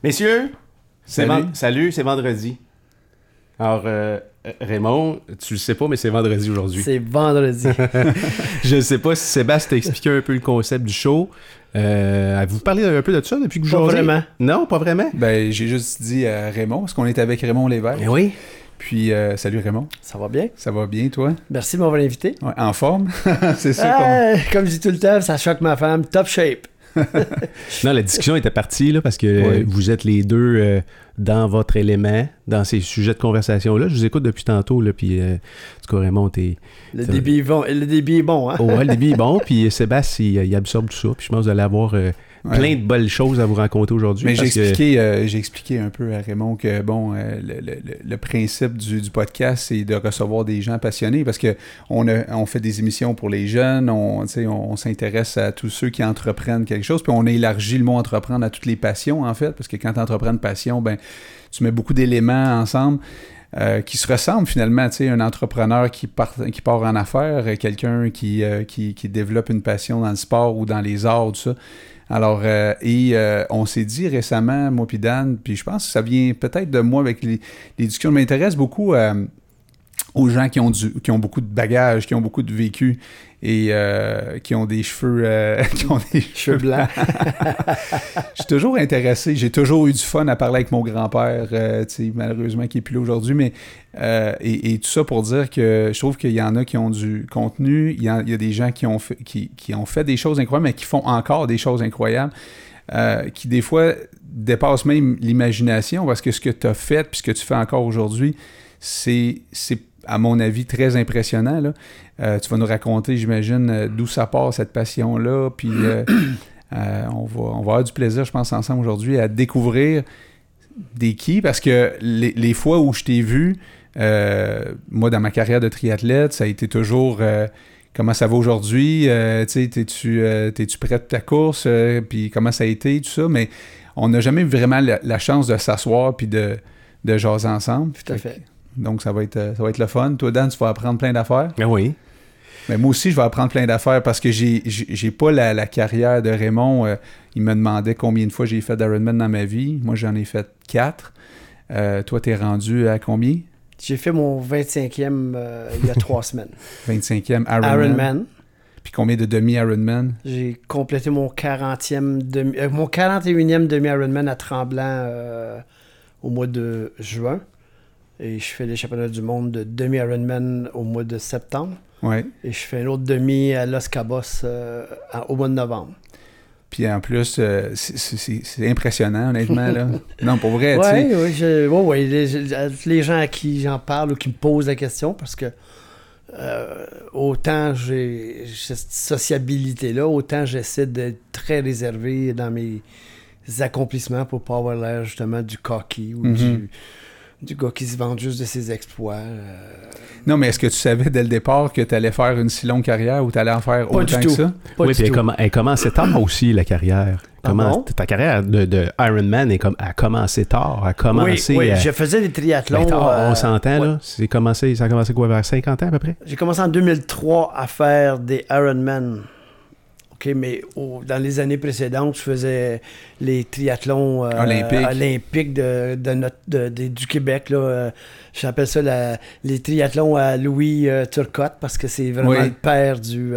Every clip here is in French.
Messieurs, Salut. salut, c'est vendredi. Alors, Raymond, tu le sais pas, mais c'est vendredi aujourd'hui. C'est vendredi. Je ne sais pas si Sébastien t'a expliqué un peu le concept du show. Avez-vous parlé un peu de ça depuis que vous Pas jouez? vraiment. Non, pas vraiment? Ben, j'ai juste dit à Raymond, parce qu'on est avec Raymond Lévesque. Eh oui. Puis, salut Raymond. Ça va bien? Ça va bien, toi? Merci de m'avoir invité. Ouais, en forme? C'est ça qu'on... Comme je dis tout le temps, ça choque ma femme. Top shape. Non, la discussion était partie là, parce que Oui. vous êtes les deux dans votre élément, dans ces sujets de conversation-là. Je vous écoute depuis tantôt, là, puis en tout cas, Raymond, t'es... Le débit est bon, hein? Oh, ouais, le débit est bon, puis Sébastien, il absorbe tout ça, puis je pense que vous allez avoir plein de belles choses à vous rencontter aujourd'hui. Mais parce j'ai expliqué un peu à Raymond que, bon, le principe du podcast, c'est de recevoir des gens passionnés, parce que on fait des émissions pour les jeunes, on s'intéresse à tous ceux qui entreprennent quelque chose, puis on a élargi le mot entreprendre à toutes les passions, en fait, parce que quand tu entreprends une passion, ben tu mets beaucoup d'éléments ensemble qui se ressemblent finalement, tu sais, un entrepreneur qui part en affaires, quelqu'un qui développe une passion dans le sport ou dans les arts, tout ça. Alors, on s'est dit récemment, moi puis Dan, puis je pense que ça vient peut-être de moi avec les discussions, je m'intéresse beaucoup aux gens qui ont beaucoup de bagages, qui ont beaucoup de vécu et qui ont des cheveux Cheveux blancs. Je suis toujours intéressé, j'ai toujours eu du fun à parler avec mon grand-père, malheureusement qui n'est plus là aujourd'hui, mais et tout ça pour dire que je trouve qu'il y en a qui ont du contenu, il y a des gens qui ont fait des choses incroyables, mais qui font encore des choses incroyables, qui des fois dépassent même l'imagination, parce que ce que tu as fait puis ce que tu fais encore aujourd'hui, c'est à mon avis, très impressionnant, là. Tu vas nous raconter, j'imagine, d'où ça part, cette passion-là, puis on va avoir du plaisir, je pense, ensemble aujourd'hui, à découvrir parce que les fois où je t'ai vu, moi, dans ma carrière de triathlète, ça a été toujours... comment ça va aujourd'hui? T'es-tu prêt de ta course? Puis comment ça a été, tout ça? Mais on n'a jamais eu vraiment la chance de s'asseoir puis de jaser ensemble. Tout à fait. Donc, ça va être le fun. Toi, Dan, tu vas apprendre plein d'affaires. Ah oui. Mais moi aussi, je vais apprendre plein d'affaires parce que j'ai pas la carrière de Raymond. Il me demandait combien de fois j'ai fait d'Ironman dans ma vie. Moi, j'en ai fait 4. Toi, t'es rendu à combien? J'ai fait mon 25e il y a 3 semaines. 25e Ironman. Puis combien de demi-Ironman? J'ai complété mon 41e demi-Ironman à Tremblant au mois de juin. Et je fais les championnats du monde de demi-Ironman au mois de septembre. Ouais. Et je fais un autre demi à Los Cabos au mois de novembre. Puis en plus, c'est impressionnant, honnêtement, là. Non, pour vrai, tu sais. Oui, les gens à qui j'en parle ou qui me posent la question, parce que autant j'ai cette sociabilité-là, autant j'essaie d'être très réservé dans mes accomplissements pour pas avoir l'air justement du cocky ou du gars qui se vante juste de ses exploits. Non, mais est-ce que tu savais dès le départ que tu allais faire une si longue carrière ou tu allais en faire Pas autant du que tout. ça? Pas Oui, du puis tout. elle commençait tard aussi, la carrière. bon? Ta carrière de Ironman a commencé tard. A commencé Oui, je faisais des triathlons. on s'entend, ouais. là. Ça a commencé quoi, vers 50 ans à peu près? J'ai commencé en 2003 à faire des Ironman. OK, mais dans les années précédentes, je faisais les triathlons olympiques du Québec. Là, j'appelle ça les triathlons à Louis Turcotte parce que c'est vraiment le père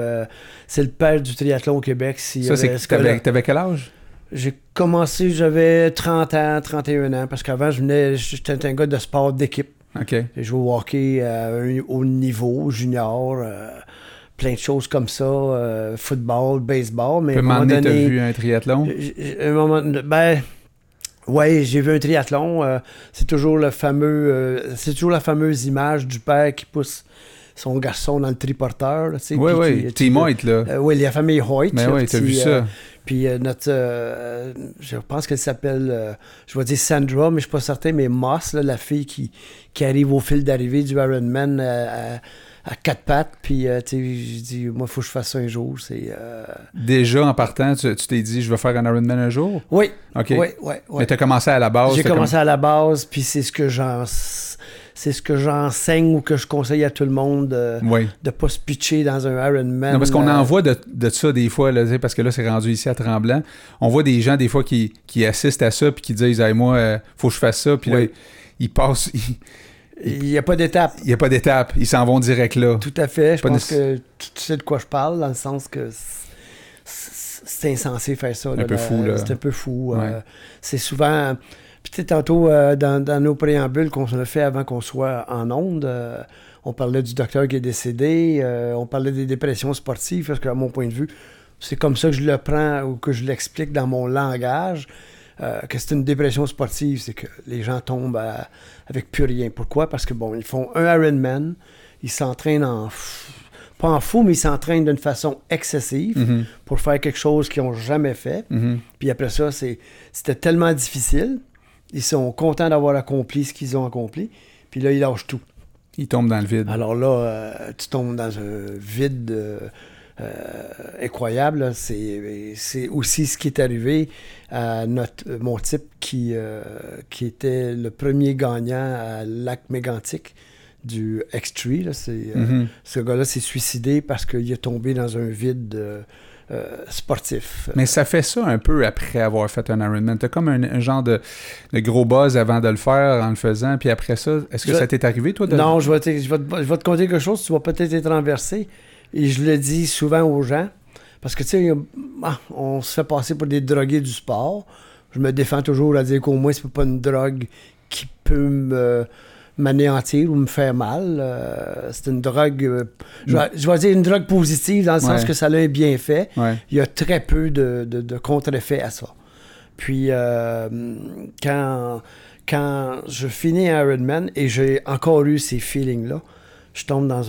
du triathlon au Québec. T'avais quel âge? J'ai commencé, j'avais 30 ans, 31 ans, parce qu'avant, j'étais un gars de sport d'équipe. OK. J'ai joué au hockey à un haut niveau, junior, plein de choses comme ça, football, baseball. Mais à un moment donné, t'as vu un triathlon? J'ai vu un triathlon. C'est toujours la fameuse image du père qui pousse son garçon dans le triporteur. Oui, Team Hoyt, là. Oui, la famille Hoyt. Mais oui, t'as vu ça. Puis je pense qu'elle s'appelle, je vais dire Sandra, mais je suis pas certain, mais Moss, là, la fille qui arrive au fil d'arrivée du Ironman à 4 pattes, puis j'ai dit, moi, il faut que je fasse ça un jour. Déjà, en partant, tu t'es dit, je vais faire un Ironman un jour? Oui. OK. Oui. Mais tu as commencé à la base? J'ai commencé à la base, puis c'est ce que c'est ce que j'enseigne ou que je conseille à tout le monde de ne pas se pitcher dans un Ironman. Non, parce qu'on en voit de ça des fois, là, parce que là, c'est rendu ici à Tremblant. On voit des gens, des fois, qui assistent à ça puis qui disent hey, moi, faut que je fasse ça. Puis là, ils passent... Il n'y a pas d'étape. Il n'y a pas d'étape. Ils s'en vont direct là. Tout à fait. Je pense que tu sais de quoi je parle, dans le sens que c'est insensé faire ça. Un peu fou, là. C'est un peu fou. Ouais. C'est souvent... Puis tu sais, tantôt, dans nos préambules qu'on a fait avant qu'on soit en onde, on parlait du docteur qui est décédé, on parlait des dépressions sportives, parce qu'à mon point de vue, c'est comme ça que je le prends ou que je l'explique dans mon langage. Que c'est une dépression sportive, c'est que les gens tombent avec plus rien. Pourquoi? Parce que, bon, ils font un Ironman, ils s'entraînent pas en fou, mais ils s'entraînent d'une façon excessive pour faire quelque chose qu'ils n'ont jamais fait. Puis après ça, c'était tellement difficile. Ils sont contents d'avoir accompli ce qu'ils ont accompli. Puis là, ils lâchent tout. Ils tombent dans le vide. Alors là, tu tombes dans un vide... incroyable. Là. C'est aussi ce qui est arrivé à mon type qui était le premier gagnant à Lac-Mégantic du X3. Là. Ce gars-là s'est suicidé parce qu'il est tombé dans un vide sportif. Mais ça fait ça un peu après avoir fait un Ironman. T'as comme un genre de gros buzz avant de le faire en le faisant, puis après ça, est-ce que ça t'est arrivé, toi? Non, je vais te conter quelque chose, tu vas peut-être être renversé. Et je le dis souvent aux gens, parce que, tu sais, on se fait passer pour des drogués du sport. Je me défends toujours à dire qu'au moins, c'est pas une drogue qui peut m'anéantir ou me faire mal. C'est une drogue, je vais dire une drogue positive, dans le sens que ça a un bienfait. Ouais. Il y a très peu de contre-effets à ça. Puis, quand je finis Ironman, et j'ai encore eu ces feelings-là, je tombe dans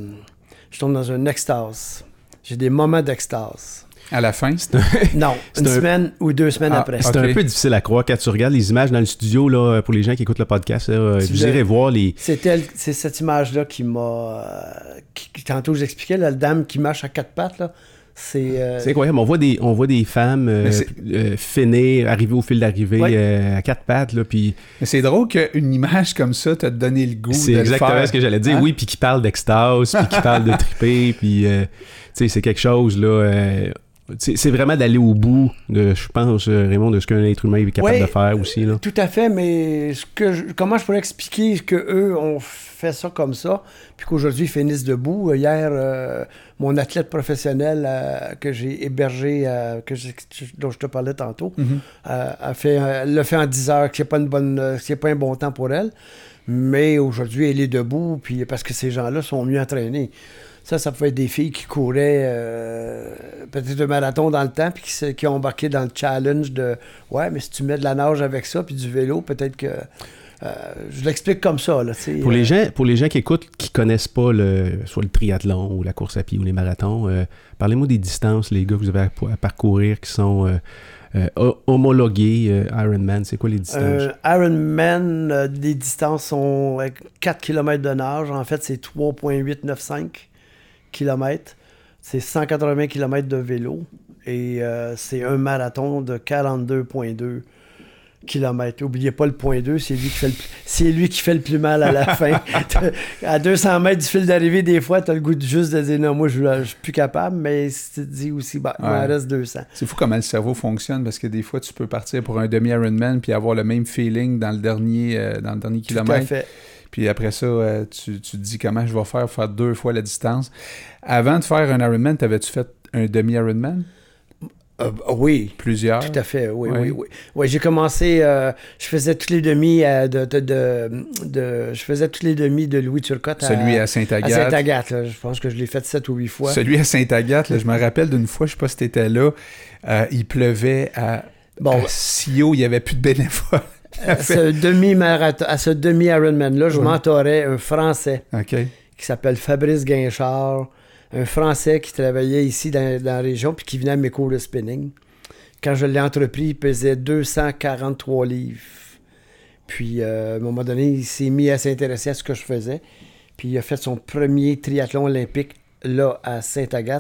un extase. J'ai des moments d'extase. À la fin? Non, semaine ou 2 semaines après. C'est un peu difficile à croire quand tu regardes les images dans le studio, là, pour les gens qui écoutes le podcast. Là, vous irez voir les... C'est cette image-là qui m'a... tantôt, j'expliquais, la dame qui marche à 4 pattes, là. C'est incroyable. On voit des femmes finir, arriver au fil d'arrivée à 4 pattes. Là, puis... Mais c'est drôle qu'une image comme ça t'a donné le goût de le faire. C'est exactement ce que j'allais dire. Hein? Oui, puis qui parle d'extase, puis qui parle de triper, puis c'est quelque chose, là... c'est vraiment d'aller au bout, je pense, Raymond, de ce qu'un être humain est capable de faire aussi. Là. Tout à fait, mais comment je pourrais expliquer qu'eux ont fait ça comme ça, puis qu'aujourd'hui ils finissent debout. Hier, mon athlète professionnel que j'ai hébergé, dont je te parlais tantôt, l'a fait en 10 heures, qui n'est pas un bon temps pour elle, mais aujourd'hui elle est debout, puis parce que ces gens-là sont mieux entraînés. Ça pouvait être des filles qui couraient peut-être un marathon dans le temps puis qui ont embarqué dans le challenge de « Ouais, mais si tu mets de la nage avec ça puis du vélo, peut-être que... » je l'explique comme ça. Là, pour les gens qui écoutent, qui connaissent pas soit le triathlon ou la course à pied ou les marathons, parlez-moi des distances, les gars, que vous avez à parcourir qui sont... homologué Ironman, c'est quoi les distances? Ironman, les distances sont 4 km de nage. En fait, c'est 3,895 km. C'est 180 km de vélo. Et c'est un marathon de 42,2 km. N'oubliez pas le point 2, c'est lui qui fait le plus mal à la fin. À 200 mètres du fil d'arrivée, des fois, tu as le goût juste de dire non, moi, je suis plus capable, mais tu te dis aussi, il m'en reste 200. C'est fou comment le cerveau fonctionne, parce que des fois, tu peux partir pour un demi-Ironman puis avoir le même feeling dans le dernier kilomètre. Tout à fait. Puis après ça, tu te dis comment je vais faire 2 fois la distance. Avant de faire un Ironman, t'avais-tu fait un demi-Ironman? Oui. Plusieurs? Tout à fait, oui. Oui, j'ai commencé, je faisais toutes les demi de Louis Turcotte. Celui à Sainte-Agathe. À Sainte-Agathe, là, je pense que je l'ai fait 7 ou 8 fois. Celui à Sainte-Agathe, là, je me rappelle d'une fois, je sais pas si t'étais là, il pleuvait à Sio, il n'y avait plus de bénévoles. À ce demi-Ironman-là, je mentorais un Français qui s'appelle Fabrice Guinchard, un Français qui travaillait ici dans la région puis qui venait à mes cours de spinning. Quand je l'ai entrepris, il pesait 243 livres. Puis, à un moment donné, il s'est mis à s'intéresser à ce que je faisais. Puis, il a fait son premier triathlon olympique là, à Sainte-Agathe.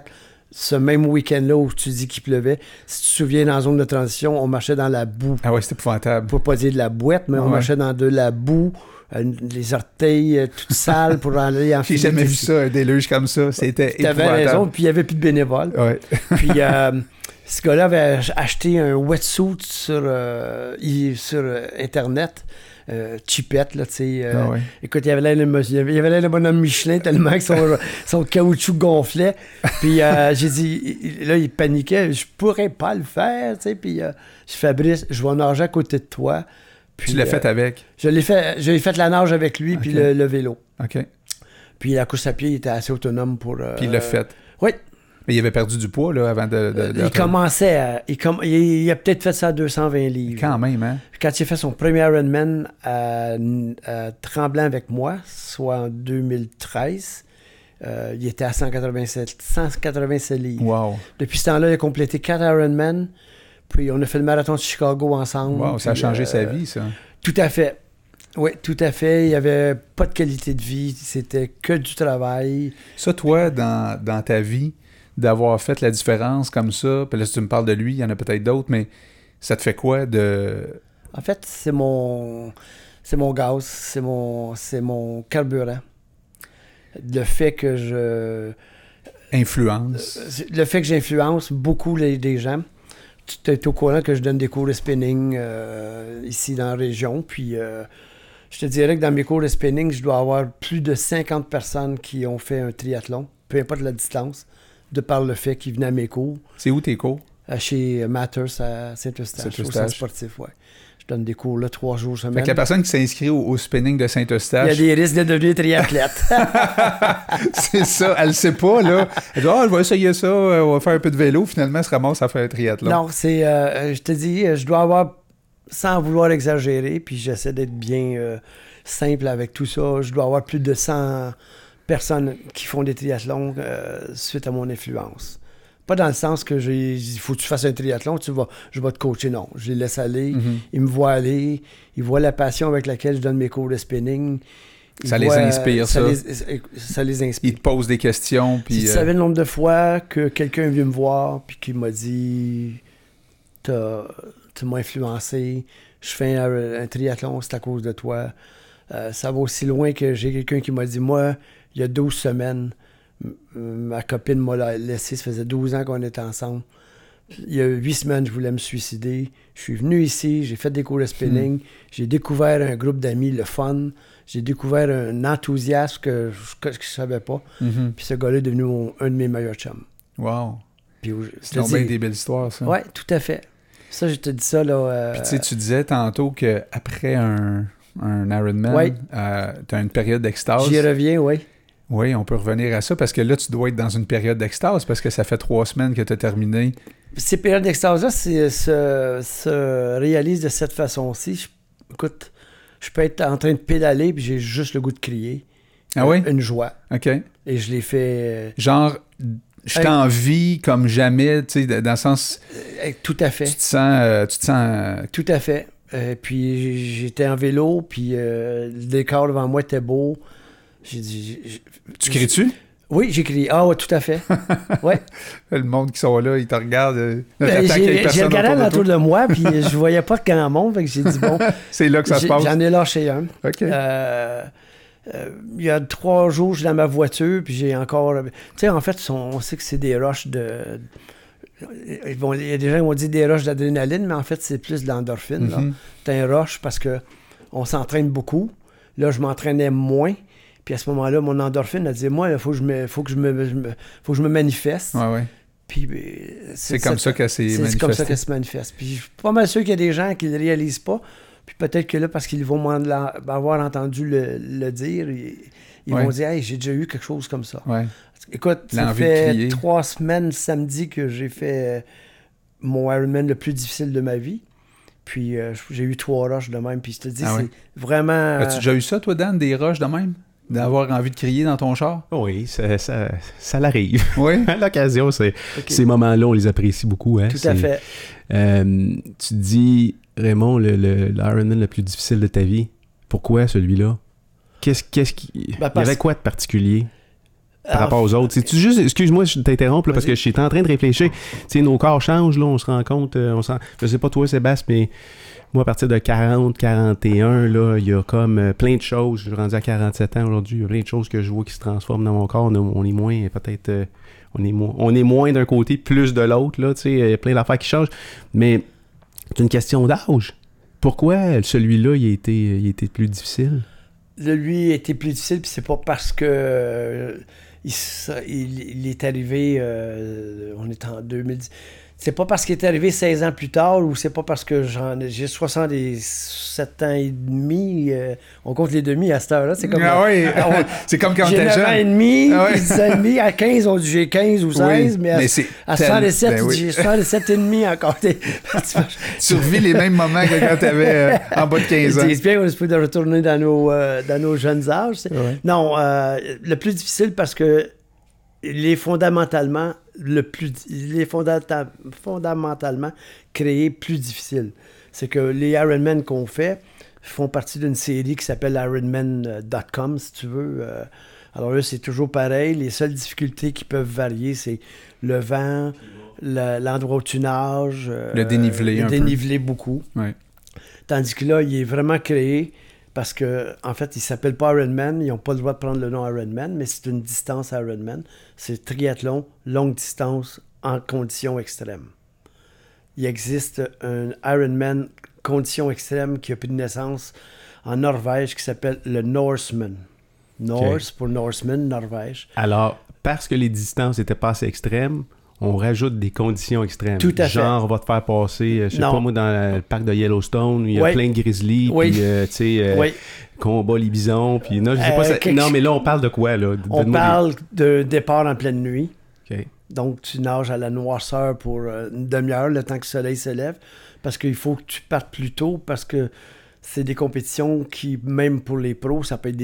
ce même week-end-là où tu dis qu'il pleuvait, si tu te souviens, dans la zone de transition, on marchait dans la boue. Ah ouais, c'était épouvantable. Pour pas dire de la boîte, mais on marchait dans de la boue, les orteils toutes sales pour aller en J'ai jamais vu ça, un déluge comme ça. C'était épouvantable. T'avais raison, puis il n'y avait plus de bénévoles. Ouais. Puis ce gars-là avait acheté un wetsuit sur Internet. Chipette, là, tu sais. Écoute, il avait l'air le bonhomme Michelin tellement que son caoutchouc gonflait. Puis j'ai dit, là, il paniquait, je pourrais pas le faire, tu sais. Puis je dis, Fabrice, je vais nager à côté de toi. Puis, tu l'as fait avec? J'ai fait la nage avec lui, puis le vélo. OK. Puis la course à pied, il était assez autonome pour... Puis il l'a fait? Oui. Mais il avait perdu du poids, là, avant de il commençait à... Il a peut-être fait ça à 220 livres. Quand même, hein? Quand il a fait son premier Ironman à Tremblant avec moi, soit en 2013, il était à 187 livres. Wow. Depuis ce temps-là, il a complété 4 Ironman. Puis on a fait le marathon de Chicago ensemble. Wow, ça a changé sa vie, ça. Tout à fait. Oui, tout à fait. Il n'y avait pas de qualité de vie. C'était que du travail. Ça, toi, dans ta vie, d'avoir fait la différence comme ça, puis là, si tu me parles de lui, il y en a peut-être d'autres, mais ça te fait quoi de... En fait, c'est mon gaz, c'est mon carburant. Le fait que j'influence beaucoup les gens. Tu es au courant que je donne des cours de spinning ici dans la région, puis je te dirais que dans mes cours de spinning, je dois avoir plus de 50 personnes qui ont fait un triathlon, peu importe la distance, de par le fait qu'ils venaient à mes cours. C'est où tes cours? Chez Matters à Saint-Eustache, au centre sportif, oui. Je donne des cours là 3 jours semaine. Fait que la personne qui s'inscrit au spinning de Saint-Eustache... Il y a des risques de devenir triathlète. C'est ça, elle le sait pas, là. Elle dit, je vais essayer ça, on va faire un peu de vélo. Finalement, elle se ramasse à faire un triathlon. Non, c'est... je te dis, je dois avoir, sans vouloir exagérer, puis j'essaie d'être bien simple avec tout ça, je dois avoir plus de 100 personnes qui font des triathlons suite à mon influence. Pas dans le sens que il faut que tu fasses un triathlon, je vais te coacher. Non, je les laisse aller, ils me voient aller, ils voient la passion avec laquelle je donne mes cours de spinning. Ça les inspire, ça. Ça les inspire. Ils te posent des questions. Puis, si tu savais le nombre de fois que quelqu'un est venu me voir puis qui m'a dit « Tu m'as influencé, je fais un triathlon, c'est à cause de toi. » Ça va aussi loin que j'ai quelqu'un qui m'a dit « Moi, il y a 12 semaines, ma copine m'a laissé, ça faisait 12 ans qu'on était ensemble. Il y a 8 semaines, je voulais me suicider. Je suis venu ici, j'ai fait des cours de spinning, j'ai découvert un groupe d'amis, le fun, j'ai découvert un enthousiasme que je savais pas. Puis ce gars-là est devenu un de mes meilleurs chums. Wow. C'est bien des belles histoires, ça. Oui, tout à fait. Ça, je te dis ça, là... Puis tu sais, tu disais tantôt qu'après un Ironman, tu as une période d'extase. J'y reviens, oui. Oui, on peut revenir à ça, parce que là, tu dois être dans une période d'extase, parce que ça fait 3 semaines que tu as terminé. Ces périodes d'extase-là se réalisent de cette façon-ci. Écoute, je peux être en train de pédaler, puis j'ai juste le goût de crier. Ah oui? Une joie. OK. Et je l'ai fait... Genre, je t'en vis comme jamais, tu sais, dans le sens... Tout à fait. Tu te sens... Tout à fait. Puis j'étais en vélo, puis le décor devant moi était beau. J'ai dit... Tu cries-tu? Oui, j'ai crié. Ah ouais, tout à fait. Ouais. Le monde qui sont là, ils te regardent. J'ai regardé autour de moi, puis je voyais pas de grand monde, fait que j'ai dit bon... C'est là que ça se passe? J'en ai lâché un. OK. Il y a 3 jours, je suis dans ma voiture, puis j'ai encore... Tu sais, en fait, on sait que c'est des rushs de... Il y a des gens qui vont dire des rushs d'adrénaline, mais en fait, c'est plus de l'endorphine. C'est un rush parce que on s'entraîne beaucoup. Là, je m'entraînais moins. Puis à ce moment-là, mon endorphine a dit, moi, il faut que je me manifeste. Ouais. Puis c'est comme ça qu'elle s'est manifestée. C'est comme ça qu'elle se manifeste. Puis je suis pas mal sûr qu'il y a des gens qui ne le réalisent pas. Puis peut-être que là, parce qu'ils vont avoir entendu le dire, ils vont dire, hey, j'ai déjà eu quelque chose comme ça. Ouais. Écoute, ça fait 3 semaines samedi que j'ai fait mon Ironman le plus difficile de ma vie. Puis j'ai eu 3 rushs de même. Puis je te dis, c'est vraiment... As-tu déjà eu ça, toi, Dan, des rushs de même? D'avoir envie de crier dans ton char? Oui, ça l'arrive. Oui? À l'occasion, ces moments-là, on les apprécie beaucoup. Hein? Tout à fait. Tu dis, Raymond, l'Ironman le plus difficile de ta vie. Pourquoi celui-là? Il y avait quoi de particulier? par rapport aux autres. C'est juste, excuse-moi, je t'interromps là, parce que je suis en train de réfléchir. T'sais, nos corps changent, là, on se rend compte. Je sais pas toi, Sébastien, mais moi, à partir de 40, 41, là, il y a comme plein de choses. Je suis rendu à 47 ans aujourd'hui. Il y a plein de choses que je vois qui se transforment dans mon corps. On est moins, peut-être, on est moins d'un côté, plus de l'autre, là, tu sais. Il y a plein d'affaires qui changent. Mais c'est une question d'âge. Pourquoi celui-là, il a été plus difficile? Lui a été plus difficile, puis c'est pas parce que il est arrivé, on est en 2010. C'est pas parce qu'il est arrivé 16 ans plus tard ou c'est pas parce que j'ai 67 ans et demi. On compte les demi à cette heure-là. C'est comme, c'est comme quand t'es jeune. J'ai 9 ans et demi, 10 ans et demi. À 15, on dit j'ai 15 ou 16, mais à 67, j'ai 67 et demi encore. Tu revis les mêmes moments que quand t'avais en bas de 15 ans. C'est bien, on espère de retourner dans nos jeunes âges. Non, le plus difficile parce que il est fondamentalement créé plus difficile. C'est que les Ironman qu'on fait font partie d'une série qui s'appelle Ironman.com, si tu veux. Alors là, c'est toujours pareil. Les seules difficultés qui peuvent varier, c'est le vent, l'endroit où tu nages, le dénivelé beaucoup. Ouais. Tandis que là, il est vraiment créé parce que, en fait, il ne s'appelle pas Ironman. Ils n'ont pas le droit de prendre le nom Ironman, mais c'est une distance Ironman. C'est triathlon, longue distance, en conditions extrêmes. Il existe un Ironman conditions extrêmes qui a pris de naissance en Norvège qui s'appelle le Norseman. Norse pour Norseman, Norvège. Alors, parce que les distances n'étaient pas assez extrêmes, on rajoute des conditions extrêmes. Tout à fait. Genre, on va te faire passer, je sais pas moi, dans le parc de Yellowstone, il y a plein de grizzlies, puis, tu sais, combat les bisons, puis non, je sais pas. Non, mais là, on parle de quoi, là? On parle de départ en pleine nuit. OK. Donc, tu nages à la noirceur pour une demi-heure, le temps que le soleil se lève, parce qu'il faut que tu partes plus tôt, parce que c'est des compétitions qui, même pour les pros, ça peut être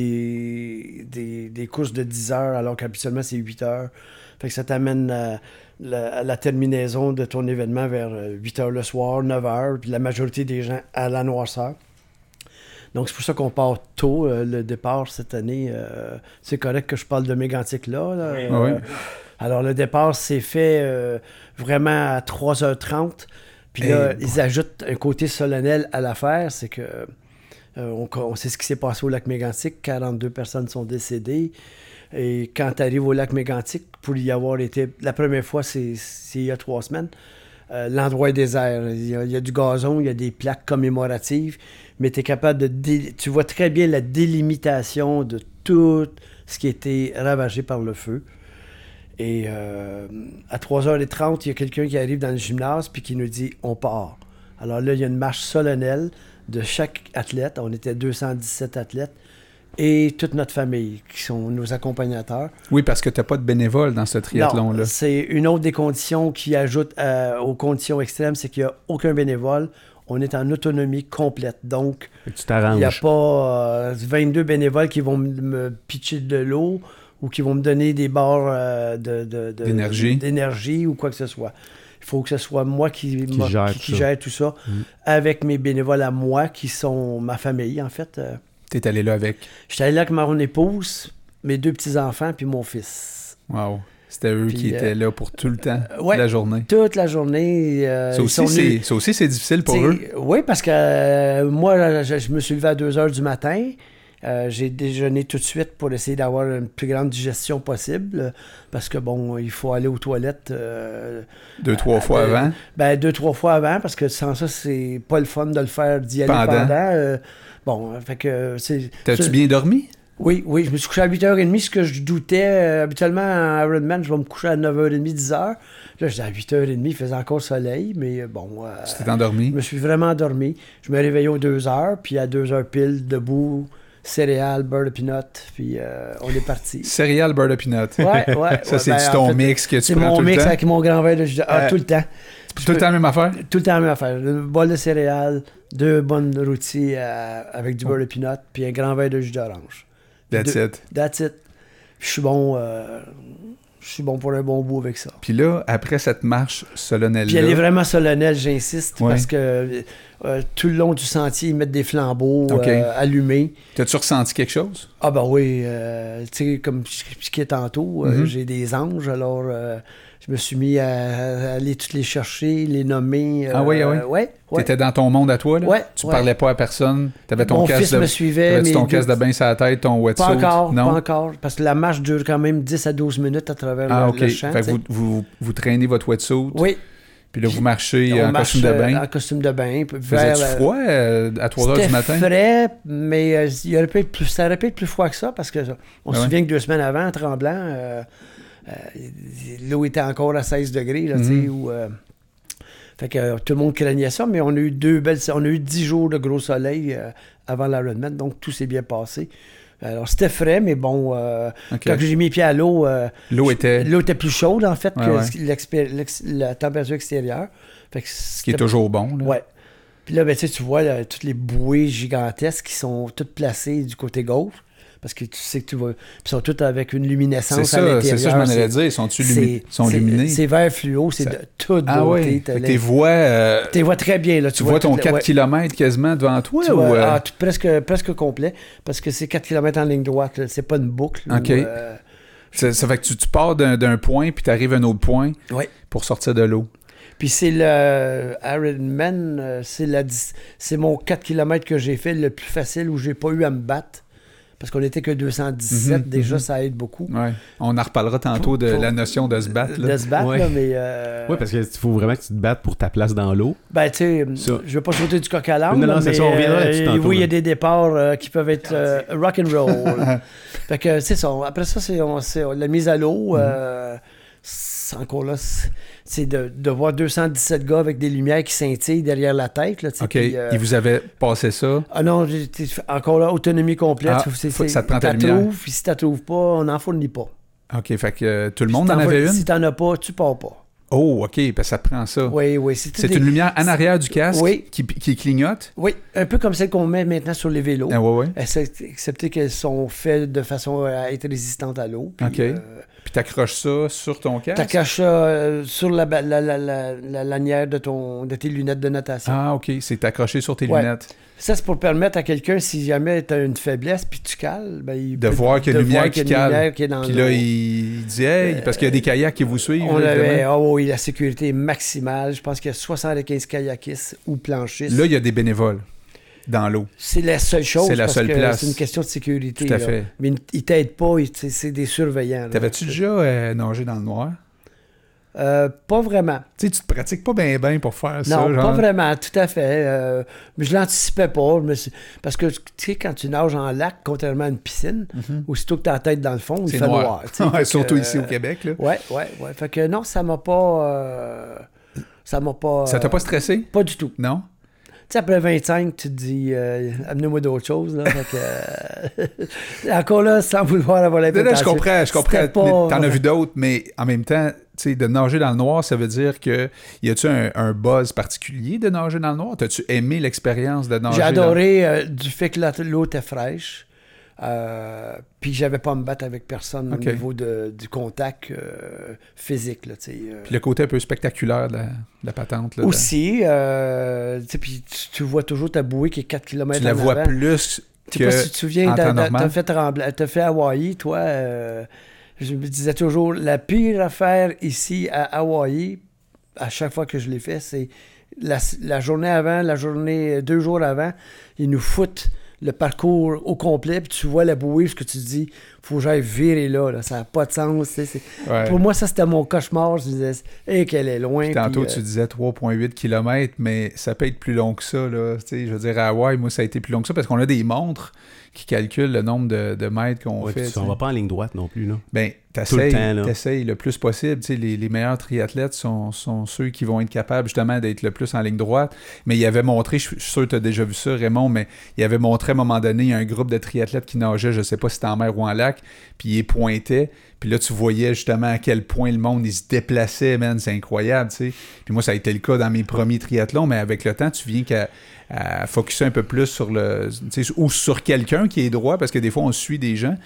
des courses de 10 heures, alors qu'habituellement, c'est 8 heures. Fait que ça t'amène à la terminaison de ton événement vers 8 heures le soir, 9 heures, puis la majorité des gens à la noirceur. Donc, c'est pour ça qu'on part tôt. Le départ cette année, c'est correct que je parle de Mégantic là. Oui. Alors, le départ s'est fait vraiment à 3h30. Puis là, ils ajoutent un côté solennel à l'affaire, c'est que on sait ce qui s'est passé au lac Mégantic. 42 personnes sont décédées. Et quand tu arrives au lac Mégantic, pour y avoir été... La première fois, c'est il y a 3 semaines. L'endroit est désert. Il y a du gazon, il y a des plaques commémoratives, mais tu es capable tu vois très bien la délimitation de tout ce qui a été ravagé par le feu. Et à 3h30, il y a quelqu'un qui arrive dans le gymnase puis qui nous dit « On part ». Alors là, il y a une marche solennelle de chaque athlète. On était 217 athlètes. Et toute notre famille, qui sont nos accompagnateurs. Oui, parce que tu n'as pas de bénévoles dans ce triathlon-là. Non, c'est une autre des conditions qui ajoute aux conditions extrêmes, c'est qu'il n'y a aucun bénévole. On est en autonomie complète. Donc, il n'y a pas 22 bénévoles qui vont me pitcher de l'eau ou qui vont me donner des barres d'énergie ou quoi que ce soit. Il faut que ce soit moi qui gère tout ça avec mes bénévoles à moi, qui sont ma famille, en fait. T'es allé là avec? J'étais allé là avec mon épouse, mes 2 petits-enfants, puis mon fils. Wow! C'était eux qui étaient là pour tout le temps, toute la journée. Toute la journée. Ça aussi, c'est difficile pour eux? Oui, parce que moi, je me suis levé à 2h du matin. J'ai déjeuné tout de suite pour essayer d'avoir une plus grande digestion possible. Parce que, bon, il faut aller aux toilettes. 2-3 fois avant? Ben, 2-3 fois avant, parce que sans ça, c'est pas le fun de le faire d'y aller pendant. Bon, fait que c'est... T'as-tu bien dormi? Oui, je me suis couché à 8h30, ce que je doutais. Habituellement, en Ironman, je vais me coucher à 9h30, 10h. Là, j'étais à 8h30, il faisait encore soleil, mais bon... tu t'es endormi? Je me suis vraiment endormi. Je me réveillais aux 2h, puis à 2h pile, debout, céréales, beurre de peanut, puis on est parti. Céréales, beurre de peanut. Ouais. Ça, c'est ton mix que tu prends tout le temps? C'est mon mix avec mon grand verre de jus d'orange. Tout le temps. Tout le temps la même affaire? Tout le temps la même affaire. Un bol de céréales, 2 bonnes rôties avec du beurre de peanut, puis un grand verre de jus d'orange. That's it. Je suis bon. je suis bon pour un bon bout avec ça. Puis là, après cette marche solennelle-là... Puis elle est vraiment solennelle, j'insiste, parce que tout le long du sentier, ils mettent des flambeaux allumés. T'as-tu ressenti quelque chose? Ah ben oui, tu sais, comme je expliquais tantôt, j'ai des anges, alors je me suis mis à aller toutes les chercher, les nommer. Ouais. T'étais dans ton monde à toi, là? Ouais. Tu parlais pas à personne? T'avais ton Mon casque fils me suivait. T'avais ton casque de bain sur la tête, ton wetsuit? Pas encore, parce que la marche dure quand même 10 à 12 minutes à travers le champ. Fait que vous traînez votre wetsuit? Oui. Puis là, vous marchez en costume de bain? En costume de bain. Faisait-tu froid à 3 heures du matin? C'était frais, mais ça aurait pu être plus froid que ça, parce que on se souvient que 2 semaines avant, en Tremblant, l'eau était encore à 16 degrés, là, tu sais, fait que tout le monde craignait ça, mais on a eu 10 jours de gros soleil avant l'Ironman, donc tout s'est bien passé. Alors, c'était frais, mais bon, quand j'ai mis les pieds à l'eau, l'eau était plus chaude, en fait, que la température extérieure. Fait que ce qui est toujours bon. Là. Ouais. Puis là, ben, tu vois, là, toutes les bouées gigantesques qui sont toutes placées du côté gauche. Parce que tu sais que tu vas... Puis ils sont toutes avec une luminescence à l'intérieur. C'est ça, je m'en allais dire. Sont luminés? C'est vert fluo, c'est de toute beauté. Tes voix très bien. Là. Tu vois ton 4 km quasiment devant toi? Presque complet. Parce que c'est 4 km en ligne droite. Là. C'est pas une boucle. OK. Ça fait que tu pars d'un point puis tu arrives à un autre point pour sortir de l'eau. Puis c'est le Ironman, c'est mon 4 km que j'ai fait le plus facile où j'ai pas eu à me battre. Parce qu'on n'était que 217, déjà, ça aide beaucoup. Ouais. On en reparlera tantôt de la notion de se battre. De se battre, là, mais... Oui, parce qu'il faut vraiment que tu te battes pour ta place dans l'eau. Ben, tu sais, je ne vais pas sauter du coq à l'âne, mais c'est ça, on reviendra là-dessus tantôt. Oui, il y a des départs qui peuvent être rock'n'roll. Fait que, c'est ça. Après ça, c'est la mise à l'eau. C'est encore là, c'est de voir 217 gars avec des lumières qui scintillent derrière la tête. Là, OK. Puis, ils vous avaient passé ça? Ah non, encore là, autonomie complète. Faut que ça te prenne ta lumière. Puis si tu ne trouves pas, on n'en fournit pas. OK, fait que tout le monde en avait une? Si tu n'en as pas, tu pars pas. Oh, OK, parce que ça te prend ça. Oui. C'est une lumière en arrière du casque qui clignote? Oui, un peu comme celle qu'on met maintenant sur les vélos. Oui. Excepté qu'elles sont faites de façon à être résistantes à l'eau. OK. Puis t'accroches ça sur ton casque? T'accroches ça sur la lanière de tes lunettes de natation. Ah, OK. C'est accroché sur tes lunettes. Ça, c'est pour permettre à quelqu'un, si jamais tu as une faiblesse puis tu cales, ben, de voir qu'il y a une lumière qui cale. Puis là, il dit, hey, parce qu'il y a des kayaks qui vous suivent. Oui, la sécurité est maximale. Je pense qu'il y a 75 kayakistes ou planchistes. Là, il y a des bénévoles dans l'eau. C'est la seule chose. C'est la seule place. C'est une question de sécurité. Tout à fait. Mais ils t'aident pas, c'est des surveillants. T'avais-tu déjà nagé dans le noir? Pas vraiment. Tu sais, tu te pratiques pas bien pour faire ça. Non, pas vraiment, tout à fait. Mais je l'anticipais pas. Parce que, tu sais, quand tu nages en lac, contrairement à une piscine, aussitôt que tu as la tête dans le fond, il fait noir. Surtout ici au Québec. Là. Ouais. Fait que non, ça m'a pas... ça t'a pas stressé? Pas du tout. Non? Tu sais, après 25, tu te dis, amenez-moi d'autres choses. Là, fait que, encore là, sans vouloir avoir l'impression. Je comprends. T'en as vu d'autres, mais en même temps, tu sais, de nager dans le noir, ça veut dire que y a-tu un buzz particulier de nager dans le noir? T'as-tu aimé l'expérience de nager? J'ai adoré du fait que l'eau était fraîche. Puis j'avais pas à me battre avec personne au niveau du contact physique. Là, puis le côté un peu spectaculaire de la patente. Là, aussi, puis tu vois toujours ta bouée qui est 4 km en avant. Tu la vois plus que. Je sais pas si tu te souviens, t'as fait Hawaï, toi. Je me disais toujours, la pire affaire ici à Hawaï, à chaque fois que je l'ai fait, c'est la journée avant, 2 jours avant, ils nous foutent le parcours au complet, puis tu vois la bouée, ce que tu te dis, faut que j'aille virer là, ça n'a pas de sens. Pour moi, ça, c'était mon cauchemar. Je disais, qu'elle est loin. Puis tantôt, tu disais 3,8 km, mais ça peut être plus long que ça. Là. Je veux dire, à Hawaï, moi, ça a été plus long que ça, parce qu'on a des montres qui calculent le nombre de mètres qu'on fait. On va pas en ligne droite non plus. Là. Ben, t'essayes le plus possible. Les meilleurs triathlètes sont ceux qui vont être capables justement d'être le plus en ligne droite. Mais il avait montré, je suis sûr que tu as déjà vu ça, Raymond, mais il avait montré à un moment donné un groupe de triathlètes qui nageaient, je sais pas si c'était en mer ou en lac, puis il pointait. Puis là, tu voyais justement à quel point le monde, il se déplaçait, man, c'est incroyable, tu sais. Puis moi, ça a été le cas dans mes premiers triathlons, mais avec le temps, tu viens à focusser un peu plus sur ou sur quelqu'un qui est droit, parce que des fois, on suit des gens.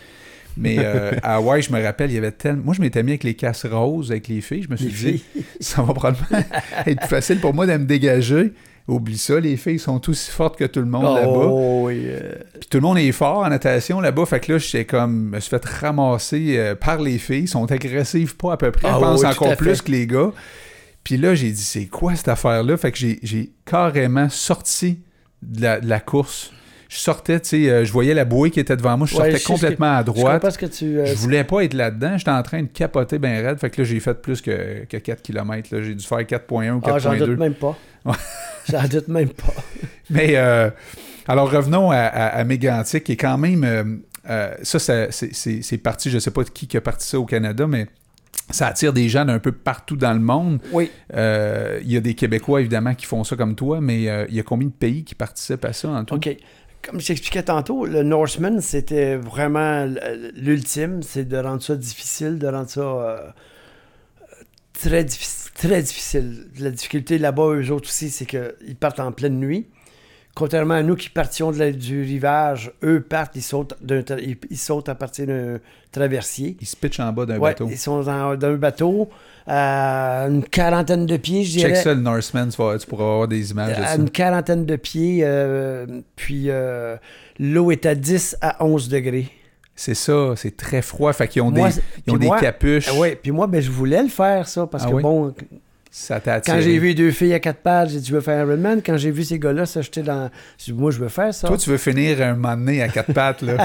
Mais à Hawaï, je me rappelle, il y avait tellement... Moi, je m'étais mis avec les casses roses, avec les filles. Je me suis dit, ça va probablement être plus facile pour moi de me dégager. Oublie ça, les filles sont aussi fortes que tout le monde là-bas. Oui, Puis tout le monde est fort en natation là-bas. Fait que là, je me suis fait ramasser par les filles. Ils sont agressives pas à peu près. Je pense encore plus que les gars. Puis là, j'ai dit, c'est quoi cette affaire-là? Fait que j'ai carrément sorti de la course. Je sortais, tu sais, je voyais la bouée qui était devant moi, je sortais complètement à droite. Je voulais pas être là-dedans, j'étais en train de capoter bien raide, fait que là, j'ai fait plus que 4 km, là. J'ai dû faire 4.1 ou 4.2. J'en doute même pas. J'en doute même pas. Mais, alors revenons à Mégantic, qui est quand même, ça, c'est parti, je sais pas qui a parti ça au Canada, mais ça attire des gens d'un peu partout dans le monde. Oui. Il y a des Québécois, évidemment, qui font ça comme toi, mais il y a combien de pays qui participent à ça en tout? OK. Comme je t'expliquais tantôt, le Norseman, c'était vraiment l'ultime, c'est de rendre ça difficile, de rendre ça très difficile. La difficulté là-bas, eux autres aussi, c'est qu'ils partent en pleine nuit. Contrairement à nous qui partions du rivage, eux partent, ils sautent à partir d'un traversier. Ils se pitchent en bas d'un bateau. Ils sont d'un bateau à une quarantaine de pieds, je dirais. Check ça, le Norseman, tu pourras avoir des images de ça. À une quarantaine de pieds, puis l'eau est à 10 à 11 degrés. C'est ça, c'est très froid, fait qu'ils ont des capuches. Oui, puis moi, je voulais le faire, ça, parce que bon... Ça t'a attiré. Quand j'ai vu 2 filles à 4 pattes, j'ai dit, tu veux faire Ironman? Quand j'ai vu ces gars-là s'acheter dans... J'ai dit, moi, je veux faire ça. Toi, tu veux finir un moment donné à 4 pattes, là.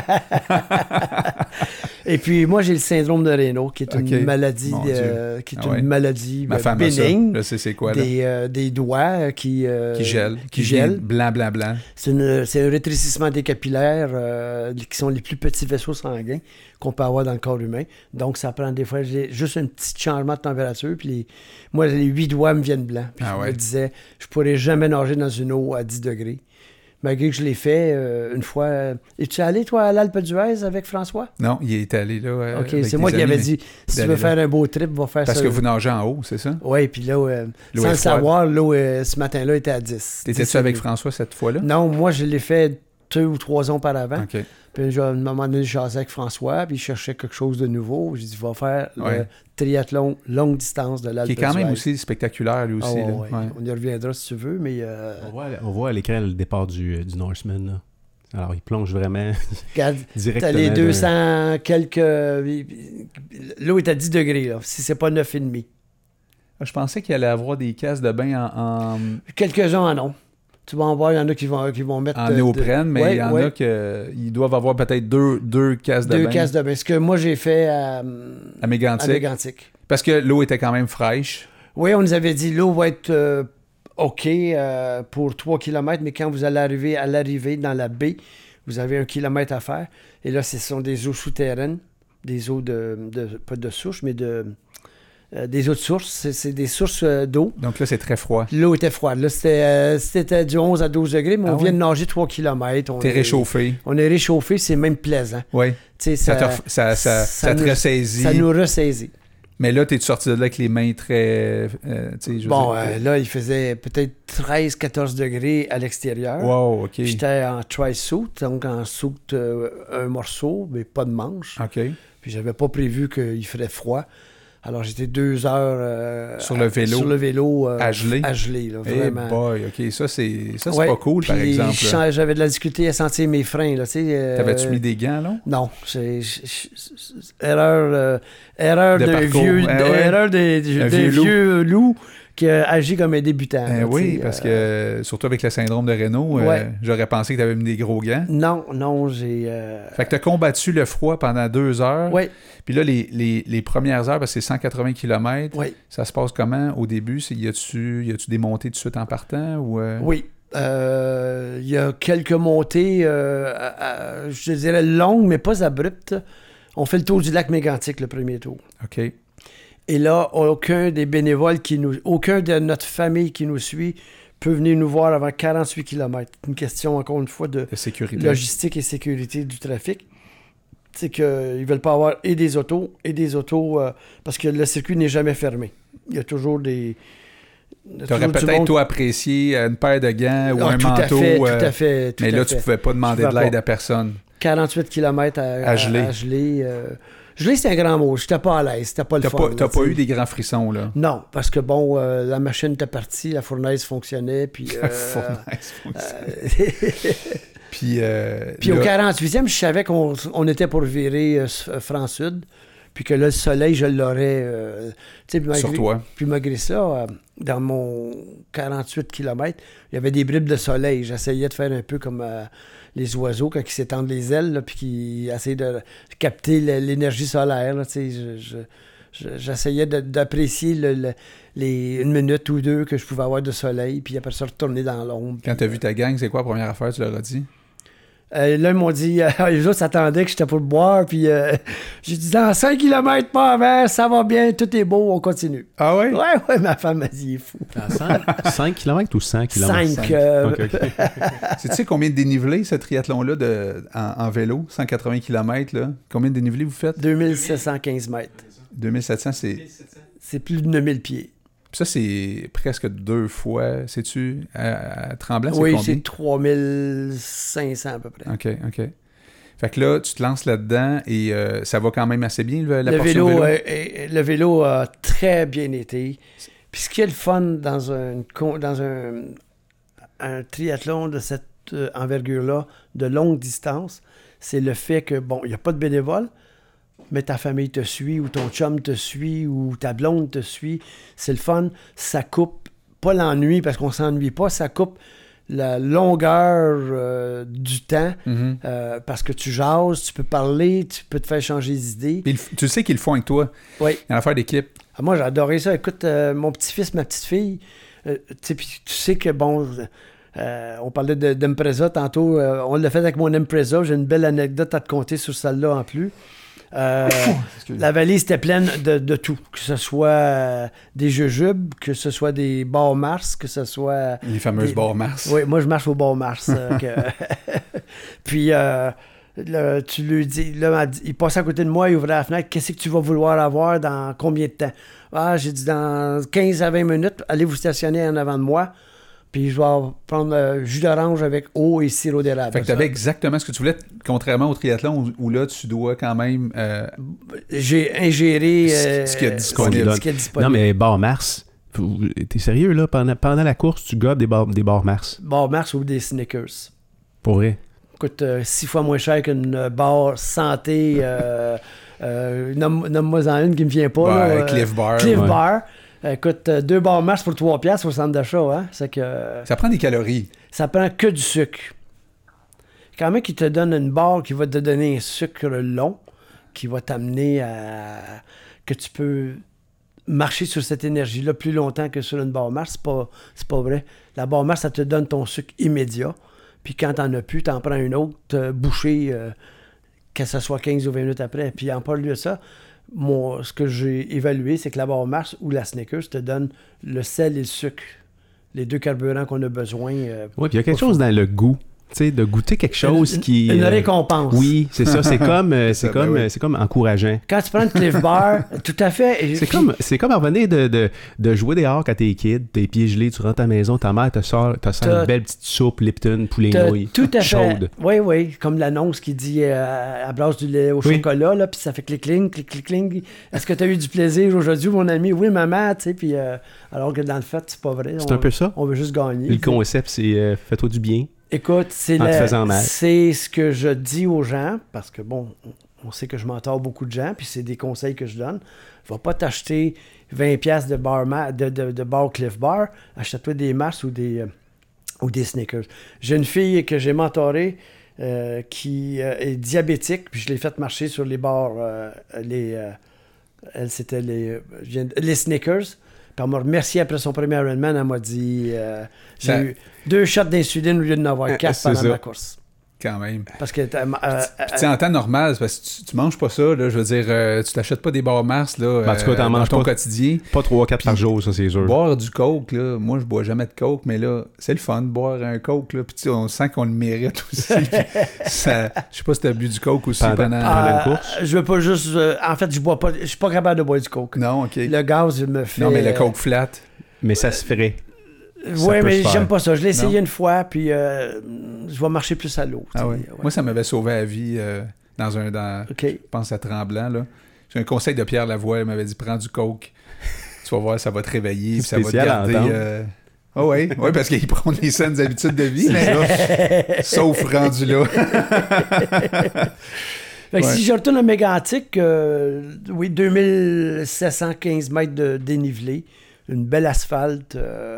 Et puis, moi, j'ai le syndrome de Raynaud, qui est une maladie, une maladie bénigne. Je sais c'est quoi, là. Des doigts qui gèlent. Blanc. C'est un rétrécissement des capillaires qui sont les plus petits vaisseaux sanguins qu'on peut avoir dans le corps humain. Donc, ça prend des fois juste un petit changement de température. Puis moi, les 8 doigts me viennent blancs. Puis je me disais, je pourrais jamais nager dans une eau à 10 degrés. Malgré que je l'ai fait une fois. Es-tu allé, toi, à l'Alpe d'Huez avec François? Non, il est allé là. OK, c'est moi qui avais dit, si tu veux faire un beau trip, va faire ça. Parce que vous nagez en haut, c'est ça? Oui, puis là, sans le savoir, l'eau, ce matin-là, était à 10. T'étais-tu avec François cette fois-là? Non, moi, je l'ai fait 2 ou 3 ans auparavant. OK. Puis à un moment donné, je jasais avec François, puis il cherchait quelque chose de nouveau. J'ai dit, va faire le triathlon longue distance de l'Alpe d'Huez. Qui est quand même aussi spectaculaire, lui aussi. On y reviendra si tu veux, mais... On voit à l'écran le départ du Norseman, là. Alors, il plonge vraiment directement. T'as les 200 quelques... L'eau est à 10 degrés, là, si c'est pas 9,5. Je pensais qu'il allait avoir des cases de bain en... Quelques-uns en ont. Tu vas en voir, il y en a qui vont mettre... En néoprène, mais il y en a qui doivent avoir peut-être deux cases de bain. 2 cases de bain. Ce que moi, j'ai fait à Mégantic. Parce que l'eau était quand même fraîche. Oui, on nous avait dit l'eau va être OK pour 3 km, mais quand vous allez arriver à l'arrivée dans la baie, vous avez 1 kilomètre à faire. Et là, ce sont des eaux souterraines, des eaux pas de souche, mais des eaux de source. C'est des sources d'eau. Donc là, c'est très froid. L'eau était froide. Là, c'était du 11 à 12 degrés, mais on vient de nager 3 km. T'es réchauffé. On est réchauffé, c'est même plaisant. Oui. Ça te ressaisit. Ça nous ressaisit. Mais là, t'es sorti de là avec les mains très... là, il faisait peut-être 13-14 degrés à l'extérieur. Wow, OK. J'étais en tri-suit, donc en suit un morceau, mais pas de manche. OK. Puis j'avais pas prévu qu'il ferait froid. Alors, j'étais 2 heures sur le vélo à geler, là, vraiment. Boy, OK, ça, c'est pas cool, par exemple. J'avais de la difficulté à sentir mes freins, là, tu sais. T'avais-tu mis des gants, là? Non. Erreur d'un vieux loup qui agit comme un débutant. Oui, parce que, surtout avec le syndrome de Raynaud, j'aurais pensé que tu avais mis des gros gants. Non, j'ai... Fait que tu as combattu le froid pendant 2 heures. Oui. Puis là, les premières heures, parce que c'est 180 km, ça se passe comment au début? Y a-tu des montées tout de suite en partant? Ou Oui. Il y a quelques montées, je dirais longues, mais pas abruptes. On fait le tour du lac Mégantic, le premier tour. OK. Et là, aucun des bénévoles aucun de notre famille qui nous suit peut venir nous voir avant 48 km. Une question, encore une fois, de sécurité. Logistique et sécurité du trafic. C'est qu'ils ne veulent pas avoir des autos, parce que le circuit n'est jamais fermé. Il y a toujours des... T'aurais peut-être, toi, apprécié une paire de gants ou un manteau. Tout à fait. Mais là, tu ne pouvais pas demander de l'aide à personne. 48 km à geler. Geler, c'est un grand mot. J'étais pas à l'aise. C'était pas le fun. T'as pas eu des grands frissons, là? Non, parce que bon, la machine était partie, la fournaise fonctionnait, puis... La fournaise fonctionnait. Puis au 48e, je savais qu'on était pour virer France-Sud, puis que là, le soleil, je l'aurais... sur toi. Puis malgré ça, dans mon 48 km, il y avait des bribes de soleil. J'essayais de faire un peu comme les oiseaux quand ils s'étendent les ailes, là, puis qui essayent de capter l'énergie solaire. Là, j'essayais d'apprécier les 1 minute ou 2 que je pouvais avoir de soleil, puis après ça, retourner dans l'ombre. Quand tu as vu ta gang, c'est quoi la première affaire, tu leur as dit? Là, ils m'ont dit, les autres s'attendaient que j'étais pour le boire, puis j'ai dit, dans 5 km pas avant, ça va bien, tout est beau, on continue. Ah ouais? Ouais, ma femme m'a dit, il est fou. 5 km ou 100 km? 5. Okay. Tu sais combien de dénivelé, ce triathlon-là, en vélo, 180 km, là? Combien de dénivelé vous faites? 2715 mètres. 2700, c'est plus de 9000 pieds. Ça, c'est presque 2 fois. Sais-tu, à Tremblant, c'est combien? Oui, c'est 3500 à peu près. OK. Fait que là, tu te lances là-dedans et ça va quand même assez bien, la portion vélo? Le vélo a très bien été. Puis ce qui est le fun dans un triathlon de cette envergure-là, de longue distance, c'est le fait que, bon, il n'y a pas de bénévoles, mais ta famille te suit, ou ton chum te suit, ou ta blonde te suit. C'est le fun. Ça coupe, pas l'ennui, parce qu'on s'ennuie pas, ça coupe la longueur du temps, parce que tu jases, tu peux parler, tu peux te faire changer d'idée. Tu sais qu'ils le font avec toi. Oui. Une affaire d'équipe. Moi, j'ai adoré ça. Écoute, mon petit-fils, ma petite-fille, tu sais que, bon... on parlait d'Impreza tantôt. On l'a fait avec mon Impreza. J'ai une belle anecdote à te conter sur celle-là en plus. La valise était pleine de tout, que ce soit des jujubes, que ce soit des barres Mars, que ce soit... Les fameuses barres Mars. Oui, moi je marche aux barres Mars. Puis tu lui dis, là, il passait à côté de moi, il ouvrait la fenêtre, qu'est-ce que tu vas vouloir avoir dans combien de temps? Ah, j'ai dit dans 15 à 20 minutes, allez vous stationner en avant de moi. Puis je vais prendre jus d'orange avec eau et sirop d'érable. Fait que tu avais exactement ce que tu voulais, contrairement au triathlon où là, tu dois quand même... J'ai ingéré ce qu'il y a disponible. Non, mais barres Mars, t'es sérieux, là? Pendant la course, tu gobes des barres Mars? Barres Mars ou des Snickers. Pour vrai? Coûte 6 fois moins cher qu'une barre santé. Nomme-moi-en une qui me vient pas. Ouais, Cliff Bar. Cliff Bar. Écoute, 2 barres Mars pour 3$ au centre d'achat, hein? C'est que... Ça prend des calories. Ça prend que du sucre. Quand même qu'il te donne une barre qui va te donner un sucre long, qui va t'amener à... que tu peux marcher sur cette énergie-là plus longtemps que sur une barre Mars, c'est pas vrai. La barre Mars, ça te donne ton sucre immédiat. Puis quand t'en as plus, t'en prends une autre bouchée, que ce soit 15 ou 20 minutes après. Puis en plus de ça... ce que j'ai évalué, c'est que la barre Mars ou la Snickers te donne le sel et le sucre, les 2 carburants qu'on a besoin. Oui, puis il y a quelque chose dans le goût. Tu sais, de goûter quelque chose qui... Une récompense. Oui, c'est ça. C'est comme encourageant. Quand tu prends une Cliff Bar, tout à fait. C'est comme revenir de jouer dehors quand t'es kid, t'es pieds gelés, tu rentres à la maison, ta mère te sort une belle petite soupe Lipton, poulet nouilles, tout à chaude. Fait. Oui, comme l'annonce qui dit elle brasse du lait au chocolat, là, puis ça fait clic-cling, clic-cling. Est-ce que tu as eu du plaisir aujourd'hui, mon ami? Oui, maman, tu sais, puis alors que dans le fait, c'est pas vrai. C'est un peu ça. On veut juste gagner. Le concept, c'est fais-toi du bien. Écoute, c'est ce que je dis aux gens, parce que bon, on sait que je m'entends beaucoup de gens, puis c'est des conseils que je donne. Va pas t'acheter 20$ de bar Cliff Bar, achète-toi des Mars ou des Snickers. J'ai une fille que j'ai mentorée qui est diabétique, puis je l'ai fait marcher sur les bars, elle, c'était les Snickers. Puis elle m'a remercié après son premier Ironman. Elle m'a dit j'ai eu 2 shots d'insuline au lieu d'en avoir 4 pendant ma course. Quand même. Parce que puis en temps normal, parce que tu manges pas ça, là, je veux dire, tu t'achètes pas des barres Mars là, en tout cas, t'en manges dans ton quotidien. Pas 3-4 par jour, ça c'est sûr. Boire du coke, là, moi je bois jamais de coke, mais là, c'est le fun de boire un coke, là, puis on sent qu'on le mérite aussi. Je sais pas si t'as bu du coke aussi pendant une course. Je veux pas juste... en fait, je suis pas capable de boire du coke. Non, OK. Le gaz, il me fait... Non, mais le coke flat. Mais ça se ferait. Oui, mais j'aime pas ça. Je l'ai essayé une fois, puis je vais marcher plus à l'eau. Ah ouais. Moi, ça m'avait sauvé la vie je pense à Tremblant. Là. J'ai un conseil de Pierre Lavoie, il m'avait dit, prends du coke. Tu vas voir, ça va te réveiller, puis ça va te garder... oui, parce qu'ils prennent les saines habitudes de vie, mais là, sauf rendu là. Fait que si je retourne à Mégantic, 2715 mètres de dénivelé, une belle asphalte,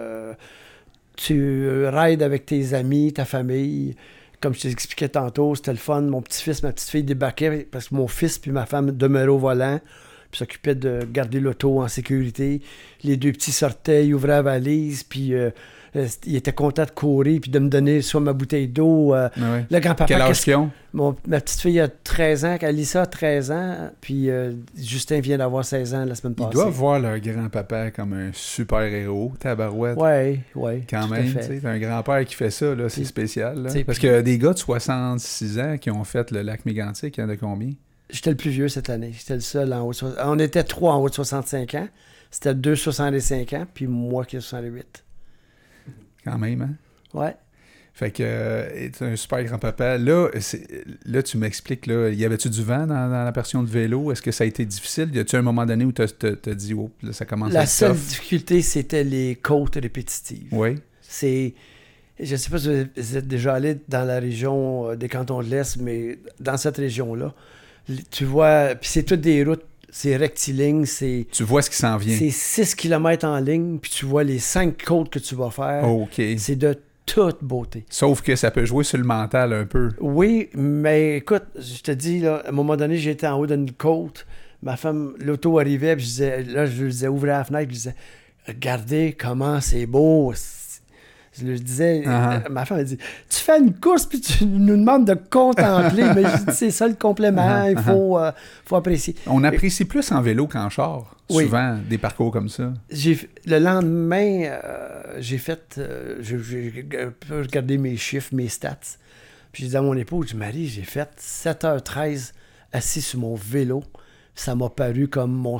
tu rides avec tes amis, ta famille. Comme je t'expliquais tantôt, c'était le fun. Mon petit-fils, ma petite-fille débarquaient parce que mon fils puis ma femme demeuraient au volant, puis s'occupaient de garder l'auto en sécurité. Les deux petits sortaient, ils ouvraient la valise, puis ils étaient contents de courir puis de me donner soit ma bouteille d'eau. Le grand-papa... Quel âge qu'ils ont? Ma petite-fille a 13 ans, Alissa a 13 ans, puis Justin vient d'avoir 16 ans la semaine passée. Ils doivent voir leur grand-papa comme un super-héros, tabarouette. Oui. Quand même, tu sais, un grand-père qui fait ça, là, c'est spécial. Là. Parce qu'il y a des gars de 66 ans qui ont fait le lac Mégantic, il y en a combien? J'étais le plus vieux cette année. J'étais le seul en haut de 65 ans. On était 3 en haut de 65 ans. C'était 2 65 ans, puis moi qui ai 68. Quand même, hein? Ouais. Fait que tu es un super grand-papa. Là, tu m'expliques, là, y avait-tu du vent dans la version de vélo? Est-ce que ça a été difficile? Y a-tu un moment donné où tu as dit, oh, là, ça commence à être La seule tough? difficulté, c'était les côtes répétitives. Oui. Je ne sais pas si vous êtes déjà allé dans la région des cantons de l'Est, mais dans cette région-là, tu vois, puis c'est toutes des routes, c'est rectiligne, tu vois ce qui s'en vient. C'est 6 km en ligne, puis tu vois les 5 côtes que tu vas faire. Oh, OK. C'est de toute beauté. Sauf que ça peut jouer sur le mental un peu. Oui, mais écoute, je te dis, là, à un moment donné, j'étais en haut d'une côte, ma femme, l'auto arrivait, puis je lui disais, ouvrez la fenêtre, puis je disais, regardez comment c'est beau. Je lui disais, ma femme a dit, tu fais une course puis tu nous demandes de contempler, mais je dis, c'est ça le complément, il faut apprécier. On apprécie plus en vélo qu'en char, souvent, des parcours comme ça. Le lendemain, j'ai regardé mes chiffres, mes stats, puis j'ai dit à mon épouse, Marie, j'ai fait 7h13 assis sur mon vélo, ça m'a paru comme mon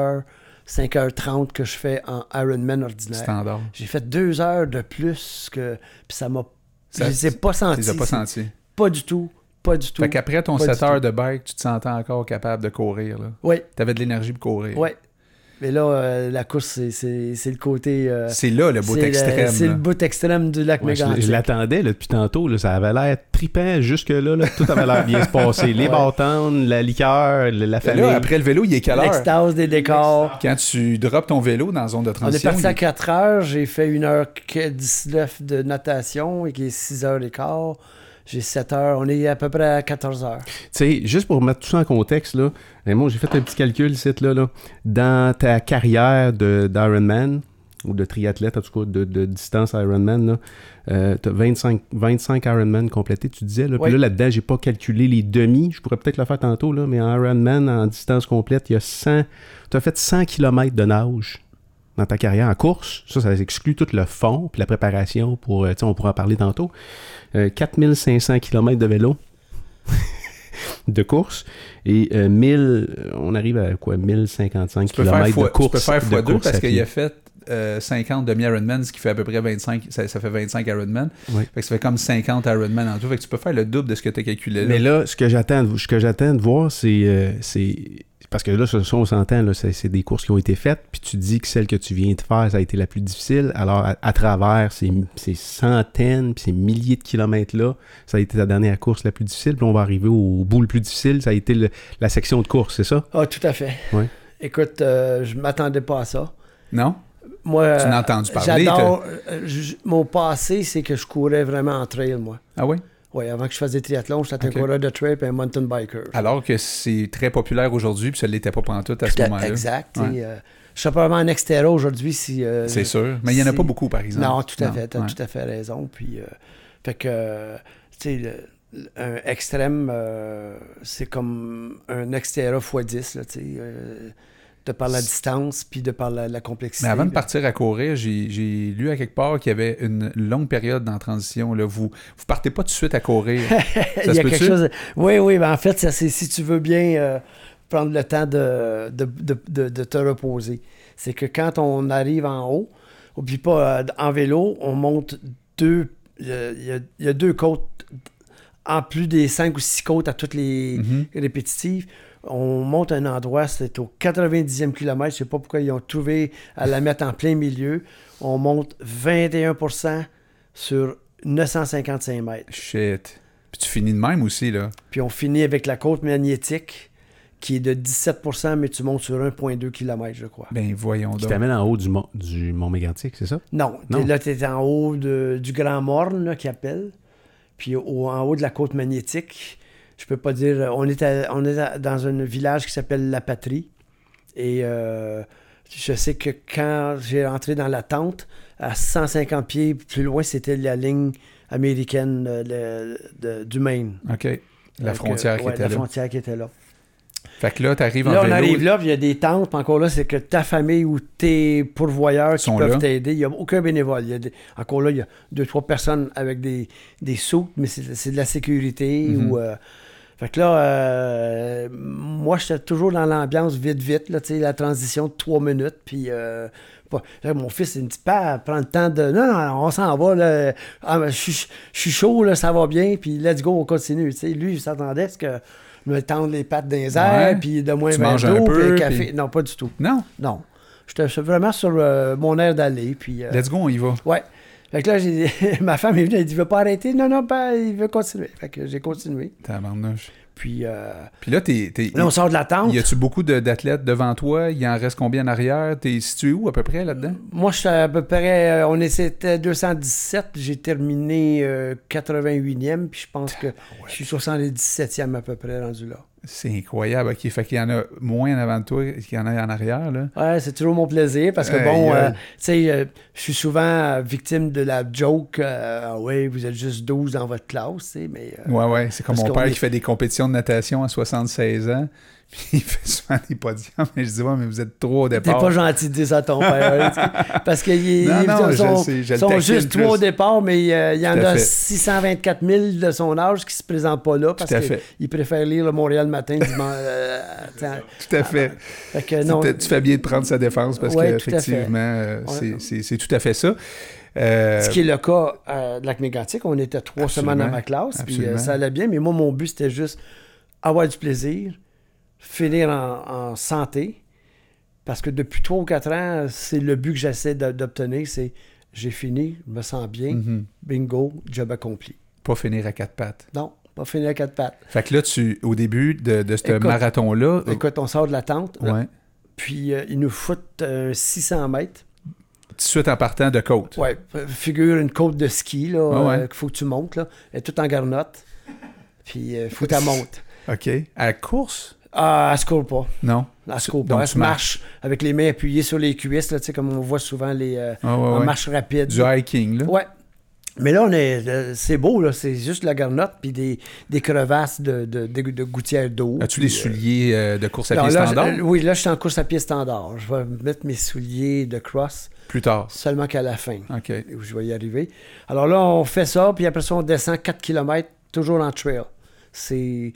5h30 que je fais en Ironman ordinaire. Standard. J'ai fait 2 heures de plus que... Puis ça m'a... Je les ai pas sentis. Tu les as pas sentis? Pas du tout. Fait qu'après ton 7 heures de bike, tu te sentais encore capable de courir, là? Oui. Tu avais de l'énergie pour courir. Oui. Mais là, la course, c'est le côté... c'est là, le bout extrême. C'est le bout extrême du lac Mégantic. Je l'attendais là, depuis tantôt. Là, ça avait l'air trippant jusque-là. Là, tout avait l'air bien se passer. Les bâtons, la liqueur, la famille. Là, après le vélo, il est quelle heure? L'extase des décors. Quand tu droppes ton vélo dans la zone de transition... On est parti à 4 heures. J'ai fait 1h19 de natation et qui est 6h15. J'ai 7 heures. On est à peu près à 14 heures. Tu sais, juste pour mettre tout ça en contexte, là, moi, j'ai fait un petit calcul ici, là. Dans ta carrière d'Ironman, ou de triathlète, en tout cas, de distance Ironman, tu as 25 Ironman complétés, tu disais. Là. Puis là-dedans, j'ai pas calculé les demi. Je pourrais peut-être le faire tantôt, là, mais en Ironman, en distance complète, il y a 100... Tu as fait 100 km de nage dans ta carrière en course. Ça exclut tout le fond, puis la préparation pour... on pourra en parler tantôt. 4500 km de vélo de course et 1000, on arrive à quoi? 1055 km de course. Tu peux faire x2 parce qu'il a fait 50 demi-Ironman, ce qui fait à peu près 25, ça fait 25 Ironman. Oui. Fait que ça fait comme 50 Ironman en tout. Fait que tu peux faire le double de ce que tu as calculé là. Mais là, ce que j'attends de voir, c'est parce que là, on s'entend, là, c'est des courses qui ont été faites, puis tu dis que celle que tu viens de faire, ça a été la plus difficile. Alors, à travers ces centaines, puis ces milliers de kilomètres-là, ça a été ta dernière course la plus difficile. Puis on va arriver au bout le plus difficile, ça a été la section de course, c'est ça? Ah, tout à fait. Oui. Écoute, je m'attendais pas à ça. Non? Moi, tu n'as entendu parler? J'adore... mon passé, c'est que je courais vraiment en trail, moi. Ah oui? Oui, avant que je fasse des triathlons, j'étais un coureur de trail et un mountain biker. Alors que c'est très populaire aujourd'hui, puis ça ne l'était pas pantoute à ce moment-là. Exact. Ouais. Je serais probablement un Xterra aujourd'hui si... c'est sûr, mais il n'y en a pas beaucoup, par exemple. Non, tout à fait, tu as tout à fait raison. Puis, fait que, tu sais, un extrême, c'est comme un Xterra x10, là, tu sais... de par la distance, puis de par la complexité. Mais avant de partir à courir, j'ai lu à quelque part qu'il y avait une longue période dans la transition. Là. Vous partez pas tout de suite à courir. Il y a quelque chose... Oui, ben en fait, ça, c'est si tu veux bien prendre le temps de te reposer. C'est que quand on arrive en haut, Oublie pas, en vélo, on monte il y a 2 côtes, en plus des 5 ou 6 côtes à toutes les répétitives. On monte un endroit, c'est au 90e kilomètre. Je sais pas pourquoi ils ont trouvé à la mettre en plein milieu. On monte 21% sur 955 mètres. Shit. Puis tu finis de même aussi, là. Puis on finit avec la côte magnétique, qui est de 17%, mais tu montes sur 1,2 km, je crois. Ben voyons donc. Qui t'amène en haut du Mont Mégantic, c'est ça? Non. Là, tu es en haut du Grand Morne, là, qui appelle. Puis en haut de la côte magnétique, je peux pas dire... On est dans un village qui s'appelle La Patrie. Et je sais que quand j'ai rentré dans la tente, à 150 pieds plus loin, c'était la ligne américaine du Maine. OK. La frontière qui était là. La frontière qui était là. Fait que là, tu arrives en vélo. Là, on arrive là, puis il y a des tentes, puis encore là, c'est que ta famille ou tes pourvoyeurs qui peuvent t'aider. Il n'y a aucun bénévole. Encore là, il y a 2-3 personnes avec des sous, mais c'est de la sécurité. Fait que là, moi, j'étais toujours dans l'ambiance vite, là, la transition de 3 minutes, puis... Là, mon fils, il me dit pas, prends le temps de... Non, on s'en va, là. Je suis chaud, là, ça va bien, puis let's go, on continue. Lui, il s'attendait à ce que me tendre les pattes dans les airs, puis de moins verre d'eau, puis un café. Puis... Non, pas du tout. Non? Non. J'étais vraiment sur mon air d'aller, puis... Let's go, on y va. Ouais. Fait que là, ma femme est venue, elle dit, il veut pas arrêter? Non, il veut continuer. Fait que j'ai continué. Tabarnouche. Puis là, là, on sort de la tente. Y a-tu beaucoup d'athlètes devant toi? Il en reste combien en arrière? T'es situé où à peu près là-dedans? Moi, je suis à peu près... c'était 217. J'ai terminé 88e. Puis je pense que je suis 77e à peu près rendu là. C'est incroyable. OK, fait qu'il y en a moins en avant de toi qu'il y en a en arrière, là. Ouais, c'est toujours mon plaisir parce que, tu sais, je suis souvent victime de la joke. Oui, vous êtes juste 12 dans votre classe, tu sais, mais... ouais, c'est comme mon père qui fait des compétitions de natation à 76 ans. Puis il fait souvent des podiums, mais je dis, mais vous êtes trop au départ. T'es pas gentil de dire ça à ton père, parce qu'ils sont juste 3 au départ, mais il y en a 624 000 de son âge qui se présentent pas là, parce qu'ils préfèrent lire le Montréal matin dimanche. Tout à fait. Tu fais bien de prendre sa défense, parce qu'effectivement, c'est tout à fait ça. Ce qui est le cas de Lac-Mégantic, on était 3 semaines dans ma classe, puis ça allait bien, mais moi, mon but, c'était juste avoir du plaisir, finir en santé, parce que depuis 3 ou 4 ans, c'est le but que j'essaie d'obtenir, c'est j'ai fini, je me sens bien, bingo, job accompli. Pas finir à 4 pattes. Non, pas finir à 4 pattes. Fait que là, au début de ce marathon-là... Écoute, on sort de la tente, puis ils nous foutent 600 mètres. Tout de suite en partant de côte. Oui, figure une côte de ski, là, qu'il faut que tu montes, là. Elle est toute en garnotte, puis il faut que tu montes. OK. À la course? Elle se court pas. Non. Elle se court pas. Elle se marche avec les mains appuyées sur les cuisses, là, comme on voit souvent en marche rapide. Du hiking, là. Ouais. Mais là, c'est beau, là. C'est juste la garnotte puis des crevasses de gouttières d'eau. As-tu des souliers de course à pied standard? Oui, là, je suis en course à pied standard. Je vais mettre mes souliers de cross. Plus tard. Seulement qu'à la fin. OK. Où je vais y arriver. Alors là, on fait ça, puis après ça, on descend 4 km, toujours en trail. C'est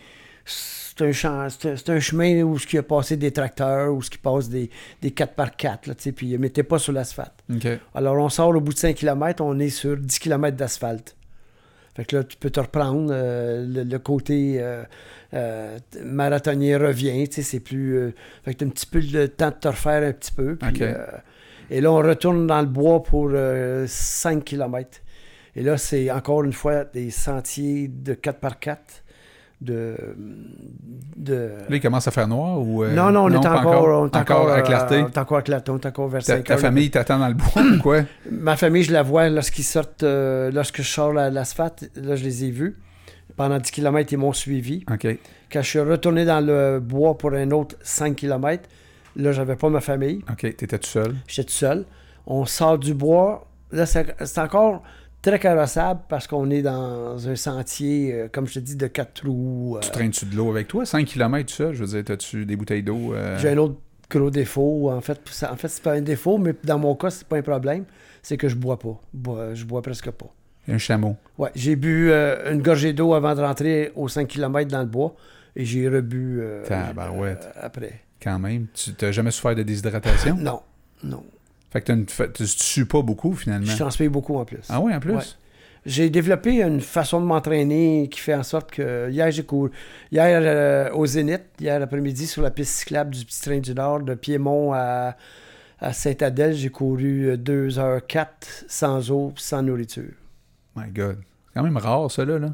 un chemin où il y a passé des tracteurs, où il passe des 4x4, là, puis mais t'es pas sur l'asphalte. Okay. Alors, on sort au bout de 5 km, on est sur 10 km d'asphalte. Fait que là, tu peux te reprendre, le côté marathonien revient, c'est plus... fait que t'as un petit peu le temps de te refaire un petit peu, puis, et là, on retourne dans le bois pour 5 km. Et là, c'est encore une fois des sentiers de 4x4. Là, il commence à faire noir ou... Non, on est encore à clarté. On est encore à clarté, on est encore vers 5 heures. Ta famille t'attend dans le bois ou quoi? Ma famille, je la vois lorsqu'ils sortent, lorsque je sors l'asphalte, là, je les ai vus. Pendant 10 km, ils m'ont suivi. OK. Quand je suis retourné dans le bois pour un autre 5 km, là, j'avais pas ma famille. OK, t'étais tout seul? J'étais tout seul. On sort du bois. Là, c'est encore... très carrossable parce qu'on est dans un sentier, comme je te dis, de 4 trous. Tu traînes-tu de l'eau avec toi? 5 km, ça? Je veux dire, as-tu des bouteilles d'eau? J'ai un autre gros défaut. En fait, c'est pas un défaut, mais dans mon cas, c'est pas un problème. C'est que je bois pas. Je bois presque pas. Un chameau. Ouais, j'ai bu une gorgée d'eau avant de rentrer aux 5 km dans le bois et j'ai rebu après. Quand même. Tu n'as jamais souffert de déshydratation? Non. Fait que tu sues pas beaucoup, finalement. Je transpire beaucoup, en plus. Ah oui, en plus? Ouais. J'ai développé une façon de m'entraîner qui fait en sorte que... Hier, j'ai couru. Hier, au Zénith, hier après-midi, sur la piste cyclable du Petit Train du Nord, de Piémont à Sainte-Adèle, j'ai couru 2h04 sans eau, sans nourriture. My God. C'est quand même rare, ça, là.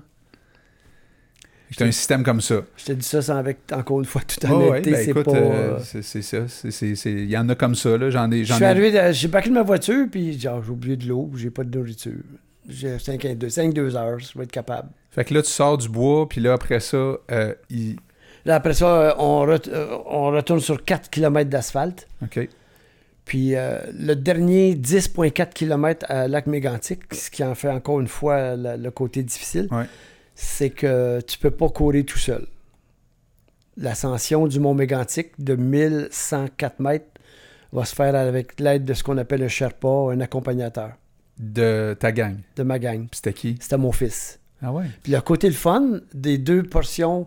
C'est un système comme ça. Je te dis ça sans encore une fois, tout en honnêteté, c'est écoute, pas... c'est ça. Il y en a comme ça, là. Je suis arrivé, j'ai baqué de ma voiture, puis j'ai oublié de l'eau, j'ai pas de nourriture. J'ai 5-2 heures, je vais être capable. Fait que là, tu sors du bois, puis là, après ça, Là, après ça, on retourne sur 4 km d'asphalte. OK. Puis le dernier 10,4 km à Lac-Mégantic, ce qui en fait encore une fois le côté difficile, c'est que tu peux pas courir tout seul. L'ascension du mont Mégantic de 1104 mètres va se faire avec l'aide de ce qu'on appelle un Sherpa, un accompagnateur. De ta gang? De ma gang. Puis c'était qui? C'était mon fils. Ah ouais? Puis le côté le fun des 2 portions...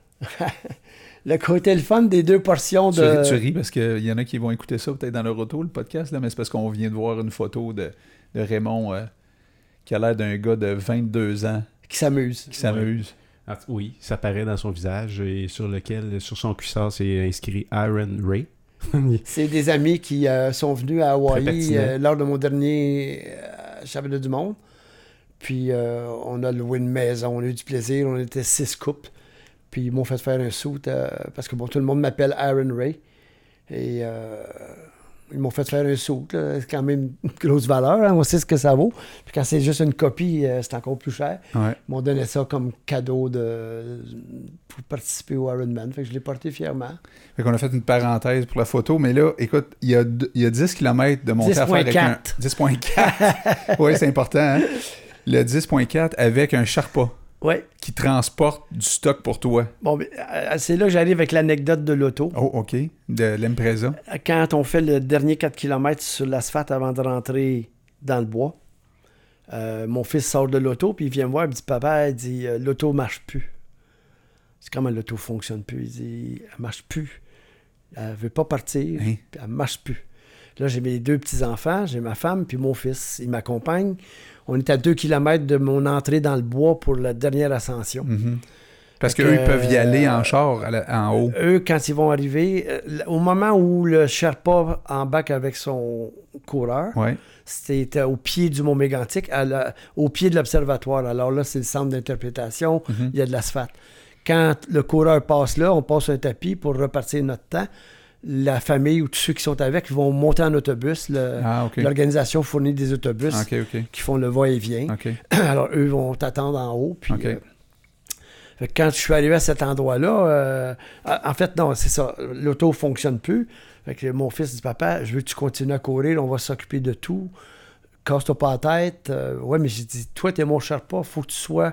Le côté le fun des 2 portions de... Tu ris parce qu'il y en a qui vont écouter ça peut-être dans leur auto, le podcast, là, mais c'est parce qu'on vient de voir une photo de Raymond qui a l'air d'un gars de 22 ans. Qui s'amuse. Oui, ça paraît dans son visage et sur son cuissard, c'est inscrit Aaron Ray. C'est des amis qui sont venus à Hawaï lors de mon dernier championnat du monde. Puis on a loué une maison, on a eu du plaisir, on était 6 couples. Puis ils m'ont fait faire un suit parce que tout le monde m'appelle Aaron Ray. Et ils m'ont fait faire un suit. C'est quand même une grosse valeur. Hein? On sait ce que ça vaut. Puis quand c'est juste une copie, c'est encore plus cher. Ouais. Ils m'ont donné ça comme cadeau pour participer au Ironman. Fait que je l'ai porté fièrement. Fait qu'on a fait une parenthèse pour la photo. Mais là, écoute, il y a 10 km de montée à faire avec un... 10.4. Oui, c'est important. Hein? Le 10.4 avec un Sherpa. Oui. Qui transporte du stock pour toi. Bon, c'est là que j'arrive avec l'anecdote de l'auto. Oh, OK. De l'Impreza. Quand on fait le dernier 4 km sur l'asphalte avant de rentrer dans le bois, mon fils sort de l'auto, puis il vient me voir, il me dit « Papa, il dit, l'auto marche plus. » C'est comment l'auto fonctionne plus? Il dit « Elle marche plus. Elle veut pas partir, puis elle marche plus. » Là, j'ai mes 2 petits-enfants, j'ai ma femme, puis mon fils. Il m'accompagne. On est à 2 km de mon entrée dans le bois pour la dernière ascension. Mm-hmm. Parce qu'eux, ils peuvent y aller en char, en haut. Eux, quand ils vont arriver, au moment où le Sherpa embarque avec son coureur, c'était au pied du mont Mégantic, au pied de l'observatoire. Alors là, c'est le centre d'interprétation, il y a de l'asphalte. Quand le coureur passe là, on passe un tapis pour repartir notre temps. La famille ou tous ceux qui sont avec vont monter en autobus. L'organisation fournit des autobus qui font le va-et-vient. Alors, eux vont t'attendre en haut. Puis, fait que quand je suis arrivé à cet endroit-là, en fait, non, c'est ça. L'auto ne fonctionne plus. Fait que mon fils dit « Papa, je veux que tu continues à courir. On va s'occuper de tout. Casse-toi pas la tête. » Ouais, mais j'ai dit « Toi, t'es mon Sherpa. Faut que tu sois...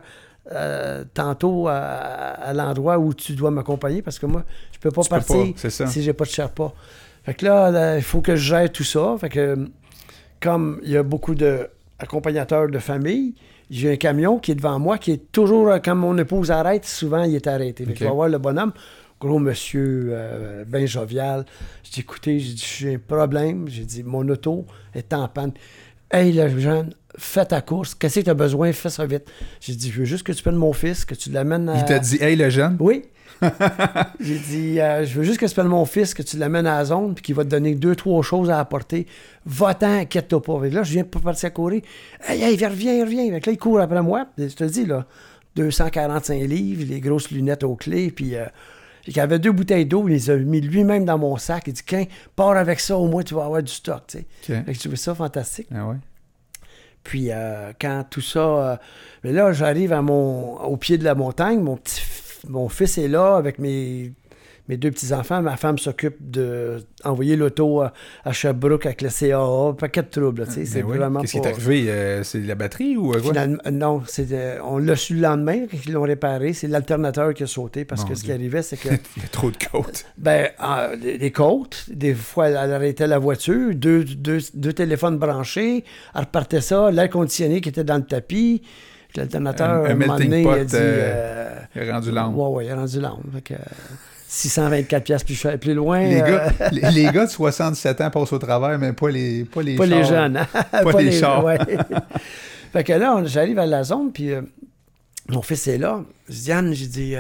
tantôt à l'endroit où tu dois m'accompagner parce que moi, je peux pas partir si j'ai pas de Sherpa. Fait que là, il faut que je gère tout ça. Fait que comme il y a beaucoup d'accompagnateurs de famille, j'ai un camion qui est devant moi qui est toujours, quand mon épouse arrête, souvent il est arrêté. Fait que je vais voir le bonhomme, gros monsieur, bien jovial. Je dis écoutez, j'ai un problème. J'ai dit mon auto est en panne. Hey, le jeune, fais ta course. Qu'est-ce que tu as besoin? Fais ça vite. J'ai dit, je veux juste que tu prennes mon fils, que tu l'amènes à... Il t'a dit, hey, le jeune? Oui. J'ai dit, je veux juste que tu prennes mon fils, que tu l'amènes à la zone, puis qu'il va te donner 2-3 choses à apporter. Va-t'en, inquiète-toi pas. Et là, je viens pas partir à courir. Hey, reviens. Fait que là, il court après moi. Je te dis, là, 245 livres, les grosses lunettes aux clés, puis... il y avait 2 bouteilles d'eau, il les a mis lui-même dans mon sac. Il dit, pars avec ça, au moins tu vas avoir du stock. Tu sais. Fait que je trouvais ça fantastique. Ah ouais. Puis quand tout ça... mais là, j'arrive au pied de la montagne. Mon fils est là avec mes 2 petits-enfants. Ma femme s'occupe d'envoyer l'auto à Sherbrooke avec le CAA. Un paquet de troubles. Tu sais, c'est vraiment Qu'est-ce qui est arrivé? C'est la batterie ou quoi? Non, on l'a su le lendemain quand ils l'ont réparé. C'est l'alternateur qui a sauté parce que ce qui arrivait, c'est que... il y a trop de côtes. Les côtes. Des fois, elle arrêtait la voiture. 2 téléphones branchés. Elle repartait ça. L'air conditionné qui était dans le tapis. L'alternateur, un moment donné, pot, il a dit... il a rendu l'âme. Oui, il a rendu l'âme. 624 piastres plus loin. Les gars de 67 ans passent au travers, mais pas les pas chars. Les jeunes. Hein? Pas les chars. Ouais. Fait que là, j'arrive à la zone, puis mon fils est là. Je dis, Anne, j'ai dit...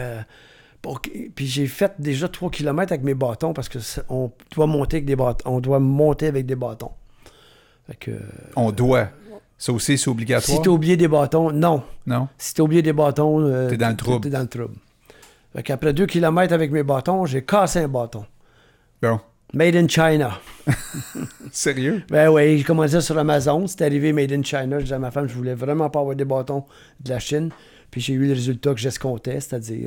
Puis j'ai fait déjà 3 km avec mes bâtons parce qu'on doit monter avec des bâtons. On doit monter avec des bâtons. Fait que, on doit. Ça aussi, c'est obligatoire? Si t'as oublié des bâtons, non. Non? Si t'as oublié des bâtons... t'es dans le trouble. T'es dans le trouble. Fait qu'après 2 km avec mes bâtons, j'ai cassé un bâton. Bon. Made in China. Sérieux? Ben oui, j'ai commencé sur Amazon. C'est arrivé Made in China. Je disais à ma femme, je voulais vraiment pas avoir des bâtons de la Chine. Puis j'ai eu le résultat que j'escomptais, c'est-à-dire...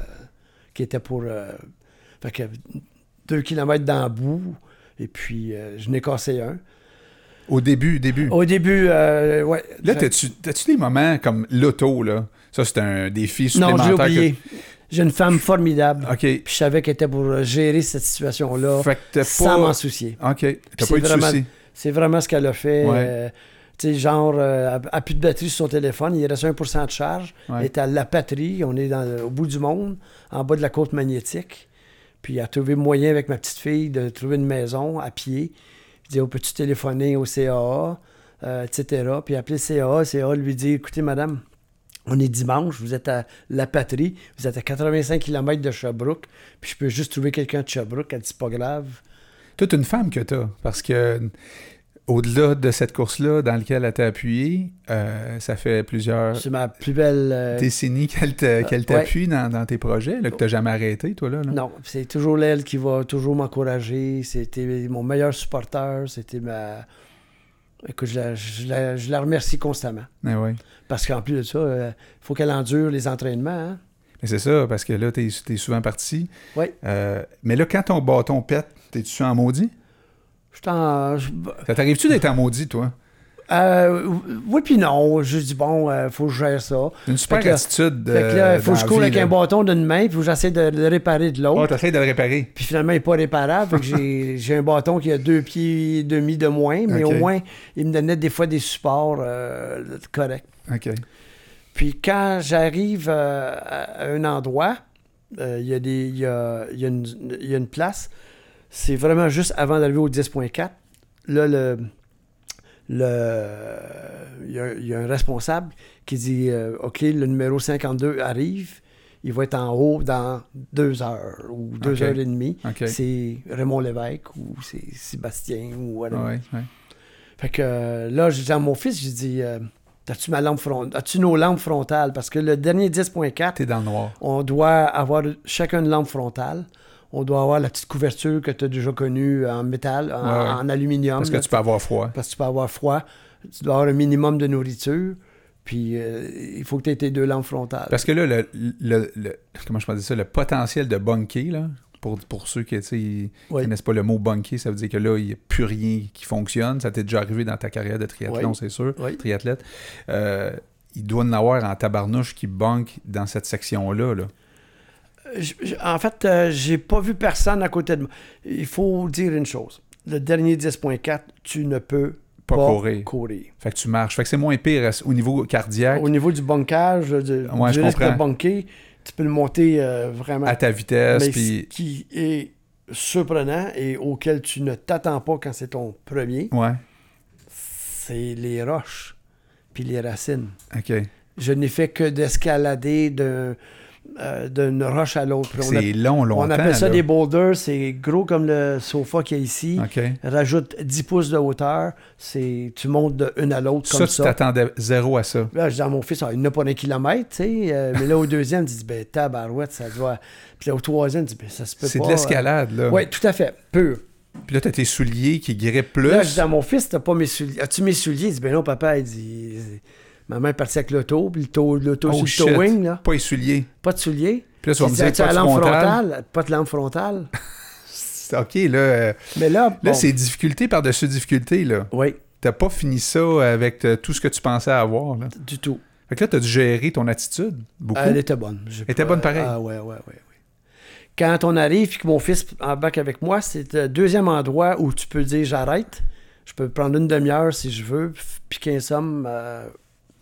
qui était pour... fait que 2 km dans le bout, et puis je n'ai cassé un. Au début? Au début, ouais. Là, t'as-tu des moments comme l'auto, là? Ça, c'est un défi supplémentaire. Non, je l'ai oublié. J'ai une femme formidable. OK. Puis je savais qu'elle était pour gérer cette situation-là sans m'en soucier. OK. T'as pas eu de souci. C'est vraiment ce qu'elle a fait. Ouais. Tu sais, genre, elle n'a plus de batterie sur son téléphone, il reste 1% de charge. Ouais. Elle est à La Patrie, on est au bout du monde, en bas de la côte magnétique. Puis elle a trouvé moyen avec ma petite fille de trouver une maison à pied. Je dis, peux-tu téléphoner au CAA, etc. Puis appeler le CAA. Le CAA lui dit, écoutez, madame, on est dimanche, vous êtes à La Patrie, vous êtes à 85 km de Sherbrooke, puis je peux juste trouver quelqu'un de Sherbrooke. Elle dit, c'est pas grave. Toute une femme que t'as, parce que... Au-delà de cette course-là dans laquelle elle t'a appuyé, ça fait plusieurs c'est ma plus belle, décennies qu'elle t'appuie dans tes projets, là, que tu n'as jamais arrêté, toi, là. Non, c'est toujours elle qui va toujours m'encourager. C'était mon meilleur supporter. C'était ma... Écoute, je la remercie constamment. Eh oui. Parce qu'en plus de ça, il faut qu'elle endure les entraînements. Hein? Mais c'est ça, parce que là, t'es souvent parti. Oui. Mais là, quand ton bâton pète, t'es-tu en maudit? Ça t'arrive-tu d'être en maudit, toi? Oui, puis non. Je dis, bon, faut que je gère ça. Une super attitude. Il faut que je cours avec un bâton d'une main, puis j'essaie de le réparer de l'autre. Oh, t'essaies de le réparer. Puis finalement, il n'est pas réparable. Fait que j'ai un bâton qui a 2 pieds et demi de moins, mais au moins, il me donnait des fois des supports corrects. OK. Puis quand j'arrive à un endroit, il y a une place. C'est vraiment juste avant d'arriver au 10.4. Là, il y a un responsable qui dit OK, le numéro 52 arrive, il va être en haut dans 2 heures ou 2 heures et demie. Okay. C'est Raymond Lévesque ou c'est Sébastien ou whatever. Ouais. Fait que là, je dis à mon fils, je dis as-tu nos lampes frontales? Parce que le dernier 10.4, t'es dans le noir. On doit avoir chacun une lampe frontale. On doit avoir la petite couverture que tu as déjà connue en métal, en aluminium. Parce que tu peux avoir froid. Parce que tu peux avoir froid. Tu dois avoir un minimum de nourriture. Puis il faut que tu aies tes 2 lampes frontales. Parce que là, comment je peux dire ça, le potentiel de bunker, là, pour ceux qui ne connaissent pas le mot bunker, ça veut dire que là, il n'y a plus rien qui fonctionne. Ça t'est déjà arrivé dans ta carrière de triathlon, c'est sûr, triathlète. Il doit y en avoir en tabarnouche qui bunk dans cette section-là, là. En fait, j'ai pas vu personne à côté de moi. Il faut dire une chose. Le dernier 10.4, tu ne peux pas courir. Fait que tu marches. Fait que c'est moins pire au niveau cardiaque. Au niveau du bunkage, du risque de bunker, tu peux le monter vraiment... À ta vitesse. Mais ce qui est surprenant et auquel tu ne t'attends pas quand c'est ton premier, c'est les roches puis les racines. OK. Je n'ai fait que d'escalader d'une roche à l'autre. C'est longtemps. On appelle ça des boulders. C'est gros comme le sofa qu'il y a ici. Okay. Rajoute 10 pouces de hauteur. Tu montes d'une à l'autre comme ça. Ça, tu t'attendais zéro à ça. Là, je dis à mon fils, il n'a pas d'un kilomètre, tu sais. Mais là, au deuxième, il dit, tabarouette, ça doit... Puis là, au troisième, il dit, ça se peut pas. C'est de l'escalade, là. Oui, tout à fait. Pur. Puis là, t'as tes souliers qui grippent plus. Là, je dis à mon fils, t'as pas mes souliers. As-tu mes souliers? Il dit, non, papa, il dit... Maman est partie avec l'auto, puis l'auto sur le towing, là. Pas les souliers. Pas de souliers. Puis là, tu vas me dire, pas de lampe frontale. Pas de lampe frontale. OK, là... Mais là, c'est difficulté par-dessus difficulté, là. Oui. T'as pas fini ça avec tout ce que tu pensais avoir, là. Du tout. Fait que là, t'as dû gérer ton attitude, beaucoup. Elle était bonne. Elle était bonne pareil. Ah, ouais. Quand on arrive et que mon fils embarque avec moi, c'est le deuxième endroit où tu peux dire, j'arrête. Je peux prendre une demi-heure si je veux, piquer un somme...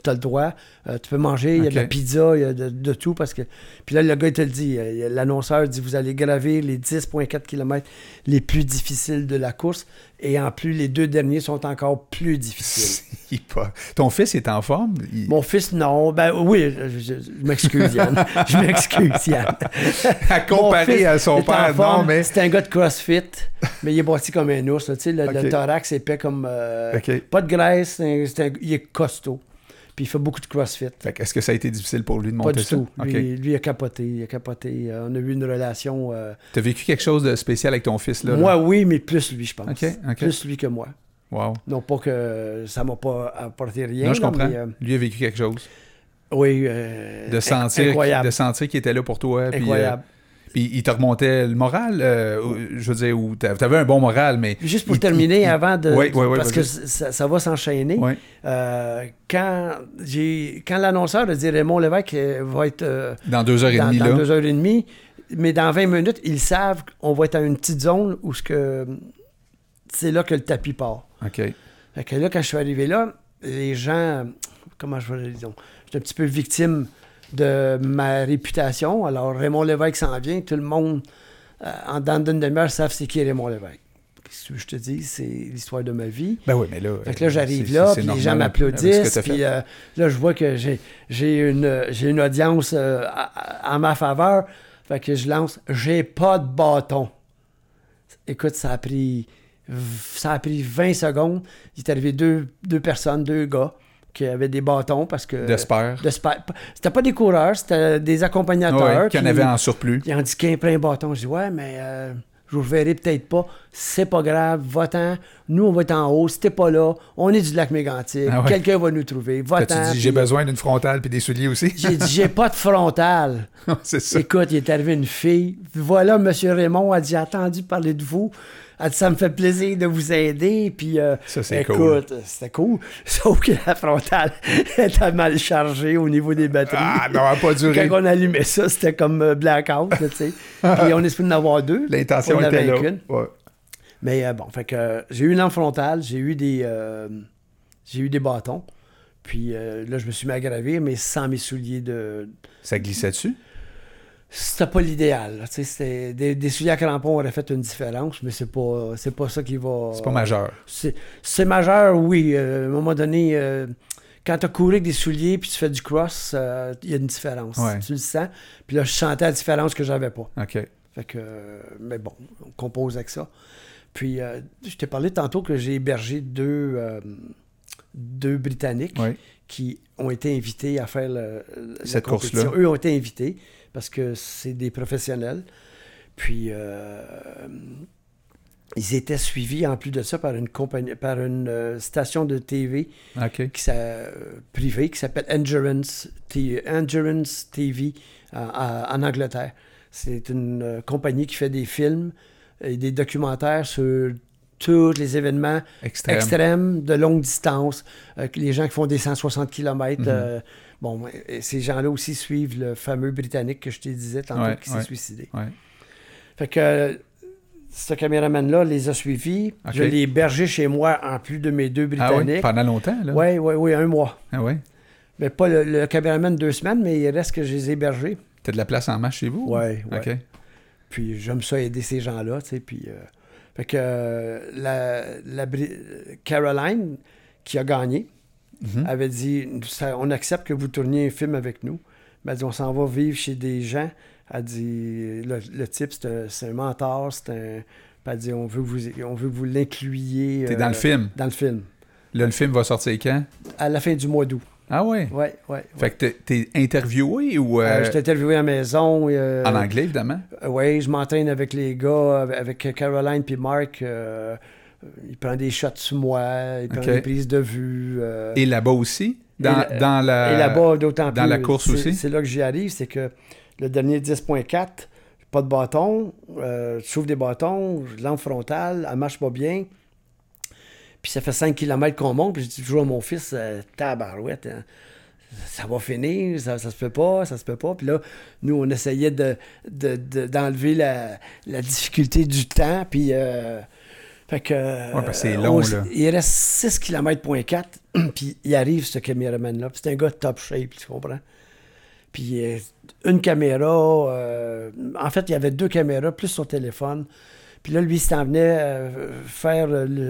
tu as le droit. Tu peux manger, il y a de la pizza, il y a de tout. Parce que... Puis là, le gars, il te le dit. L'annonceur dit, vous allez gravir les 10,4 km les plus difficiles de la course. Et en plus, les 2 derniers sont encore plus difficiles. Ton fils est en forme? Mon fils, non. Ben oui, je m'excuse, Yann. Je m'excuse, Yann. À comparer à son père, non, mais... C'est un gars de CrossFit, mais il est bâti comme un ours. Tu sais, le thorax épais comme... Pas de graisse, il est costaud. Puis il fait beaucoup de CrossFit. Est-ce que ça a été difficile pour lui de monter ça? Pas du tout. Lui, il a capoté. On a eu une relation... T'as vécu quelque chose de spécial avec ton fils, là? Moi, oui, mais plus lui, je pense. Plus lui que moi. Wow. Non pas que ça m'a pas apporté rien. Non, je comprends. Mais, lui a vécu quelque chose. Oui. De sentir qu'il était là pour toi. Incroyable. Puis il te remontait le moral, je veux dire, ou t'avais un bon moral, mais... Juste pour terminer, avant de... Oui, parce que ça va s'enchaîner. Oui. Quand l'annonceur a dit Raymond Lévesque va être... dans 2h30, là. Dans 2h30, mais dans 20 minutes, ils savent qu'on va être dans une petite zone où c'est là que le tapis part. OK. Fait que là, quand je suis arrivé là, les gens... Comment je vais le dire? J'étais un petit peu victime de ma réputation. Alors, Raymond Lévesque s'en vient. Tout le monde, en dedans d'une demi-heure, savent c'est qui Raymond Lévesque. Qu'est-ce que je te dis? C'est l'histoire de ma vie. Ben oui, mais là... Fait que là, j'arrive là, puis les gens m'applaudissent. Puis là, je vois que j'ai une audience en ma faveur. Fait que je lance « J'ai pas de bâton ». Écoute, ça a pris 20 secondes. Il est arrivé deux personnes, 2 gars, qui avaient des bâtons parce que... D'espère. C'était pas des coureurs, c'était des accompagnateurs. Ouais, qui en avaient en surplus. Ils ont dit qu'il y a plein de bâtons. Je dis, ouais, mais je vous verrai peut-être pas. C'est pas grave, va-t'en. Nous, on va être en haut. Si t'es pas là, on est du lac Mégantic. Ah ouais. Quelqu'un va nous trouver. Va-t'en. Tu dis, j'ai besoin d'une frontale puis des souliers aussi? J'ai dit, j'ai pas de frontale. C'est ça. Écoute, il est arrivé une fille. Voilà, M. Raymond a dit, j'ai entendu parler de vous. Elle dit, ça me fait plaisir de vous aider. Puis, ça, c'est écoute, cool. C'était cool. Sauf que la frontale était mal chargée au niveau des batteries. Ah, non, elle n'a pas duré. Quand on allumait ça, c'était comme blackout, tu sais. Puis, on est supposé en avoir 2. L'intention était là. Ouais. Mais bon, fait que j'ai eu une lampe frontale, j'ai eu des bâtons. Puis là, je me suis mis à gravir, mais sans mes souliers de... Ça glissait dessus? C'était pas l'idéal. C'était des souliers à crampons auraient fait une différence, mais c'est pas ça qui va... C'est pas majeur. C'est majeur, oui. À un moment donné, quand tu as couru avec des souliers puis tu fais du cross, il y a une différence. Ouais. Tu le sens. Puis là, je sentais la différence que j'avais pas. OK. Fait que... mais bon, on compose avec ça. Puis, je t'ai parlé tantôt que j'ai hébergé 2 Britanniques qui ont été invités à faire cette compétition. Eux ont été invités parce que c'est des professionnels. Puis, ils étaient suivis, en plus de ça, par une station de TV privée qui s'appelle Endurance TV en Angleterre. C'est une compagnie qui fait des films et des documentaires sur tous les événements extrêmes de longue distance, les gens qui font des 160 km. Ces gens-là aussi suivent le fameux Britannique que je te disais tantôt qui s'est suicidé. Ouais. Fait que ce caméraman-là les a suivis. Okay. Je l'ai hébergé chez moi en plus de mes 2 Britanniques. Ah oui? Pendant longtemps, là? Oui, 1 mois. Ah oui? Mais pas le caméraman 2 semaines, mais il reste que je les ai hébergés. T'as de la place en masse chez vous? Oui. OK. Puis j'aime ça aider ces gens-là, tu sais, puis... fait que Caroline, qui a gagné, avait dit, on accepte que vous tourniez un film avec nous. Elle a dit, on s'en va vivre chez des gens. Elle dit, le type, c'est un mentor, elle dit, on veut que vous l'incluiez. T'es dans le film? Dans le film. Là, le film va sortir quand? À la fin du mois d'août. Ah oui? Oui. Fait que t'es interviewé ou... Je t'ai interviewé à la maison. En anglais, évidemment? Oui, je m'entraîne avec les gars, avec Caroline puis Marc. Il prend des shots sur moi, il prend des prises de vue. Et là-bas aussi? Et là-bas, d'autant plus. Dans la course aussi? C'est là que j'y arrive, c'est que le dernier 10.4, pas de bâton, je trouve des bâtons, lampe frontale, elle marche pas bien. Puis ça fait 5 km qu'on monte, puis je dis toujours à mon fils, tabarouette, hein, ça va finir, ça se peut pas. Puis là, nous, on essayait d'enlever la difficulté du temps, puis... Fait que, parce que c'est long, là. Il reste 6 km.4, puis il arrive, ce caméraman-là. Puis c'est un gars de top shape, tu comprends? Puis une caméra, en fait, il y avait 2 caméras, plus son téléphone. Puis là, lui, il s'en venait faire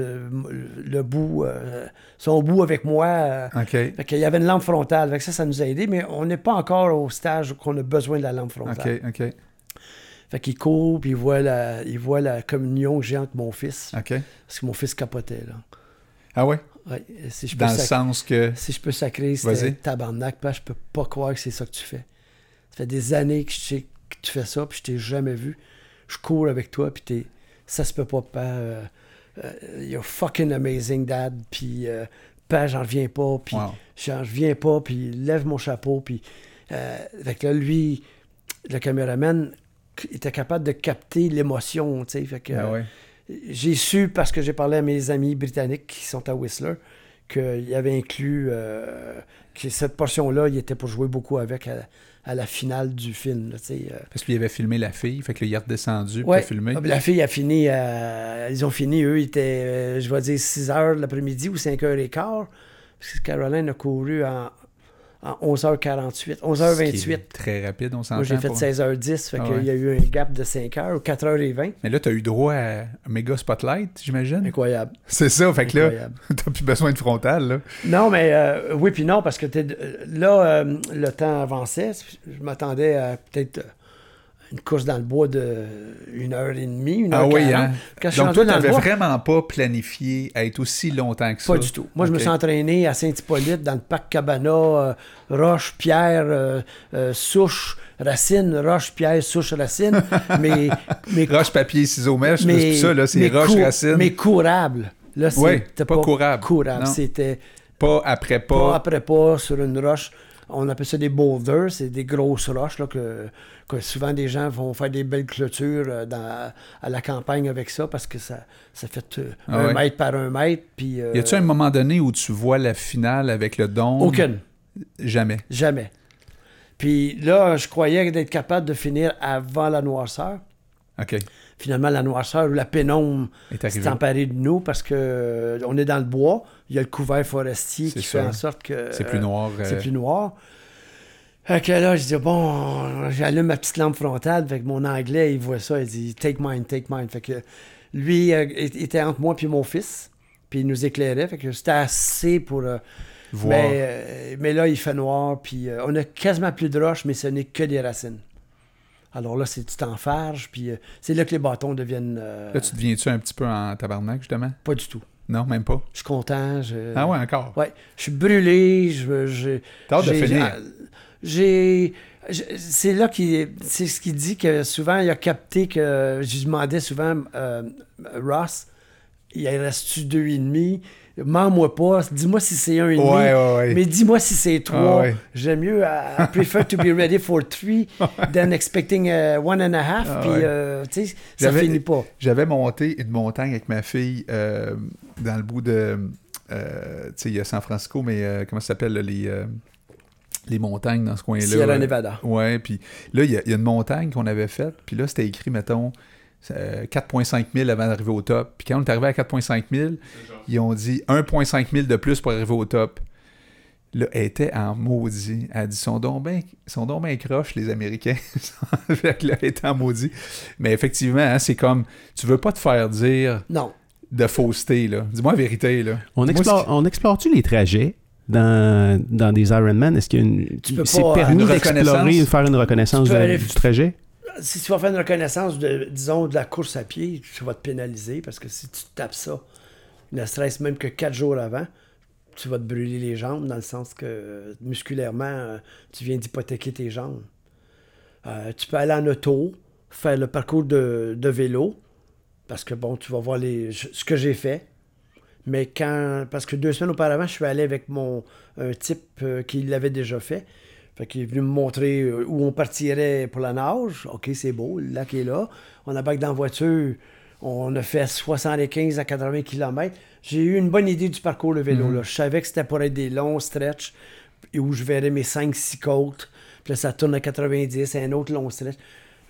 le bout, son bout avec moi. Fait qu'il y avait une lampe frontale. Fait que ça nous a aidé, mais on n'est pas encore au stage où on a besoin de la lampe frontale. OK. Fait qu'il court, puis il voit la communion que j'ai entre mon fils. OK. Parce que mon fils capotait, là. Ah ouais? Ouais. Dans le sens que... Si je peux sacrer, c'était tabarnak, parce que je peux pas croire que c'est ça que tu fais. Ça fait des années que je sais que tu fais ça, puis je t'ai jamais vu. Je cours avec toi, puis ça se peut pas, papa. You're fucking amazing, dad. Puis, papa, j'en reviens pas. Puis, j'en reviens pas. Puis, lève mon chapeau. Puis, fait que là, lui, le caméraman, était capable de capter l'émotion, tu sais. Fait que j'ai su, parce que j'ai parlé à mes amis britanniques qui sont à Whistler, qu'il avait inclus que cette portion-là, il était pour jouer beaucoup avec à la finale du film. Là, parce qu'il avait filmé la fille, fait que là, il est redescendu pour filmer. La fille a fini, ils ont fini, eux, ils étaient, je vais dire, 6h l'après-midi ou 5h15, parce que Caroline a couru en 11h48, 11h28. Très rapide, on s'entend. Moi, j'ai fait 16h10, fait qu'il y a eu un gap de 5h ou 4h20. Mais là, tu as eu droit à un méga spotlight, j'imagine. Incroyable. C'est ça, fait que là, t'as plus besoin de frontal, là. Non, mais oui puis non, parce que là, le temps avançait. Je m'attendais à peut-être une course dans le bois de 1h30, 1h40. Ah oui, hein? Donc toi, tu n'avais bois, vraiment pas planifié être aussi longtemps que ça? Pas du tout. Moi, je me suis entraîné à Saint-Hippolyte, dans le parc Cabana, Roche, Pierre, Souche, Racine, Roche, Pierre, Souche, Racine. mais Roche, papier, ciseaux, mèche, c'est ça, là, c'est Roche, Racine. Mais courable. Là, c'était pas courable. Courable, c'était... Pas après pas. Pas après pas, sur une roche. On appelle ça des boulders, c'est des grosses roches là, que souvent des gens vont faire des belles clôtures à la campagne avec ça parce que ça fait 1 mètre par 1 mètre. Puis, y a-tu un moment donné où tu vois la finale avec le dôme? Aucune. Jamais. Puis là, je croyais d'être capable de finir avant la noirceur. OK. Finalement, la noirceur ou la pénombre s'est emparée de nous parce que on est dans le bois. Il y a le couvert forestier qui fait en sorte que... C'est plus noir. C'est plus noir. Fait que là, je dis, bon, j'allume ma petite lampe frontale. Fait que mon anglais, il voit ça, il dit, take mine. Fait que lui, il était entre moi et mon fils. Puis il nous éclairait. Fait que c'était assez pour... voir. Mais là, il fait noir. Puis on a quasiment plus de roches, mais ce n'est que des racines. Alors là, tu t'enfarges, puis c'est là que les bâtons deviennent... Là, tu deviens-tu un petit peu en tabarnak, justement? Pas du tout. Non, même pas? Je suis content. Ah ouais, encore? Ouais. Je suis brûlé. T'as hâte de finir? C'est là c'est ce qu'il dit que souvent, il a capté que... Je lui demandais souvent, Ross, il reste-tu 2,5? Mens-moi pas, dis-moi si c'est 1,5, mais dis-moi si c'est 3. J'aime mieux, I prefer to be ready for 3 than expecting 1.5. Puis, tu sais, ça finit pas. J'avais monté une montagne avec ma fille dans le bout de... tu sais, il y a San Francisco, mais comment ça s'appelle, les montagnes dans ce coin-là? Sierra Nevada. Ouais, puis là, il y a une montagne qu'on avait faite, puis là, c'était écrit, mettons... 4,5 000 avant d'arriver au top. Puis quand on est arrivé à 4,5 000, ils ont dit 1,5 000 de plus pour arriver au top. Là, elle était en maudit. Elle a dit, sont donc bien croches, les Américains. Fait que là, elle était en maudit. Mais effectivement, hein, c'est comme, tu veux pas te faire dire de fausseté, là. Dis-moi la vérité, là. On explore-tu les trajets dans des Ironman? Est-ce c'est permis d'explorer, faire une reconnaissance du trajet? Si tu vas faire une reconnaissance, disons, de la course à pied, tu vas te pénaliser parce que si tu te tapes ça, ne serait-ce même que 4 jours avant, tu vas te brûler les jambes dans le sens que musculairement, tu viens d'hypothéquer tes jambes. Tu peux aller en auto, faire le parcours de vélo, parce que bon, tu vas voir ce que j'ai fait. Mais parce que 2 semaines auparavant, je suis allé avec un type qui l'avait déjà fait. Fait qu'il est venu me montrer où on partirait pour la nage. OK, c'est beau, le lac est là. On embarque dans la voiture. On a fait 75 à 80 km. J'ai eu une bonne idée du parcours de vélo. Là. Je savais que c'était pour être des longs stretches où je verrais mes 5-6 côtes. Puis là, ça tourne à 90, un autre long stretch.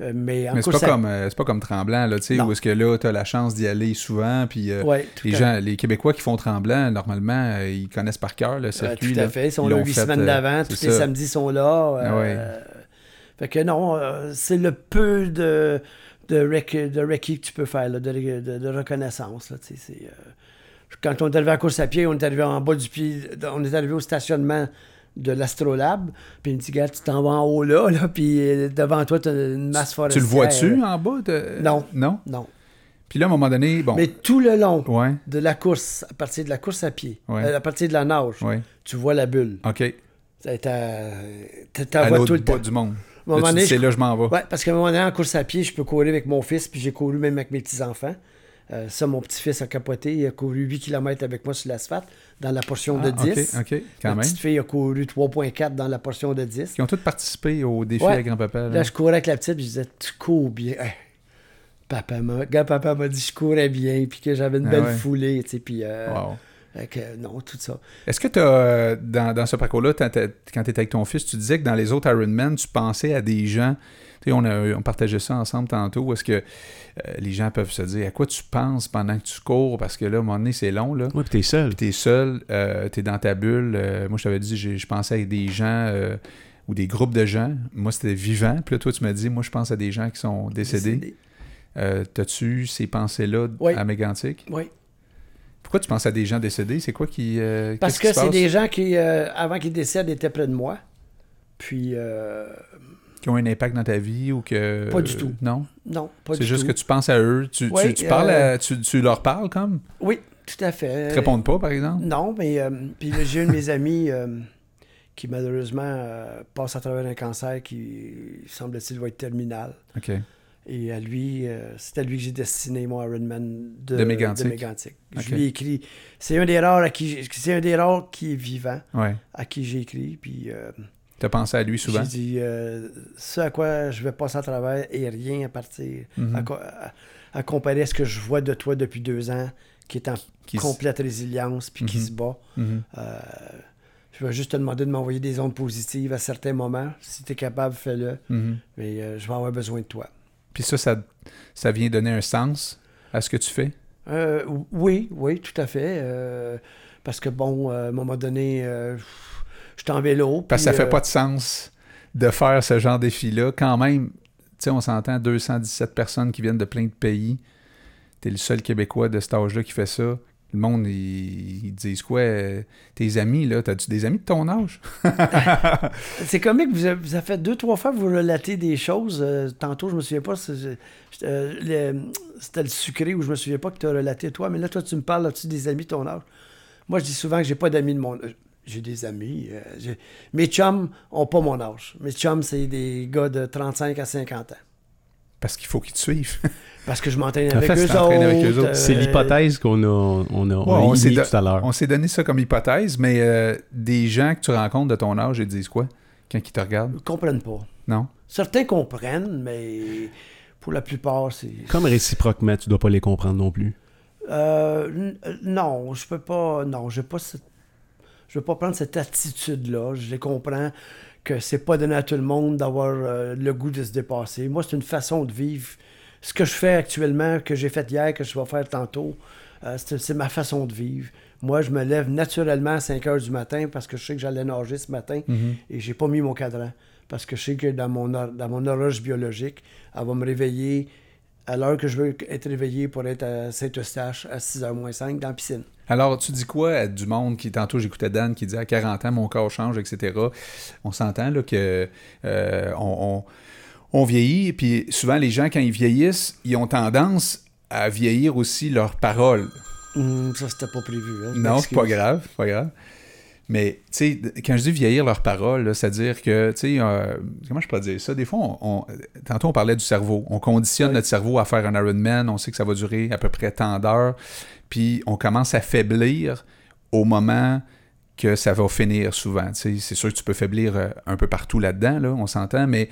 Mais c'est pas comme Tremblant, là, tu sais, où est-ce que là, tu as la chance d'y aller souvent, puis les Québécois qui font Tremblant, normalement, ils connaissent par cœur le circuit. Tout à fait, ils sont là 8 semaines d'avant, tous les samedis sont là. Fait que non, c'est le peu de recce que tu peux faire, là, de reconnaissance, là, tu sais, quand on est arrivé à la course à pied, on est arrivé en bas du pied, on est arrivé au stationnement de l'Astrolabe, puis il me dit, gars, tu t'en vas en haut là, puis devant toi, tu as une masse forestière. Tu le vois-tu en bas? Non. Non? Puis là, à un moment donné, bon... Mais tout le long de la course, à partir de la course à pied, à partir de la nage, tu vois la bulle. OK. T'as vois tout le temps. Du monde. Là, là, je m'en vais. Oui, parce qu'à un moment donné, en course à pied, je peux courir avec mon fils, puis j'ai couru même avec mes petits-enfants. Ça, mon petit-fils a capoté. Il a couru 8 km avec moi sur l'asphalte, dans la portion de 10. OK, quand même. Ma petite fille a couru 3,4 dans la portion de 10. Ils ont tous participé au défi à grand-papa. Là, je courais avec la petite, puis je disais, tu cours bien. Hey, papa m'a dit que je courais bien, puis que j'avais une belle foulée, tu sais, puis... Wow. Non, tout ça. Est-ce que tu as, dans ce parcours-là, quand tu étais avec ton fils, tu disais que dans les autres Ironman, tu pensais à des gens, tu sais, on partageait ça ensemble tantôt, est-ce que les gens peuvent se dire à quoi tu penses pendant que tu cours, parce que là, à un moment donné, c'est long, là. Oui, puis t'es seul. Puis t'es seul, t'es dans ta bulle. Moi, je t'avais dit, je pensais à des gens ou des groupes de gens. Moi, c'était vivant. Puis là, toi, tu m'as dit, moi, je pense à des gens qui sont décédés. T'as-tu ces pensées-là à Mégantic? Oui. Pourquoi tu penses à des gens décédés? C'est quoi qui... Parce que c'est des gens qui, avant qu'ils décèdent, étaient près de moi. Puis... qui ont un impact dans ta vie ou que... Pas du tout. Non? Non, pas du tout. C'est juste que tu penses à eux. Tu leur parles comme? Oui, tout à fait. Ils te répondent pas, par exemple? Non, mais puis j'ai un de mes amis qui, malheureusement, passe à travers un cancer qui, semble-t-il, va être terminal. OK. Et à lui, c'est à lui que j'ai destiné mon Ironman de Mégantic. Okay. Je lui ai écrit. C'est un des rares qui est vivant, à qui j'ai écrit. Puis... tu as pensé à lui souvent? J'ai dit, ce à quoi je vais passer à travers et rien à partir, à comparer à ce que je vois de toi depuis 2 ans, qui est en complète résilience, puis qui se bat. Je vais juste te demander de m'envoyer des ondes positives à certains moments. Si tu es capable, fais-le. Mais je vais avoir besoin de toi. Puis ça vient donner un sens à ce que tu fais? Oui, tout à fait. Parce que, bon, à un moment donné... je suis en vélo. Parce que ça fait pas de sens de faire ce genre de défi-là. Quand même, tu sais, on s'entend 217 personnes qui viennent de plein de pays. T'es le seul Québécois de cet âge-là qui fait ça. Le monde, ils disent quoi? Tes amis, là, t'as-tu des amis de ton âge? C'est comique, vous avez fait 2-3 fois que vous relatez des choses. Tantôt, je me souviens pas, c'était le sucré où je me souviens pas que tu as relaté toi, mais là, toi, tu me parles là-dessus des amis de ton âge. Moi, je dis souvent que j'ai pas d'amis de mon âge. J'ai des amis. Mes chums ont pas mon âge. Mes chums, c'est des gars de 35 à 50 ans. Parce qu'il faut qu'ils te suivent. Parce que je m'entraîne avec eux autres. C'est l'hypothèse qu'on a tout à l'heure. On s'est donné ça comme hypothèse, mais des gens que tu rencontres de ton âge, ils te disent quoi quand ils te regardent? Ils comprennent pas. Non? Certains comprennent, mais pour la plupart, c'est... Comme réciproquement, tu dois pas les comprendre non plus. Non, je peux pas... Non, je veux pas prendre cette attitude-là. Je les comprends que c'est pas donné à tout le monde d'avoir le goût de se dépasser. Moi, c'est une façon de vivre. Ce que je fais actuellement, que j'ai fait hier, que je vais faire tantôt, c'est ma façon de vivre. Moi, je me lève naturellement à 5 heures du matin parce que je sais que j'allais nager ce matin et j'ai pas mis mon cadran. Parce que je sais que dans mon horloge biologique, elle va me réveiller à l'heure que je veux être réveillé pour être à Saint-Eustache à 6h moins 5 dans la piscine. Alors, tu dis quoi à du monde qui, tantôt, j'écoutais Dan qui disait à 40 ans, mon corps change, etc. On s'entend là que on vieillit, et puis souvent, les gens, quand ils vieillissent, ils ont tendance à vieillir aussi leurs paroles. Ça, c'était pas prévu. Hein? Non, c'est pas grave, pas grave. Mais, tu sais, quand je dis vieillir leurs paroles, là, c'est-à-dire que, tu sais, comment je peux dire ça? Des fois, tantôt, on parlait du cerveau. On conditionne notre cerveau à faire un Ironman. On sait que ça va durer à peu près tant d'heures. Puis, on commence à faiblir au moment que ça va finir souvent. Tu sais, c'est sûr que tu peux faiblir un peu partout là-dedans, là, on s'entend, mais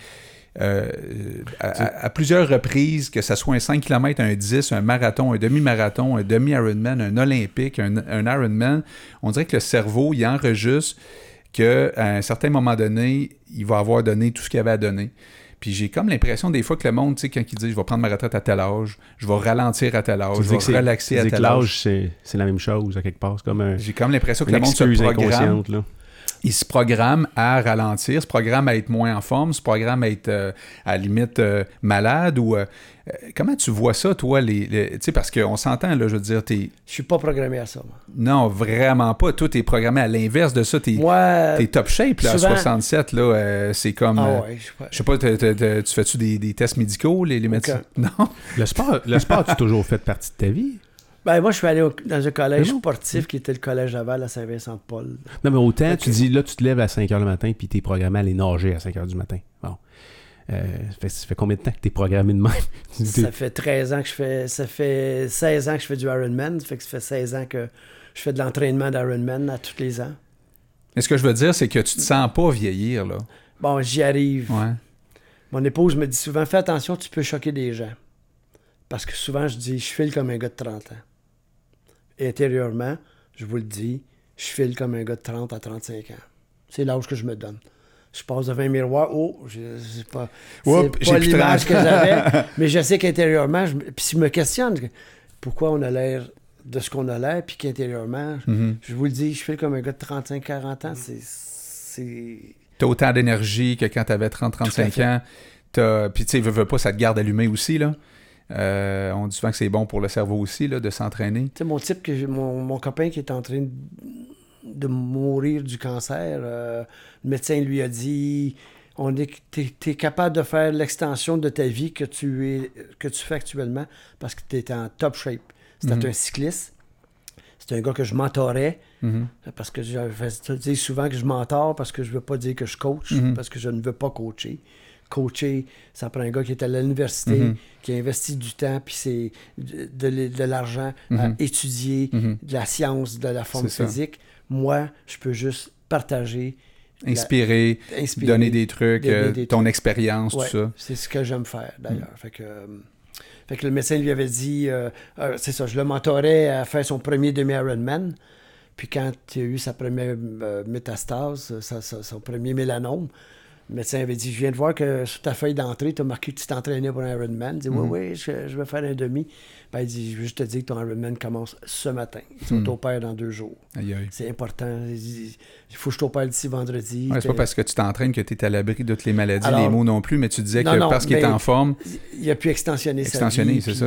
à plusieurs reprises, que ce soit un 5 km, un 10, un marathon, un demi-marathon, un demi-Ironman, un olympique, un Ironman, on dirait que le cerveau, il enregistre qu'à un certain moment donné, il va avoir donné tout ce qu'il avait à donner. Puis j'ai comme l'impression des fois que le monde, tu sais, quand il dit « je vais prendre ma retraite à tel âge, je vais ralentir à tel âge, je vais relaxer à tel âge », c'est la même chose à quelque part. C'est comme j'ai comme l'impression que le monde se programme. Là. Il se programme à ralentir, se programme à être moins en forme, se programme à être à la limite malade ou... comment tu vois ça, toi? Tu sais, parce qu'on s'entend, là, je veux dire, Je suis pas programmé à ça, moi. Non, vraiment pas. Toi, t'es programmé à l'inverse de ça. T'es top shape, là, souvent... à 67, là, c'est comme... je sais pas, tu fais-tu des tests médicaux, les médecins? Non? Le sport, tu as toujours fait partie de ta vie? Ben, moi, je suis allé dans un collège sportif qui était le collège Laval à Saint-Vincent-de-Paul. Non, mais autant, tu dis, là, tu te lèves à 5 h le matin puis t'es programmé à aller nager à 5 h du matin. Bon. Ça fait combien de temps que t'es programmé de même? Ça fait 13 ans que je fais... Ça fait 16 ans que je fais du Ironman. Ça fait 16 ans que je fais de l'entraînement d'Ironman à tous les ans. Mais ce que je veux dire, c'est que tu te sens pas vieillir, là. Bon, j'y arrive. Ouais. Mon épouse me dit souvent, fais attention, tu peux choquer des gens. Parce que souvent, je dis, je file comme un gars de 30 ans. Et intérieurement, je vous le dis, je file comme un gars de 30 à 35 ans. C'est l'âge que je me donne. Je passe devant un miroir, c'est pas l'image que j'avais, mais je sais qu'intérieurement, puis si je me questionne, pourquoi on a l'air de ce qu'on a l'air, puis qu'intérieurement, je vous le dis, je file comme un gars de 35-40 ans, T'as autant d'énergie que quand t'avais 30-35 ans, puis tu sais, veux pas, ça te garde allumé aussi, là. On dit souvent que c'est bon pour le cerveau aussi, là, de s'entraîner. Tu sais, mon copain qui est en train de mourir du cancer, le médecin lui a dit t'es capable de faire l'extension de ta vie que tu fais actuellement parce que tu es en top shape. C'était un cycliste. C'est un gars que je mentorais parce que je dis souvent que je mentore parce que je veux pas dire que je coach parce que je ne veux pas coacher. Coacher, ça prend un gars qui est à l'université, qui a investi du temps, puis c'est de l'argent à étudier, de la science, de la forme physique. Moi, je peux juste partager. Inspirer, donner des trucs, ton expérience, tout ça. C'est ce que j'aime faire, d'ailleurs. Fait que le médecin lui avait dit, c'est ça, je le mentorais à faire son premier demi-Ironman. Puis quand il a eu sa première métastase, son premier mélanome, le médecin avait dit, je viens de voir que sur ta feuille d'entrée, tu as marqué que tu t'entraînais pour un Ironman. Il dit, oui, je vais faire un demi. Ben, il dit, je veux juste te dire que ton Ironman commence ce matin. Tu t'opères dans 2 jours. Aïe. C'est important. Il faut que je t'opère d'ici vendredi. Ouais, c'est pas parce que tu t'entraînes que tu es à l'abri de toutes les maladies, les maux non plus, mais tu disais que parce qu'il est en forme... Il a pu extensionner sa vie. Extensionner, c'est ça.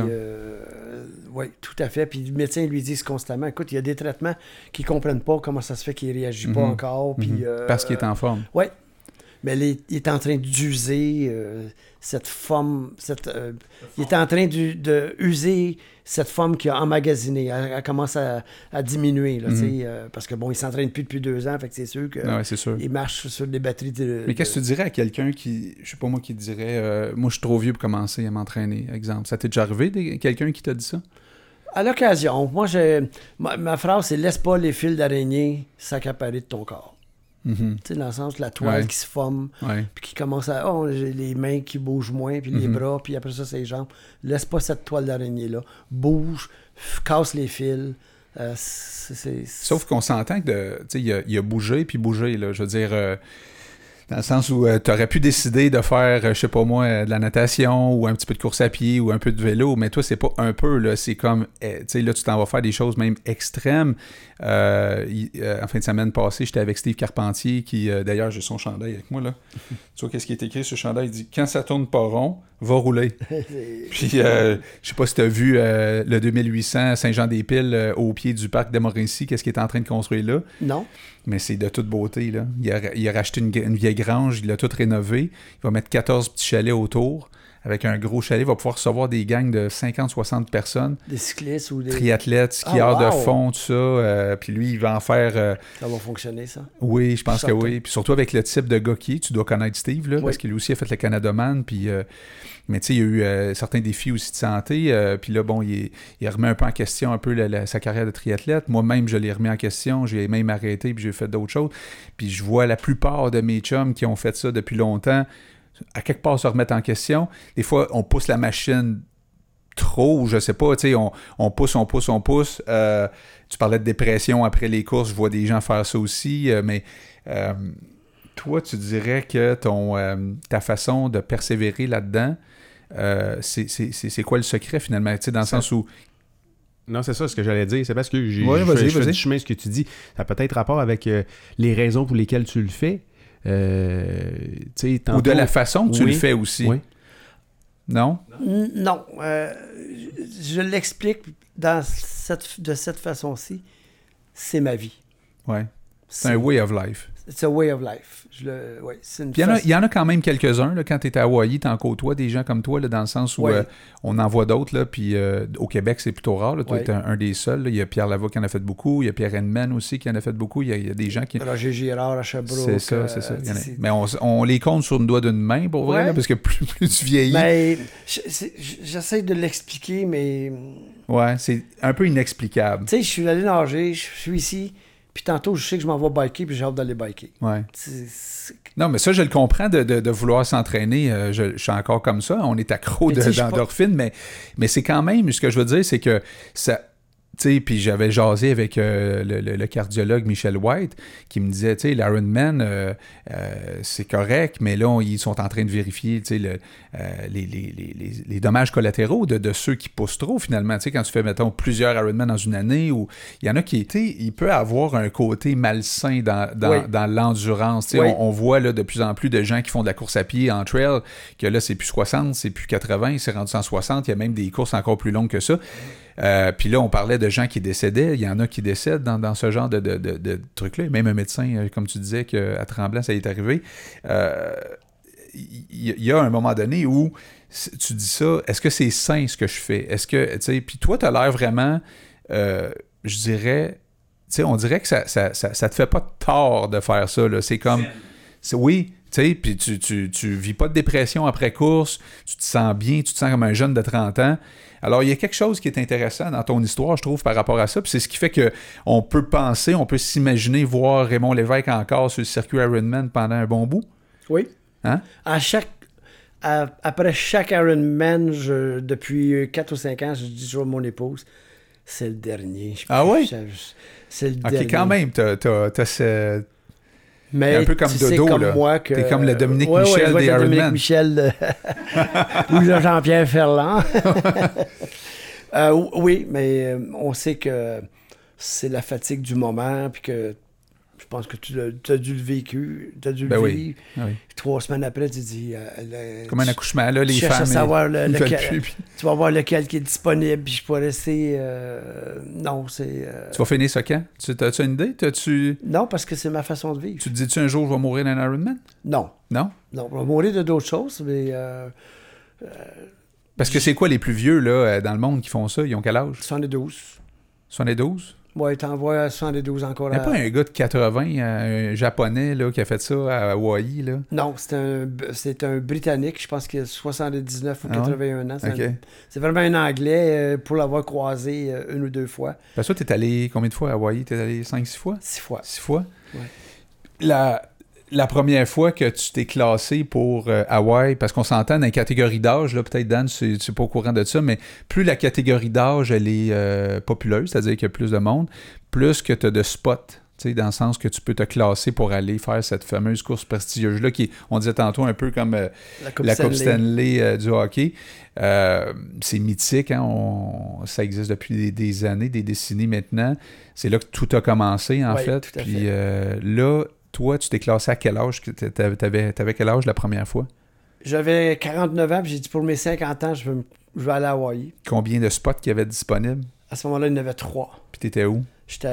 Oui, tout à fait. Puis le médecin lui dit constamment, écoute, il y a des traitements qu'ils ne comprennent pas comment ça se fait qu'il ne réagit pas encore. Puis, parce qu'il est en forme. Oui. Mais il est en train d'user cette forme... il est en train d'user cette forme qu'il a emmagasinée. Elle commence à diminuer, là, parce que bon, il s'entraîne plus depuis 2 ans, fait que c'est sûr qu'il marche sur des batteries Mais qu'est-ce que tu dirais à quelqu'un qui... Je sais pas moi qui dirait moi je suis trop vieux pour commencer à m'entraîner, exemple. Ça t'est déjà arrivé, quelqu'un qui t'a dit ça? À l'occasion. Moi, ma phrase, c'est « Laisse pas les fils d'araignée s'accaparer de ton corps ». Tu sais, dans le sens de la toile qui se forme, puis qui commence à... Oh, j'ai les mains qui bougent moins, puis les bras, puis après ça, ses jambes. Laisse pas cette toile d'araignée-là. Bouge, casse les fils. Sauf qu'on s'entend que, tu sais, il y a bougé, puis bougé, là. Je veux dire... dans le sens où tu aurais pu décider de faire, je sais pas moi, de la natation ou un petit peu de course à pied ou un peu de vélo, mais toi, c'est pas un peu, là, c'est comme, tu sais, là, tu t'en vas faire des choses même extrêmes. En fin de semaine passée, j'étais avec Steve Carpentier, qui, d'ailleurs, j'ai son chandail avec moi, là. Tu vois, qu'est-ce qui est écrit sur le chandail? Il dit, quand ça tourne pas rond, va rouler. Puis, je sais pas si tu as vu le 2800 Saint-Jean-des-Piles au pied du parc de Mauricie, qu'est-ce qu'il est en train de construire là? Non. Mais c'est de toute beauté, là. Il a racheté une vieille grange, il l'a tout rénové. Il va mettre 14 petits chalets autour. Avec un gros chalet, il va pouvoir recevoir des gangs de 50-60 personnes. Des cyclistes ou des... Triathlètes, skieurs de fond, tout ça. Puis lui, il va en faire... Ça va fonctionner, ça? Oui, je pense que oui. Puis surtout avec le type de gars qui est, tu dois connaître Steve, là, parce qu'il lui aussi a fait le Canadaman. Puis... mais tu sais, il y a eu certains défis aussi de santé. Puis là, bon, il remet un peu en question un peu sa carrière de triathlète. Moi-même, je l'ai remis en question. J'ai même arrêté, puis j'ai fait d'autres choses. Puis je vois la plupart de mes chums qui ont fait ça depuis longtemps, à quelque part se remettre en question. Des fois, on pousse la machine trop, je sais pas, tu sais, on pousse. Tu parlais de dépression après les courses, je vois des gens faire ça aussi, mais... toi, tu dirais que ta façon de persévérer là-dedans, c'est quoi le secret finalement? Tu sais, dans le sens où... Non, c'est ça ce que j'allais dire. C'est parce que je fais du chemin ce que tu dis. Ça a peut-être rapport avec les raisons pour lesquelles tu le fais. Ou de la façon que tu le fais aussi. Oui. Non? Non. Je l'explique de cette façon-ci. C'est ma vie. Oui. C'est un way of life. It's a way of life. Il y en a quand même quelques-uns, là, quand tu es à Hawaï, tu en côtoies des gens comme toi, là, dans le sens où on en voit d'autres, là, puis au Québec, c'est plutôt rare. Là, toi, tu es un des seuls. Là. Il y a Pierre Lavoie qui en a fait beaucoup, il y a Pierre Henneman aussi qui en a fait beaucoup. Il y a des gens qui... Roger Girard à Sherbrooke. C'est ça. Mais on les compte sur une doigt d'une main, pour vrai, là, parce que plus tu vieillis... Mais j'essaie de l'expliquer, mais... Ouais, c'est un peu inexplicable. Tu sais, je suis allé nager, je suis ici... Puis tantôt, je sais que je m'en vais biker, puis j'ai hâte d'aller biker. Ouais. Non, mais ça, je le comprends de vouloir s'entraîner. Je suis encore comme ça. On est accro d'endorphine, mais c'est quand même, ce que je veux dire, c'est que ça... Tu sais, puis j'avais jasé avec le cardiologue Michel White qui me disait, tu sais, l'Ironman, c'est correct, mais là, ils sont en train de vérifier, tu sais, les dommages collatéraux de ceux qui poussent trop, finalement. Tu sais, quand tu fais, mettons, plusieurs Ironman dans une année, ou il y en a qui, tu sais, il peut avoir un côté malsain dans l'endurance. Tu sais, on voit là de plus en plus de gens qui font de la course à pied en trail, que là, c'est plus 60, c'est plus 80, c'est rendu 160, il y a même des courses encore plus longues que ça. Puis là, on parlait de gens qui décédaient. Il y en a qui décèdent dans ce genre de trucs-là. Même un médecin, comme tu disais, à Tremblant, ça y est arrivé. Il y a un moment donné où tu dis ça, est-ce que c'est sain ce que je fais? Est-ce que, tu sais, puis toi, tu as l'air vraiment, je dirais, tu sais, on dirait que ça te fait pas tort de faire ça, là. C'est comme, oui, tu sais, puis tu vis pas de dépression après course, tu te sens bien, tu te sens comme un jeune de 30 ans. Alors, il y a quelque chose qui est intéressant dans ton histoire, je trouve, par rapport à ça. Puis c'est ce qui fait qu'on peut penser, on peut s'imaginer voir Raymond Lévesque encore sur le circuit Ironman pendant un bon bout. Oui. Hein? Après chaque Ironman, depuis 4 ou 5 ans, je dis toujours à mon épouse, c'est le dernier. Oui? C'est le dernier. OK, quand même, t'as ce... Mais un peu comme Dodo, comme là. Moi que... T'es comme le Dominique Michel des Ironman. Dominique Michel ou le Jean-Pierre Ferland. Oui, mais on sait que c'est la fatigue du moment, puis que je pense que tu as dû le vivre. Oui. 3 semaines après, tu dis... comme un accouchement, là, les femmes... À savoir tu vas voir lequel qui est disponible, puis je pourrais rester... non, c'est... Tu vas finir ça quand? As-tu une idée? Non, parce que c'est ma façon de vivre. Tu te dis-tu un jour, je vais mourir d'un Ironman? Non. Non? Non, je vais mourir de d'autres choses, mais... parce que c'est quoi les plus vieux, là, dans le monde qui font ça? Ils ont quel âge? 72. 72? Oui, t'envoies à 72 encore. Il n'y a pas un gars de 80, un japonais, là, qui a fait ça à Hawaï, là? Non, c'est un Britannique, je pense qu'il a 79 ou 81 ans. C'est vraiment un Anglais pour l'avoir croisé 1 ou 2 fois. Parce que toi, t'es allé combien de fois à Hawaï? T'es allé 5-6 fois? 6 fois. 6 fois? Oui. La première fois que tu t'es classé pour Hawaï, parce qu'on s'entend dans les catégories d'âge, là, peut-être Dan, tu n'es pas au courant de ça, mais plus la catégorie d'âge elle est populeuse, c'est-à-dire qu'il y a plus de monde, plus que tu as de spots, dans le sens que tu peux te classer pour aller faire cette fameuse course prestigieuse-là, qui, on disait tantôt, un peu comme la Coupe Stanley du hockey. C'est mythique, hein? Ça existe depuis des années, des décennies maintenant. C'est là que tout a commencé, en fait. Tout à Puis fait. là, toi, tu t'es classé à quel âge? T'avais quel âge la première fois? J'avais 49 ans, puis j'ai dit pour mes 50 ans, je vais aller à Hawaï. Combien de spots qu'il y avait disponibles? À ce moment-là, il y en avait 3. Puis t'étais où? J'étais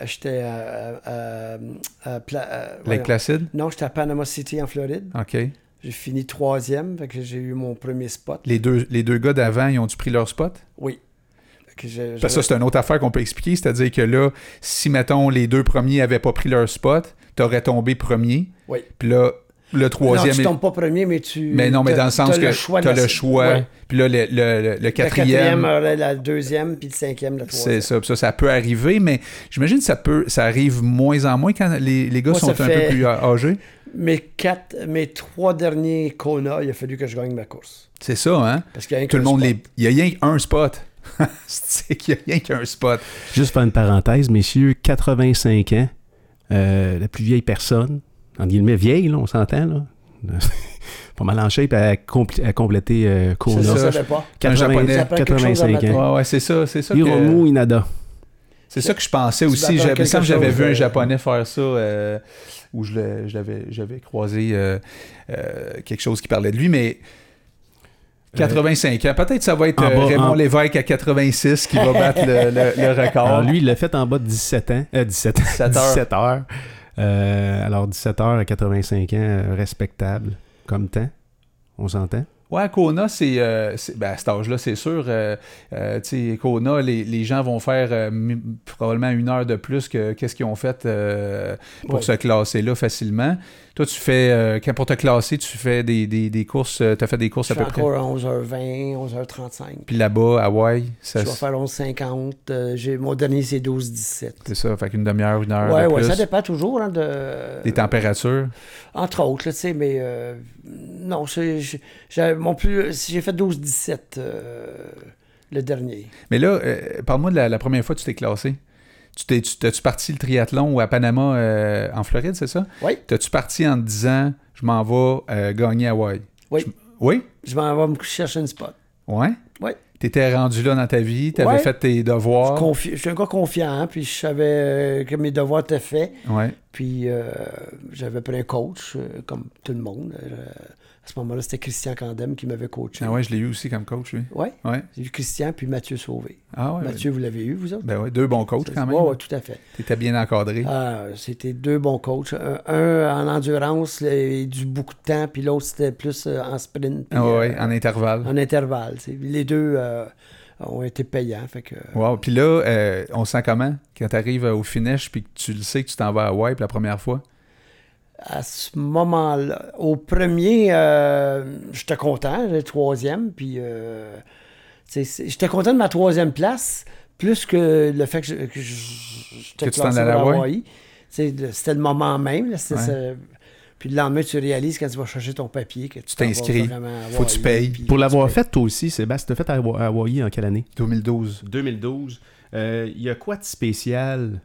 à Lake Placid? Non, j'étais à Panama City, en Floride. OK. J'ai fini 3e, fait que j'ai eu mon premier spot. Les deux gars d'avant, ils ont-tu pris leur spot? Oui. Parce que ça, c'est une autre affaire qu'on peut expliquer, c'est-à-dire que là, si, mettons, les 2 premiers n'avaient pas pris leur spot, t'aurais tombé premier. Oui. Puis là, le 3e... Non, tu tombes pas premier, mais tu... Mais non, mais dans le sens que t'as le choix. Ouais. Puis là, le 4e... Le 4e aurait la 2e, puis le 5e, la 3e. C'est ça. Puis ça peut arriver, mais j'imagine que ça arrive moins en moins quand les gars sont un peu plus âgés. Mes 3 derniers Kona, il a fallu que je gagne ma course. C'est ça, hein? Parce qu'il y a tout le monde... Il y a rien qu'un spot. C'est qu'il n'y a rien qu'un spot. Juste faire une parenthèse, messieurs, 85 ans, la plus vieille personne entre guillemets, vieille, là, on s'entend, là. Pas mal en shape à compléter Kona. C'est ça, pas. 85 ans. Ouais, c'est ça. Hiromu Inada. C'est ça que je pensais aussi. J'avais vu un Japonais faire ça où j'avais croisé quelque chose qui parlait de lui, mais 85 ans. Peut-être ça va être Raymond Lévesque à 86 qui va battre le record. Alors lui, il l'a fait en bas de 17 heures. Alors 17 heures à 85 ans, respectable comme temps. On s'entend? Ouais, à Kona, c'est à cet âge-là, c'est sûr. Kona, les gens vont faire probablement 1 heure de plus que qu'est-ce qu'ils ont fait pour se classer là facilement. Toi, tu fais, pour te classer, tu fais des courses, tu as fait des courses à peu près? Encore à 11h20, 11h35. Puis là-bas, à Hawaï, ça... Je vais faire 11h50. Mon dernier, c'est 12h17. C'est ça, fait qu'une demi-heure, 1 heure de plus. Ouais, ça dépend toujours des températures. Entre autres, tu sais, mais non, j'ai fait 12h17 le dernier. Mais là, parle-moi de la première fois que tu t'es classé. T'as-tu parti le triathlon ou à Panama en Floride, c'est ça? Oui. T'as-tu parti en te disant je m'en vais gagner à Hawaï? Oui. Oui? Je m'en vais me chercher une spot. Ouais? Oui. T'étais rendu là dans ta vie, t'avais fait tes devoirs. Je suis un gars confiant, hein, puis je savais que mes devoirs étaient faits. Ouais. Puis j'avais pris un coach, comme tout le monde. À ce moment-là, c'était Christian Candem qui m'avait coaché. Ah ouais, je l'ai eu aussi comme coach, lui. Oui. Ouais. J'ai eu Christian puis Mathieu Sauvé. Ah ouais. Mathieu, vous l'avez eu, vous autres? Ben oui, 2 bons coachs quand même. Oui, tout à fait. T'étais bien encadré. C'était 2 bons coachs. Un en endurance, du beaucoup de temps, puis l'autre, c'était plus en sprint. Puis, oui, en intervalle. En intervalle. Les deux ont été payants. Fait que, wow. Puis là, on sent comment quand t'arrives au finish puis que tu le sais que tu t'en vas à Hawaï pour la première fois? À ce moment-là, au premier, j'étais content, j'étais le 3e, puis j'étais content de ma 3e place, plus que le fait que j'étais classé à Hawaï. C'était le moment même. Là, puis le lendemain, tu réalises quand tu vas chercher ton papier que tu t'inscris, faut que tu payes. Pour l'avoir fait toi aussi, Sébastien, tu l'as fait à Hawaï en quelle année? 2012. 2012. Il y a quoi de spécial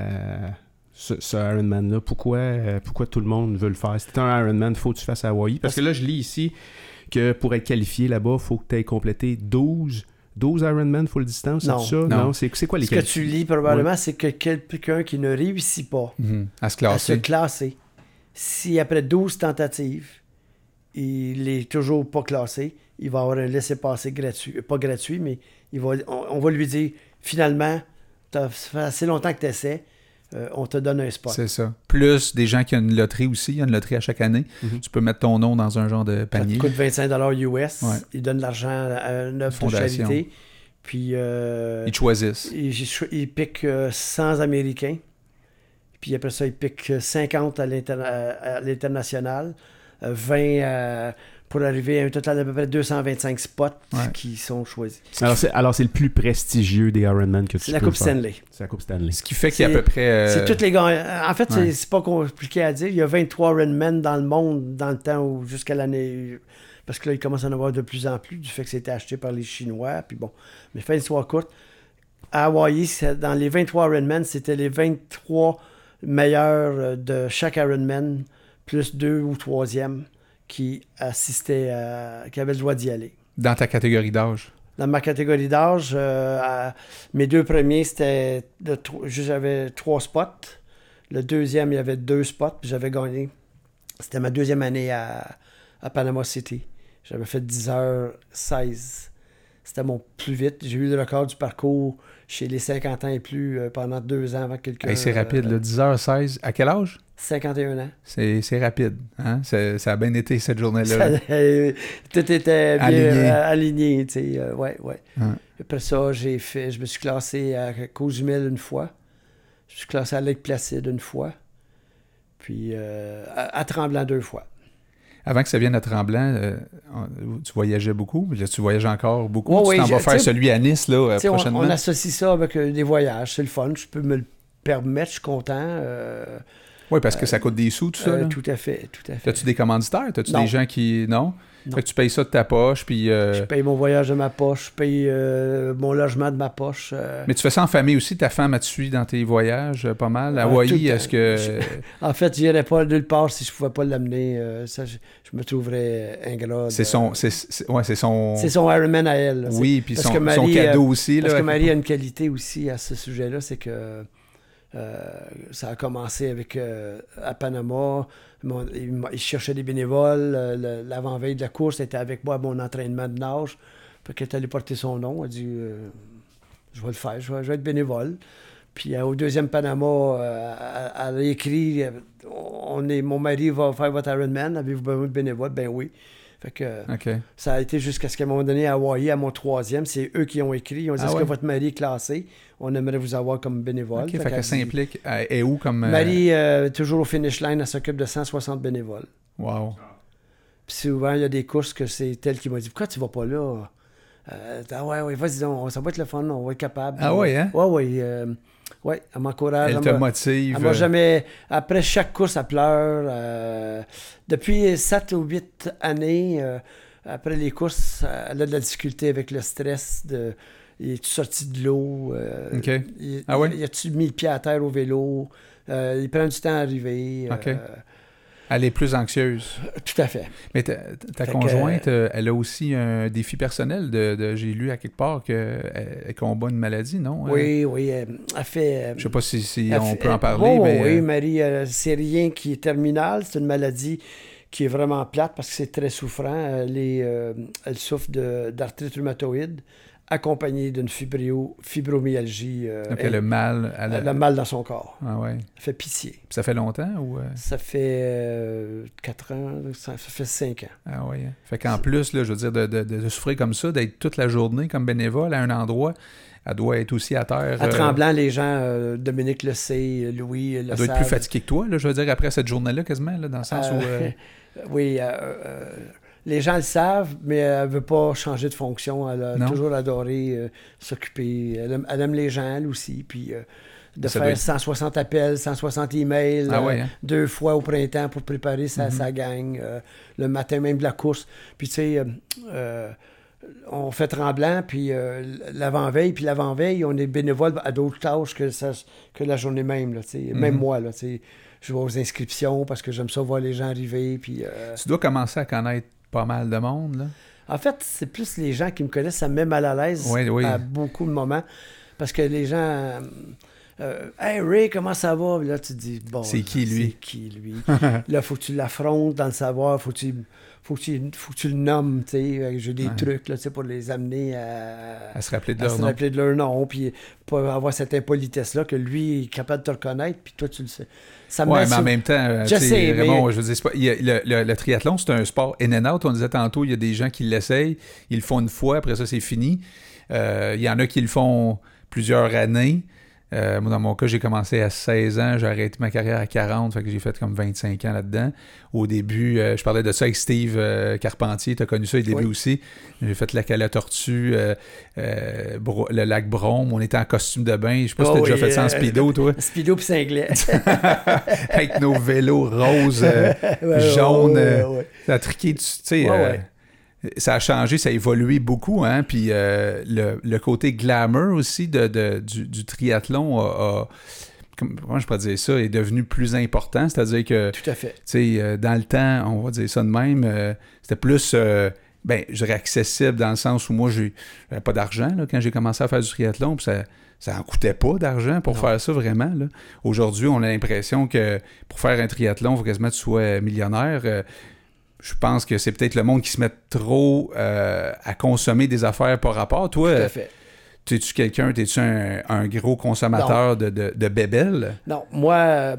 ce Ironman-là? Pourquoi tout le monde veut le faire? Si t'es un Ironman, il faut que tu fasses à Hawaï. Parce que là, je lis ici que pour être qualifié là-bas, il faut que tu aies complété 12 Ironman full distance, c'est ça? Non. C'est quoi les Ce que tu lis probablement, c'est que quelqu'un qui ne réussit pas à se classer, si après 12 tentatives, il est toujours pas classé, il va avoir un laissez-passer gratuit. Pas gratuit, mais on va lui dire, finalement, ça fait assez longtemps que tu essaies, on te donne un spot. C'est ça. Plus des gens qui ont une loterie aussi. Il y a une loterie à chaque année. Mm-hmm. Tu peux mettre ton nom dans un genre de panier. Ça coûte 25$ US. Ouais. Ils donnent l'argent à une œuvre de charité. Puis, ils te choisissent. Ils piquent 100 Américains. Puis après ça, ils piquent 50 à l'international. 20 pour arriver à un total d'à peu près 225 spots qui sont choisis. Alors, c'est le plus prestigieux des Ironman que tu peux faire. C'est la Coupe Stanley. C'est la Coupe Stanley. Ce qui fait qu'il y a à peu près... C'est tous les gars... En fait, c'est pas compliqué à dire. Il y a 23 Ironman dans le monde dans le temps où jusqu'à l'année... Parce que là, il commence à en avoir de plus en plus du fait que c'était acheté par les Chinois. Puis bon, mais fin d'histoire courte, à Hawaï, dans les 23 Ironman, c'était les 23 meilleurs de chaque Ironman, plus 2 ou 3e qui assistaient, qui avaient le droit d'y aller. Dans ta catégorie d'âge? Dans ma catégorie d'âge, mes 2 premiers, j'avais 3 spots. Le deuxième, il y avait 2 spots, puis j'avais gagné. C'était ma 2e année à Panama City. J'avais fait 10h16. C'était mon plus vite. J'ai eu le record du parcours chez les 50 ans et plus pendant 2 ans avant que quelqu'un... Hey, c'est rapide, là, 10h16. À quel âge? 51 ans. C'est rapide. Hein? Ça a bien été cette journée-là. Tout était bien aligné. Tu sais, ouais. Après ça, je me suis classé à Cozumel une fois. Je me suis classé à Lake Placide une fois. Puis à Tremblant 2 fois. Avant que ça vienne à Tremblant, tu voyageais beaucoup. Là, tu voyages encore beaucoup. Ouais, tu t'en vas faire celui à Nice là, prochainement. On associe ça avec des voyages. C'est le fun. Je peux me le permettre. Je suis content. Oui, parce que ça coûte des sous, tout ça. Tout à fait. As-tu des commanditaires? As-tu des gens qui... Non? Non. Fait que tu payes ça de ta poche, puis... Je paye mon voyage de ma poche, je paye mon logement de ma poche. Mais tu fais ça en famille aussi? Ta femme, as-tu suivi dans tes voyages pas mal? Hawaï, est-ce que... En fait, je n'irais pas nulle part si je ne pouvais pas l'amener. Ça, je me trouverais ingrat. C'est son... C'est son Ironman à elle. Là. Oui, puis son cadeau aussi. Parce là, que Marie a une qualité aussi à ce sujet-là, c'est que ça a commencé avec à Panama. Il cherchait des bénévoles. L'avant-veille de la course, elle était avec moi à mon entraînement de nage. Puis qu'elle est allée porter son nom. Elle a dit je vais le faire, je vais être bénévole. Puis au deuxième Panama, elle a écrit mon mari va faire votre Ironman, avez-vous besoin de bénévoles? Ben oui. Fait que ça a été jusqu'à ce qu'à un moment donné, à Hawaï, à mon troisième, c'est eux qui ont écrit. Ils ont dit est-ce que votre mari est classé? On aimerait vous avoir comme bénévole. Fait qu'elle s'implique. Et où comme. Marie, toujours au finish line, elle s'occupe de 160 bénévoles. Wow. Puis souvent, il y a des courses que c'est elle qui m'a dit pourquoi tu vas pas là? Ouais, vas-y donc, ça va être le fun, on va être capable. Ah ouais, hein? Oui, elle m'encourage. Elle te motive. Elle m'a jamais... Après chaque course, elle pleure. Depuis 7 ou 8 années, après les courses, elle a de la difficulté avec le stress de... Il est sorti de l'eau? Il a-tu mis le pied à terre au vélo? Il prend du temps à arriver. Elle est plus anxieuse. Tout à fait. Mais ta conjointe, elle a aussi un défi personnel. J'ai lu à quelque part qu'elle combat une maladie, non? Oui, elle fait... Je sais pas si on peut en parler. Oui, Marie, c'est rien qui est terminal. C'est une maladie qui est vraiment plate parce que c'est très souffrant. Elle souffre d'arthrite rhumatoïde accompagnée d'une fibromyalgie. Donc elle a mal. Elle a mal dans son corps. Ah ouais. Elle fait pitié. Puis ça fait longtemps ou... Ça fait 4 ans, ça fait 5 ans. Ah oui. Fait qu'en plus, là, je veux dire, de souffrir comme ça, d'être toute la journée comme bénévole à un endroit, elle doit être aussi à terre. À Tremblant, les gens, Dominique le sait, Louis le savent. Elle doit être plus fatiguée que toi, là, je veux dire, après cette journée-là, quasiment, là, dans le sens où... Oui, les gens le savent, mais elle ne veut pas changer de fonction. Elle a toujours adoré s'occuper. Elle aime les gens, elle aussi. Puis de faire 160 appels, 160 emails, 2 fois au printemps pour préparer sa gang, le matin même de la course. Puis tu sais, on fait Tremblant, puis l'avant-veille, on est bénévole à d'autres tâches que la journée même. Là, même moi, là, je vais aux inscriptions parce que j'aime ça voir les gens arriver. Puis, tu dois commencer à connaître pas mal de monde, là. En fait, c'est plus les gens qui me connaissent, ça me met mal à l'aise à beaucoup de moments. Parce que les gens... Hey Ray, comment ça va? Puis là, tu te dis, bon... C'est qui, lui? Là, il faut que tu l'affrontes dans le savoir, faut que tu le nommes, tu sais. J'ai des trucs, là, tu sais, pour les amener à se rappeler de leur nom. Puis pour avoir cette impolitesse-là, que lui est capable de te reconnaître, puis toi, tu le sais. Oui, mais en même temps, je sais, Raymond, je veux dire, le triathlon, c'est un sport in and out. On disait tantôt, il y a des gens qui l'essayent, ils le font une fois, après ça, c'est fini. Il y en a qui le font plusieurs années. Moi, dans mon cas, j'ai commencé à 16 ans, j'ai arrêté ma carrière à 40, fait que j'ai fait comme 25 ans là-dedans. Au début, je parlais de ça avec Steve Carpentier, tu as connu ça au début aussi. J'ai fait la Cala Tortue, le lac Brome, on était en costume de bain. Je sais pas si tu as déjà fait ça en speedo, toi. Speedo puis cinglet. Avec nos vélos roses, jaunes. Ça a triqué, tu sais... Ça a changé, ça a évolué beaucoup, hein. Puis le côté glamour aussi du triathlon comment je pourrais dire ça, est devenu plus important. C'est-à-dire que, tout à fait. Dans le temps, on va dire ça de même, c'était plus, je dirais accessible dans le sens où moi, j'avais pas d'argent là, quand j'ai commencé à faire du triathlon, puis ça en coûtait pas d'argent pour faire ça vraiment, là. Aujourd'hui, on a l'impression que pour faire un triathlon, il faut quasiment que tu sois millionnaire. Je pense que c'est peut-être le monde qui se met trop à consommer des affaires par rapport. Toi, tout à fait. T'es-tu quelqu'un, un gros consommateur de bébelles? Non, moi,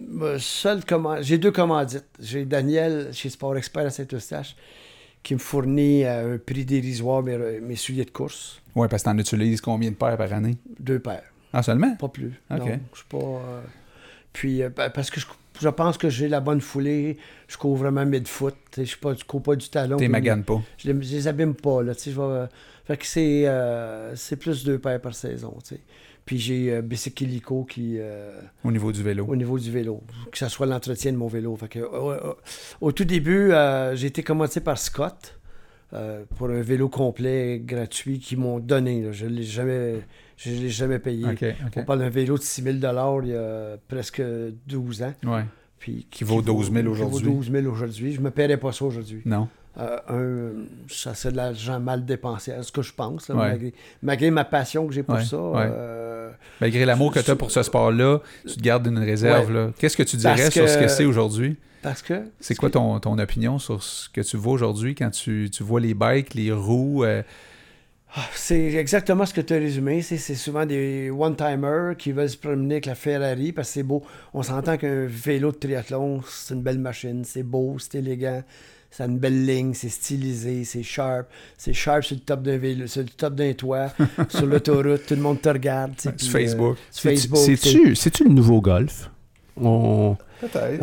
j'ai 2 commandites. J'ai Daniel chez Sport Expert à Saint-Eustache qui me fournit à un prix dérisoire mes souliers de course. Oui, parce que t'en utilises combien de paires par année? 2 paires. Ah, seulement? Pas plus. OK. Non, je suis pas... Puis, parce que je pense que j'ai la bonne foulée. Je cours vraiment mid-foot. Je cours pas du talon. T'es maganes pas. Je les abîme pas. Là, fait que c'est plus 2 paires par saison. T'sais. Puis j'ai Bicyclico qui... au niveau du vélo. Au niveau du vélo. Que ce soit l'entretien de mon vélo. Fait que, au tout début, j'ai été commandé par Scott pour un vélo complet gratuit qu'ils m'ont donné. Là. Je ne l'ai jamais payé. Okay. On parle d'un vélo de 6 000 $, il y a presque 12 ans. Ouais. Puis, qui vaut 12 000 aujourd'hui. Qui vaut 12 000 aujourd'hui. Je ne me paierais pas ça aujourd'hui. Non. Ça, c'est de l'argent mal dépensé, à ce que je pense, là, malgré ma passion que j'ai pour ça. Malgré l'amour que tu as pour ce sport-là, tu te gardes une réserve. Là. Qu'est-ce que tu dirais sur ce que c'est aujourd'hui? Parce que... C'est quoi ton opinion sur ce que tu vois aujourd'hui quand tu vois les bikes, les roues? C'est exactement ce que tu as résumé. C'est souvent des one-timers qui veulent se promener avec la Ferrari parce que c'est beau. On s'entend qu'un vélo de triathlon, c'est une belle machine. C'est beau, c'est élégant. Ça a une belle ligne, c'est stylisé, c'est sharp. C'est sharp sur le top d'un vélo, sur le top d'un toit, sur l'autoroute, tout le monde te regarde. Sur Facebook. C'est-tu le nouveau Golf? Peut-être.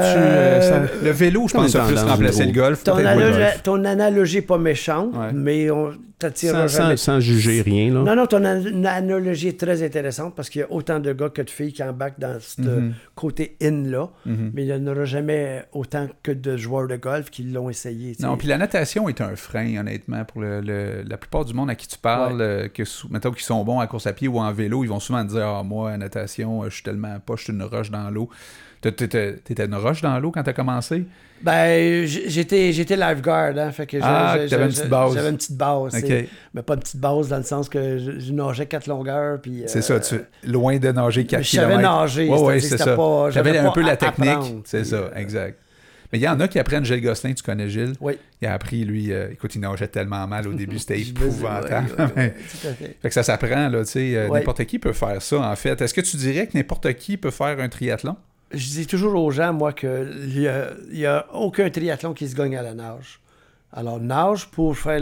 Le vélo, je pense que ça plus remplacer le golf. Ton analogie n'est pas méchante, mais on t'attire jamais. Sans juger rien. Là. Non, ton analogie est très intéressante parce qu'il y a autant de gars que de filles qui embarquent dans ce côté in-là, mais il n'y en aura jamais autant que de joueurs de golf qui l'ont essayé. Non, puis la natation est un frein, honnêtement, pour la plupart du monde à qui tu parles, mettons qu'ils sont bons à course à pied ou en vélo, ils vont souvent te dire « Ah, moi, la natation, je suis tellement pas, je suis une roche dans l'eau. » T'étais une roche dans l'eau quand t'as commencé? Ben, j'étais lifeguard, hein, fait que t'avais une petite base. J'avais une petite base, okay. Mais pas une petite base dans le sens que je nageais 4 longueurs, puis... C'est ça, loin de nager 4 km. Je savais nager, c'est ça. J'avais un peu la technique, apprendre, c'est ça, exact. Mais il y en a qui apprennent. Gilles Gosselin, tu connais Gilles? Oui. Il a appris, lui, écoute, il nageait tellement mal au début, c'était épouvantable. Oui, tout à fait. Fait que ça s'apprend, là, tu sais, n'importe qui peut faire ça, en fait. Est-ce que tu dirais que n'importe qui peut faire un triathlon? Je dis toujours aux gens, moi, qu'il n'y a aucun triathlon qui se gagne à la nage. Alors, nage pour faire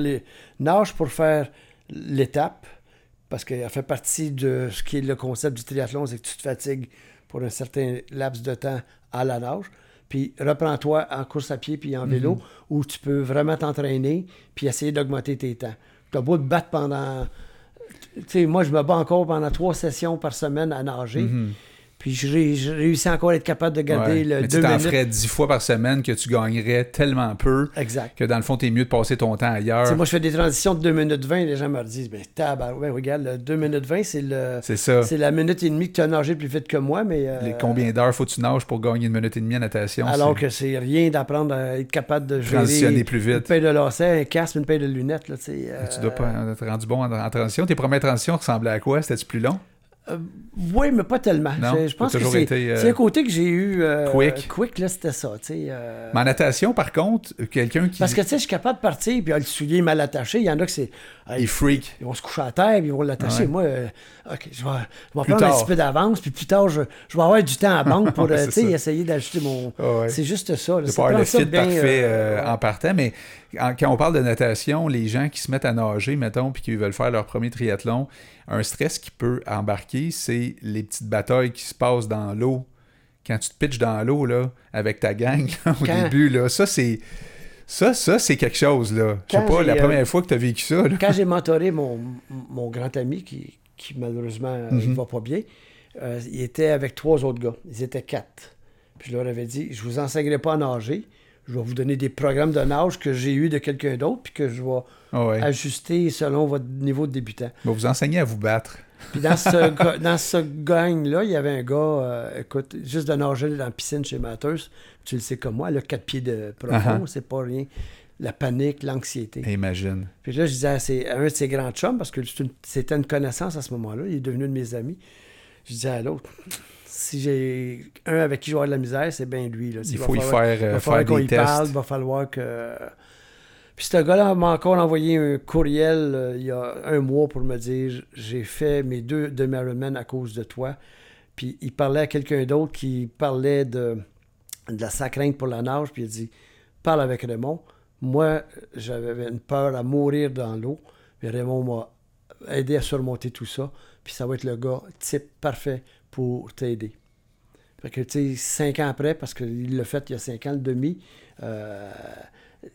l'étape, parce qu'elle fait partie de ce qui est le concept du triathlon, c'est que tu te fatigues pour un certain laps de temps à la nage. Puis reprends-toi en course à pied puis en vélo, où tu peux vraiment t'entraîner puis essayer d'augmenter tes temps. Tu as beau te battre pendant... Tu sais, moi, je me bats encore pendant 3 sessions par semaine à nager. Puis je réussis encore à être capable de garder le 2 minutes. Mais tu t'en ferais 10 fois par semaine que tu gagnerais tellement peu que dans le fond, t'es mieux de passer ton temps ailleurs. T'sais, moi, je fais des transitions de 2 minutes 20 et les gens me disent regarde, le 2 minutes 20, c'est la minute et demie que tu as nagé plus vite que moi. Mais combien d'heures faut que tu nages pour gagner 1 minute et demie en natation? Alors que c'est rien d'apprendre à être capable de transitionner plus vite. Une paire de lacets, un casque, une paire de lunettes. Là, tu dois pas être rendu bon en transition. Tes premières transitions ressemblaient à quoi? C'était-tu plus long? Oui, mais pas tellement. Non, je pense que c'est un côté que j'ai eu quick, là, c'était ça. Mais en natation, par contre, quelqu'un qui... Parce que, tu sais, je suis capable de partir, puis le soulier mal attaché. Il y en a que c'est... Ils freak. Ils vont se coucher à terre, puis ils vont l'attacher. Moi, OK, je vais prendre un petit peu d'avance, puis plus tard, je vais avoir du temps à banque pour essayer d'ajuster mon... C'est juste ça. C'est pas le fit parfait en partant, mais quand on parle de natation, les gens qui se mettent à nager, mettons, puis qui veulent faire leur premier triathlon, un stress qui peut embarquer, c'est les petites batailles qui se passent dans l'eau. Quand tu te pitches dans l'eau, là, avec ta gang, au début, là, ça, c'est quelque chose, là. Je sais pas, la première fois que tu as vécu ça, là. Quand j'ai mentoré mon grand ami, qui malheureusement, il va pas bien, il était avec 3 autres gars. Ils étaient 4. Puis je leur avais dit, je vous enseignerai pas à nager. Je vais vous donner des programmes de nage que j'ai eu de quelqu'un d'autre, puis que je vais ajuster selon votre niveau de débutant. Je vais vous enseigner à vous battre. Puis dans ce gang-là, il y avait un gars, écoute, juste de nager dans la piscine chez Mathers, tu le sais comme moi, là, 4 pieds de profond, c'est pas rien. La panique, l'anxiété. Imagine. Puis là, je disais, c'est un de ses grands chums, parce que c'était une connaissance à ce moment-là, il est devenu un de mes amis. Je disais à l'autre... Si j'ai un avec qui je vais avoir de la misère, c'est bien lui. Là. Il faut y faire des tests. Il va falloir que... Puis ce gars-là m'a encore envoyé un courriel il y a 1 mois pour me dire « J'ai fait mes 2 demi-Ironman à cause de toi. » Puis il parlait à quelqu'un d'autre qui parlait de la sa crainte pour la nage. Puis il a dit « Parle avec Raymond. » Moi, j'avais une peur à mourir dans l'eau. Mais Raymond m'a aidé à surmonter tout ça. Puis ça va être le gars type parfait pour t'aider. Fait que, tu sais, 5 ans après, parce qu'il l'a fait il y a 5 ans, le demi,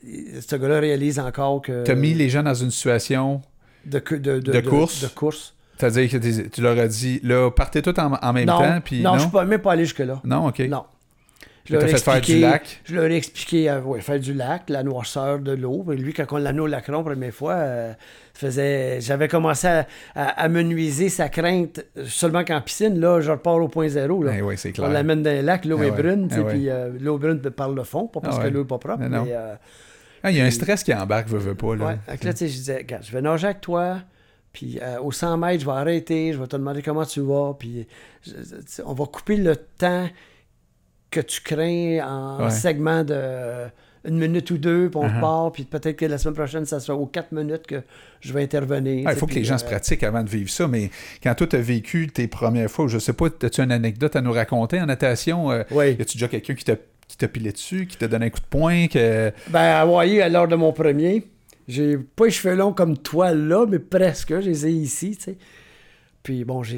ce gars-là réalise encore que... T'as mis les gens dans une situation de course. C'est-à-dire que tu leur as dit, là, partez tous en même temps, puis non, je ne suis même pas allé jusque-là. Non, OK. Non. Je leur ai fait faire du lac. Je leur ai expliqué, faire du lac, la noirceur de l'eau. Lui, quand on l'a mis au lacron la première fois, j'avais commencé à me nuiser sa crainte seulement qu'en piscine. Là, je repars au point zéro. Là. Oui, c'est clair. On l'amène dans le lac, l'eau est brune, puis l'eau brune par le fond, pas parce que l'eau n'est pas propre. Mais, il y a un stress qui embarque, veux pas. Là. Ouais, là, je disais, regarde, je vais nager avec toi. Puis au 100 mètres, je vais arrêter, je vais te demander comment tu vas. Puis on va couper le temps que tu crains en segments de 1 minute ou 2, puis on repart, puis peut-être que la semaine prochaine, ça sera aux 4 minutes que je vais intervenir. Il faut que les gens se pratiquent avant de vivre ça, mais quand toi, tu as vécu tes premières fois, je sais pas, as-tu une anecdote à nous raconter en natation? Oui. Y a-tu déjà quelqu'un qui t'a pilé dessus, qui t'a donné un coup de poing? Ben, à Hawaii, à l'heure de mon premier, j'ai pas les cheveux longs comme toi là, mais presque, je les ai ici, tu sais. Puis bon, j'ai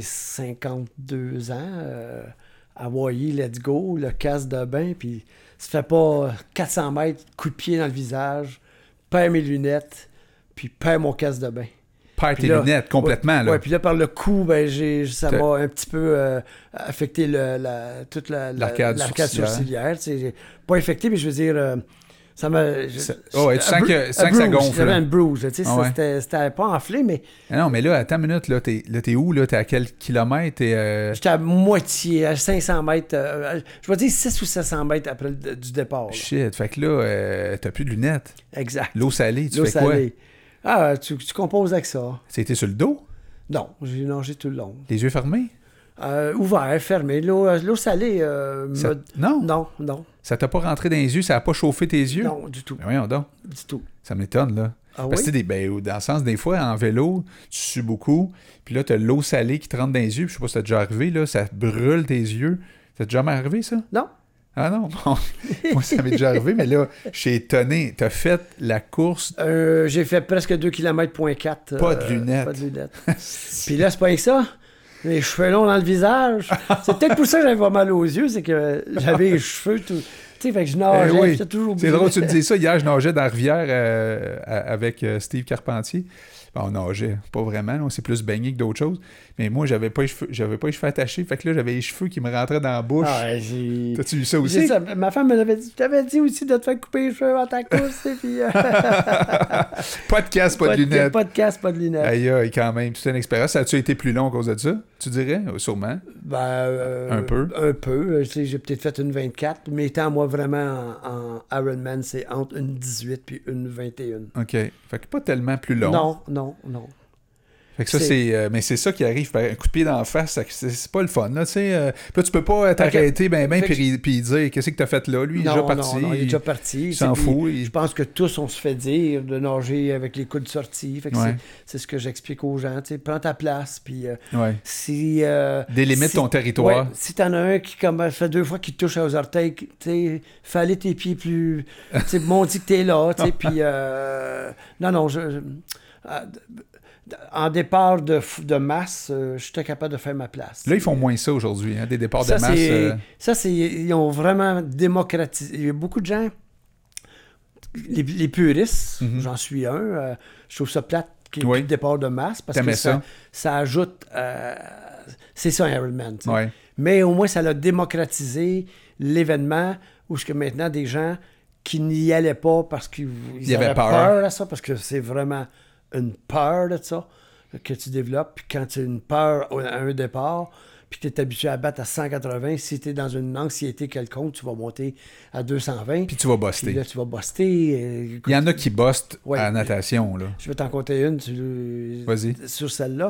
52 ans... Hawaii, let's go, le casque de bain, puis ça fait pas 400 mètres, coup de pied dans le visage, perds mes lunettes, puis perds mon casque de bain. Perds tes lunettes complètement, là. Oui, puis là, par le coup, ben, ça m'a un petit peu affecté toute l'arcade sourciliaire. Pas affecté, mais je veux dire... ça m'a... tu sens que ça gonfle. J'avais une bruise, tu sais, c'était pas enflé, mais... Non, mais là, attends une minute, là, t'es où, là? T'es à quel kilomètre? J'étais à moitié, à 500 mètres, je vais dire 600 ou 700 mètres après du départ. Là. Shit, fait que là, t'as plus de lunettes. Exact. L'eau salée, tu fais quoi? Ah, tu composes avec ça. C'était sur le dos? Non, j'ai nagé tout le long. Les yeux fermés? Ouvert, fermé. L'eau salée... Non. Ça t'a pas rentré dans les yeux? Ça a pas chauffé tes yeux? Non, du tout. Ben voyons donc. Du tout. Ça m'étonne, là. Ah parce que dans le sens, des fois, en vélo, tu sues beaucoup, puis là, t'as l'eau salée qui te rentre dans les yeux, puis je sais pas si ça t'est déjà arrivé, là, ça brûle tes yeux. Ça t'est jamais arrivé, ça? Non. Ah non? Bon. Moi, ça m'est déjà arrivé, mais là, je suis étonné. T'as fait la course... j'ai fait presque 2 km/4. Pas de lunettes. Pas de lunettes. Puis là, c'est pas avec ça. Les cheveux longs dans le visage. C'est peut-être pour ça que j'avais pas mal aux yeux, c'est que j'avais les cheveux tout... Tu sais, fait que je nageais, j'étais toujours obligé. C'est drôle que tu me dis ça. Hier, je nageais dans la rivière avec Steve Carpentier. Ben, on nageait, pas vraiment, on s'est plus baigné que d'autres choses. Mais moi, j'avais pas les cheveux attachés. Fait que là, j'avais les cheveux qui me rentraient dans la bouche. T'as-tu vu ça aussi? Ma femme me l'avait dit. Je t'avais dit aussi de te faire couper les cheveux en ta course. Puis, pas de casque, pas de lunettes. Pas de casque, pas de lunettes. Aïe, quand même. C'est une expérience. Ça a-tu été plus long à cause de ça, tu dirais? Sûrement. Un peu. Un peu. J'ai peut-être fait une 24. Mais étant moi vraiment en Ironman, c'est entre une 18 puis une 21. OK. Fait que pas tellement plus long. Non. Fait que ça, mais c'est ça qui arrive, un coup de pied dans la face, c'est pas le fun, là, tu sais. Là, tu peux pas t'arrêter puis dire, qu'est-ce que t'as fait là? Lui, il est déjà parti. Non, il est déjà parti. Il s'en fout. Je pense que tous, on se fait dire de nager avec les coups de sortie. Fait que c'est ce que j'explique aux gens, tu sais, prends ta place, puis si... délimite ton territoire. Ouais, si t'en as un qui, comme, fait 2 fois qu'il te touche aux orteils, tu sais, fais aller tes pieds plus... tu sais, montre que t'es là, tu sais, puis... en départ de masse, j'étais capable de faire ma place. Là, ils font moins ça aujourd'hui, hein, des départs de masse. Ils ont vraiment démocratisé. Il y a beaucoup de gens, les puristes, j'en suis un, je trouve ça plate qu'il y ait plus de départ de masse, parce que ça ajoute... c'est ça un Ironman. Ouais. Mais au moins, ça a démocratisé l'événement où maintenant, des gens qui n'y allaient pas parce qu'ils avaient peur à ça, parce que c'est vraiment... une peur de ça que tu développes. Puis quand tu as une peur à un départ, puis que tu es habitué à battre à 180, si tu es dans une anxiété quelconque, tu vas monter à 220. Puis tu vas buster. Puis là, tu vas buster. Il y en a qui bustent à la natation, là. Je vais t'en compter une sur celle-là.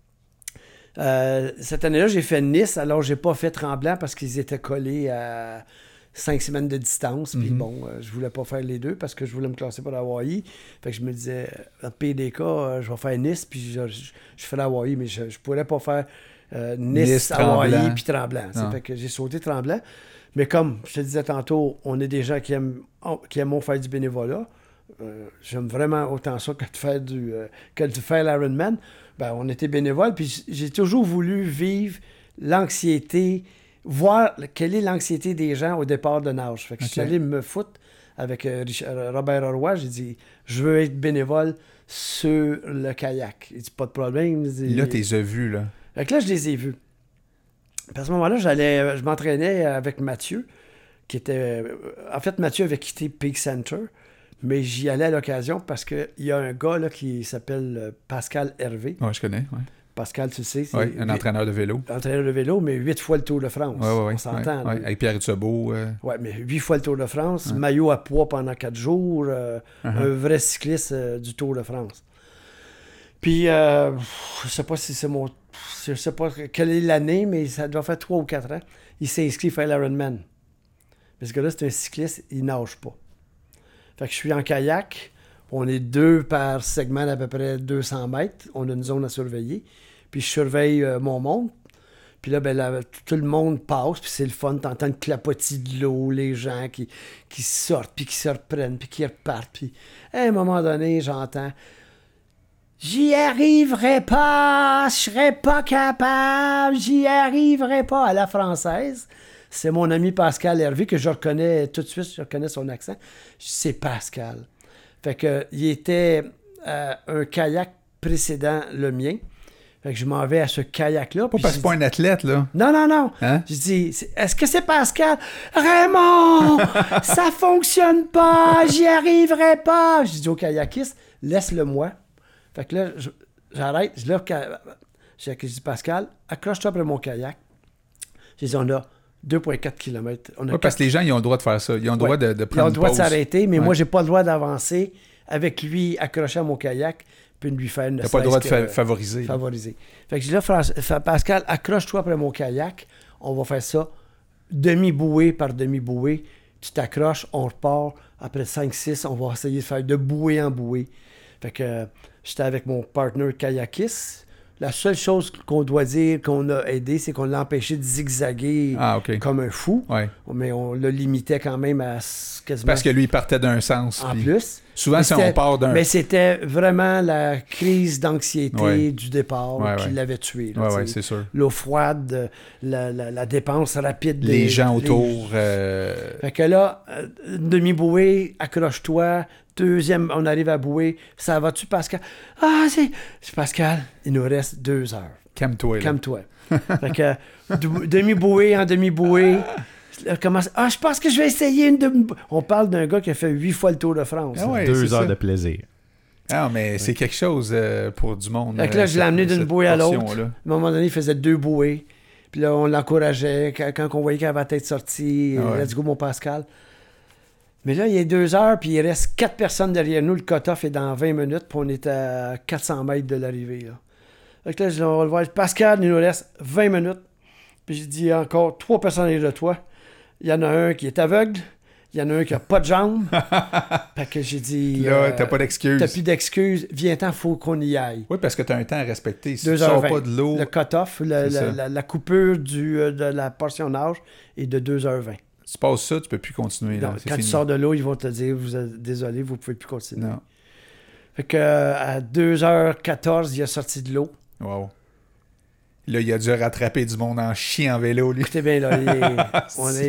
Cette année-là, j'ai fait Nice, alors j'ai pas fait Tremblant parce qu'ils étaient collés à 5 semaines de distance. Puis bon, je voulais pas faire les deux parce que je voulais me classer pour Hawaï. Fait que je me disais, en PDK, je vais faire Nice, puis je ferai Hawaï, mais je pourrais pas faire Nice, Hawaï, puis Tremblant. Fait que j'ai sauté Tremblant. Mais comme je te disais tantôt, on est des gens qui aiment faire du bénévolat. J'aime vraiment autant ça que de faire l'Ironman. Ben, on était bénévoles, puis j'ai toujours voulu vivre l'anxiété, voir quelle est l'anxiété des gens au départ de nage. Fait que je suis allé me foutre avec Robert Roy. J'ai dit, je veux être bénévole sur le kayak. Il dit, pas de problème. Là, tu les as vus, là. Fait que là, je les ai vus. Puis à ce moment-là, je m'entraînais avec Mathieu, qui était... En fait, Mathieu avait quitté Peak Center, mais j'y allais à l'occasion parce qu'il y a un gars là, qui s'appelle Pascal Hervé. Oui, je connais, oui. Pascal, tu sais. Oui, un entraîneur de vélo. Entraîneur de vélo, mais 8 fois le Tour de France. Oui, on s'entend. Oui, avec Pierre Etchebeau. Oui, mais 8 fois le Tour de France, maillot à poids pendant 4 jours, un vrai cycliste du Tour de France. Puis, je sais pas si c'est mon... Je sais pas quelle est l'année, mais ça doit faire 3 ou 4 ans. Il s'est inscrit à l'Ironman. Mais ce gars-là, c'est un cycliste, il nage pas. Fait que je suis en kayak. On est 2 par segment d'à peu près 200 mètres. On a une zone à surveiller. Puis je surveille mon monde. Puis là, tout le monde passe. Puis c'est le fun. T'entends le clapotis de l'eau, les gens qui sortent, puis qui se reprennent, puis qui repartent. Puis à un moment donné, j'entends... J'y arriverai pas, je serai pas capable, j'y arriverai pas à la française. C'est mon ami Pascal Hervé que je reconnais tout de suite, je reconnais son accent. C'est Pascal. Fait que il était un kayak précédent le mien. Fait que je m'en vais à ce kayak-là. Pas parce que c'est pas un athlète, là. Non. Hein? Je dis, est-ce que c'est Pascal? Raymond! Ça fonctionne pas! J'y arriverai pas! Je dis au kayakiste, laisse-le-moi. Fait que là, j'arrête. Je dis, Pascal, accroche-toi après mon kayak. J'ai dit, on a 2,4 km. Oui, parce que les gens, ils ont le droit de faire ça. Ils ont le droit de prendre une pause. Ils ont le droit de s'arrêter, mais moi, j'ai pas le droit d'avancer avec lui accroché à mon kayak puis de lui faire une... T'as pas le droit de favoriser. Fait que je dis là, Pascal, accroche-toi après mon kayak. On va faire ça demi-bouée par demi-bouée. Tu t'accroches, on repart. Après 5-6, on va essayer de faire de bouée en bouée. Fait que j'étais avec mon partner kayakiste. La seule chose qu'on doit dire qu'on a aidé, c'est qu'on l'a empêché de zigzaguer comme un fou. Ouais. Mais on le limitait quand même à quasiment... Parce que lui, il partait d'un sens. En plus. Souvent, si on part d'un... Mais c'était vraiment la crise d'anxiété du départ qui l'avait tué. Oui, c'est sûr. L'eau froide, la dépense rapide. Les gens autour. Fait que là, demi-bouée, accroche-toi. Deuxième, on arrive à bouée. Ça va-tu, Pascal? Ah, c'est Pascal. Il nous reste 2 heures. Calme-toi. Fait que demi-bouée en demi-bouée. Je pense que je vais essayer une demi-bouée. On parle d'un gars qui a fait 8 fois le Tour de France. 2 heures de plaisir. Ah, mais c'est quelque chose pour du monde. Fait que là, je l'ai amené d'une bouée à l'autre. À un moment donné, il faisait 2 bouées. Puis là, on l'encourageait. Quand on voyait qu'elle avait la tête sortie, let's go, mon Pascal. Mais là, il est 2 heures, puis il reste 4 personnes derrière nous. Le cut-off est dans 20 minutes, puis on est à 400 mètres de l'arrivée. Là. Donc là, on va le voir. Pascal, il nous reste 20 minutes. Puis je dis encore 3 personnes derrière de toi. Il y en a un qui est aveugle. Il y en a un qui n'a pas de jambes. Fait que j'ai dit... Là, t'as pas d'excuses. T'as plus d'excuses. Viens-t'en, il faut qu'on y aille. Oui, parce que t'as un temps à respecter. Si 2h20. tu sors pas de l'eau... Le cut-off, la coupure de la portion nage est de 2h20. Tu passes ça, tu peux plus continuer. Là, quand tu sors de l'eau, ils vont te dire, désolé, vous pouvez plus continuer. Non. Fait que à 2h14, il est sorti de l'eau. Wow. Là, il a dû rattraper du monde en chien en vélo, lui. Écoutez bien, là, on est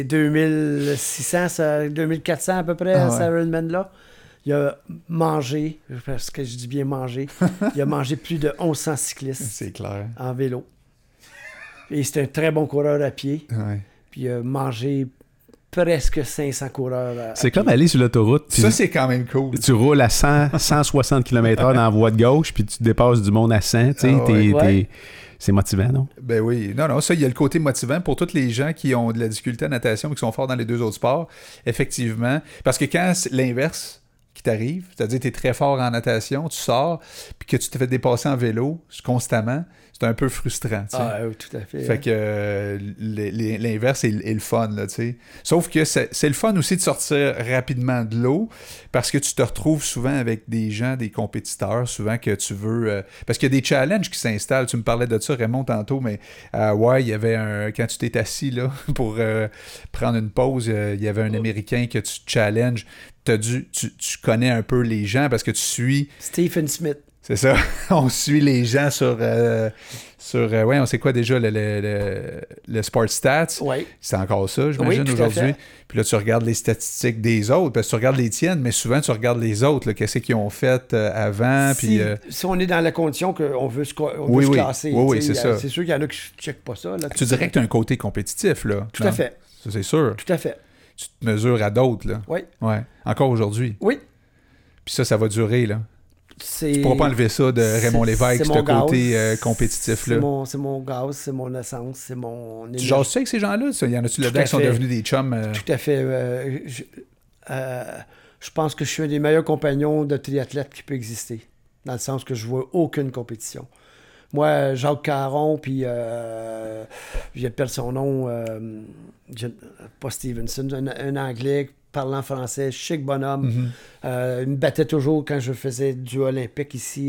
2600, 2400 à peu près à Ironman-là. Il a mangé, parce que je dis bien mangé, il a mangé plus de 1100 cyclistes. C'est clair. En vélo. Et c'est un très bon coureur à pied. Ouais. Puis il a mangé presque 500 coureurs. C'est comme aller sur l'autoroute. Ça, c'est quand même cool. Tu roules à 160 km/h dans la voie de gauche, puis tu dépasses du monde à 100. C'est motivant, non? Ben oui. Non, ça, il y a le côté motivant pour tous les gens qui ont de la difficulté en natation et qui sont forts dans les 2 autres sports. Effectivement. Parce que quand c'est l'inverse qui t'arrive, c'est-à-dire que tu es très fort en natation, tu sors, puis que tu te fais dépasser en vélo constamment, c'est un peu frustrant. T'sais. Ah oui, tout à fait. Fait que l'inverse est le fun, là, tu sais. Sauf que c'est le fun aussi de sortir rapidement de l'eau, parce que tu te retrouves souvent avec des gens, des compétiteurs, souvent que tu veux... parce qu'il y a des challenges qui s'installent. Tu me parlais de ça, Raymond, tantôt, mais il y avait quand tu t'es assis là pour prendre une pause, il y avait un Américain que tu challenges. Tu connais un peu les gens parce que tu suis... Stephen Smith. C'est ça. On suit les gens sur Sur, on sait quoi déjà, le Sport Stats. Oui. C'est encore ça, j'imagine, aujourd'hui. Puis là, tu regardes les statistiques des autres, parce que tu regardes les tiennes, mais souvent, tu regardes les autres, qu'est-ce qu'ils ont fait avant. Si on est dans la condition qu'on veut se classer. Oui, c'est ça. C'est sûr qu'il y en a qui ne checkent pas ça. Là, tu dirais que tu as un côté compétitif, là. Tout à fait. Ça, c'est sûr. Tout à fait. Tu te mesures à d'autres, là. Oui. Ouais. Encore aujourd'hui. Oui. Puis ça va durer, là. Tu ne pourras pas enlever ça de Raymond Lévesque, ce côté compétitif-là. C'est mon gaz, c'est mon essence, c'est mon énergie. Tu jases-tu avec ces gens-là? Y en a-tu là-dedans qui sont devenus des chums? Tout à fait. Je pense que je suis un des meilleurs compagnons de triathlète qui peut exister, dans le sens que je vois aucune compétition. Moi, Jacques Caron, puis je viens de perdre son nom, pas Stevenson, un Anglais parlant français, chic bonhomme. Il me battait toujours quand je faisais du olympique ici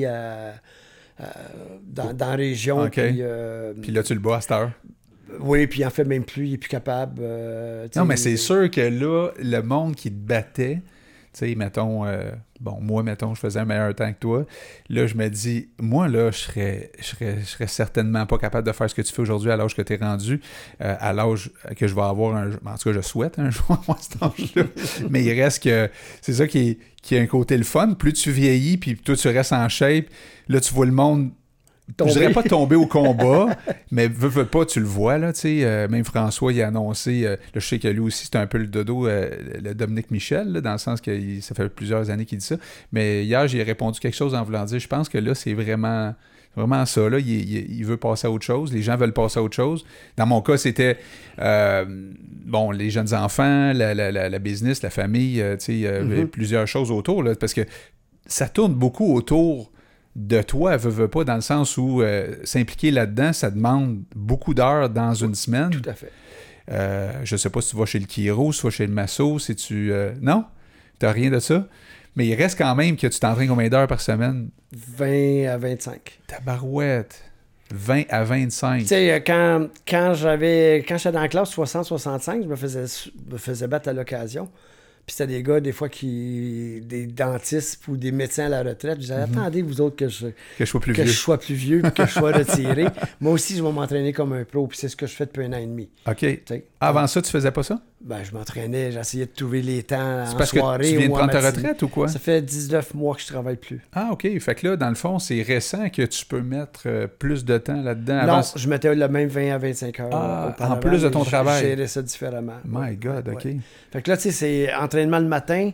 dans la région. Okay. Puis là, tu le bats à cette heure. Oui, puis il en fait même plus, il est plus capable. Non, mais c'est sûr que là, le monde qui te battait, tu sais, mettons, je faisais un meilleur temps que toi. Là, je me dis, moi, là, je serais certainement pas capable de faire ce que tu fais aujourd'hui à l'âge que tu es rendu, à l'âge que je vais avoir en tout cas, je souhaite un jour avoir cet âge-là. Mais il reste que, c'est ça qui a un côté le fun. Plus tu vieillis, puis toi, tu restes en shape, là, tu vois le monde. Je dirais pas tomber au combat, mais veux pas, tu le vois, là, tu sais, même François, il a annoncé, là, je sais que lui aussi, c'est un peu le dodo, le Dominique Michel, là, dans le sens que ça fait plusieurs années qu'il dit ça, mais hier, j'ai répondu quelque chose en voulant dire, je pense que là, c'est vraiment ça, là, il veut passer à autre chose, les gens veulent passer à autre chose. Dans mon cas, c'était, les jeunes enfants, la business, la famille, tu sais, plusieurs choses autour, là, parce que ça tourne beaucoup autour de toi, veut pas, dans le sens où s'impliquer là-dedans, ça demande beaucoup d'heures dans une semaine. Tout à fait. Je sais pas si tu vas chez le chiro, si tu vas chez le masso, si tu... non? T'as rien de ça? Mais il reste quand même que tu t'entraînes combien d'heures par semaine? 20 à 25. Tabarouette! 20 à 25. Tu sais, quand j'étais dans la classe 60-65, je me faisais battre à l'occasion. Puis c'était des gars, des fois, des dentistes ou des médecins à la retraite. Je disais, attendez, vous autres, que je sois plus vieux, puis que je sois retiré. Moi aussi, je vais m'entraîner comme un pro, puis c'est ce que je fais depuis 1 an et demi. OK. Avant ça, tu faisais pas ça? Ben, je m'entraînais, j'essayais de trouver les temps en parce soirée. Que tu viens de prendre ta retraite ou quoi? Ça fait 19 mois que je travaille plus. Ah, OK. Fait que là, dans le fond, c'est récent que tu peux mettre plus de temps là-dedans. Non, je mettais le même 20 à 25 heures. En plus de ton travail. Je gérais ça différemment. My God, OK. Ouais. Fait que là, tu sais, c'est entraînement le matin,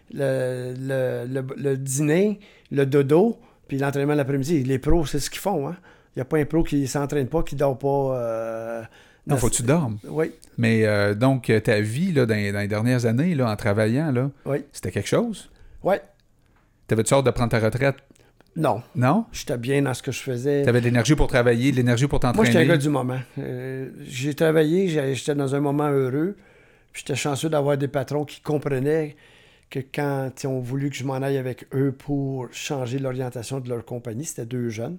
le dîner, le dodo, puis l'entraînement l'après-midi. Les pros, c'est ce qu'ils font, hein. Il n'y a pas un pro qui ne s'entraîne pas, qui ne dort pas... non, faut que tu dormes. Oui. Mais donc, ta vie, là, dans les dernières années, là, en travaillant, là, c'était quelque chose? Oui. T'avais-tu hâte de prendre ta retraite? Non. Non? J'étais bien dans ce que je faisais. T'avais de l'énergie pour travailler, de l'énergie pour t'entraîner? Moi, j'étais un gars du moment. J'ai travaillé, j'étais dans un moment heureux. J'étais chanceux d'avoir des patrons qui comprenaient que quand ils ont voulu que je m'en aille avec eux pour changer l'orientation de leur compagnie, c'était 2 jeunes.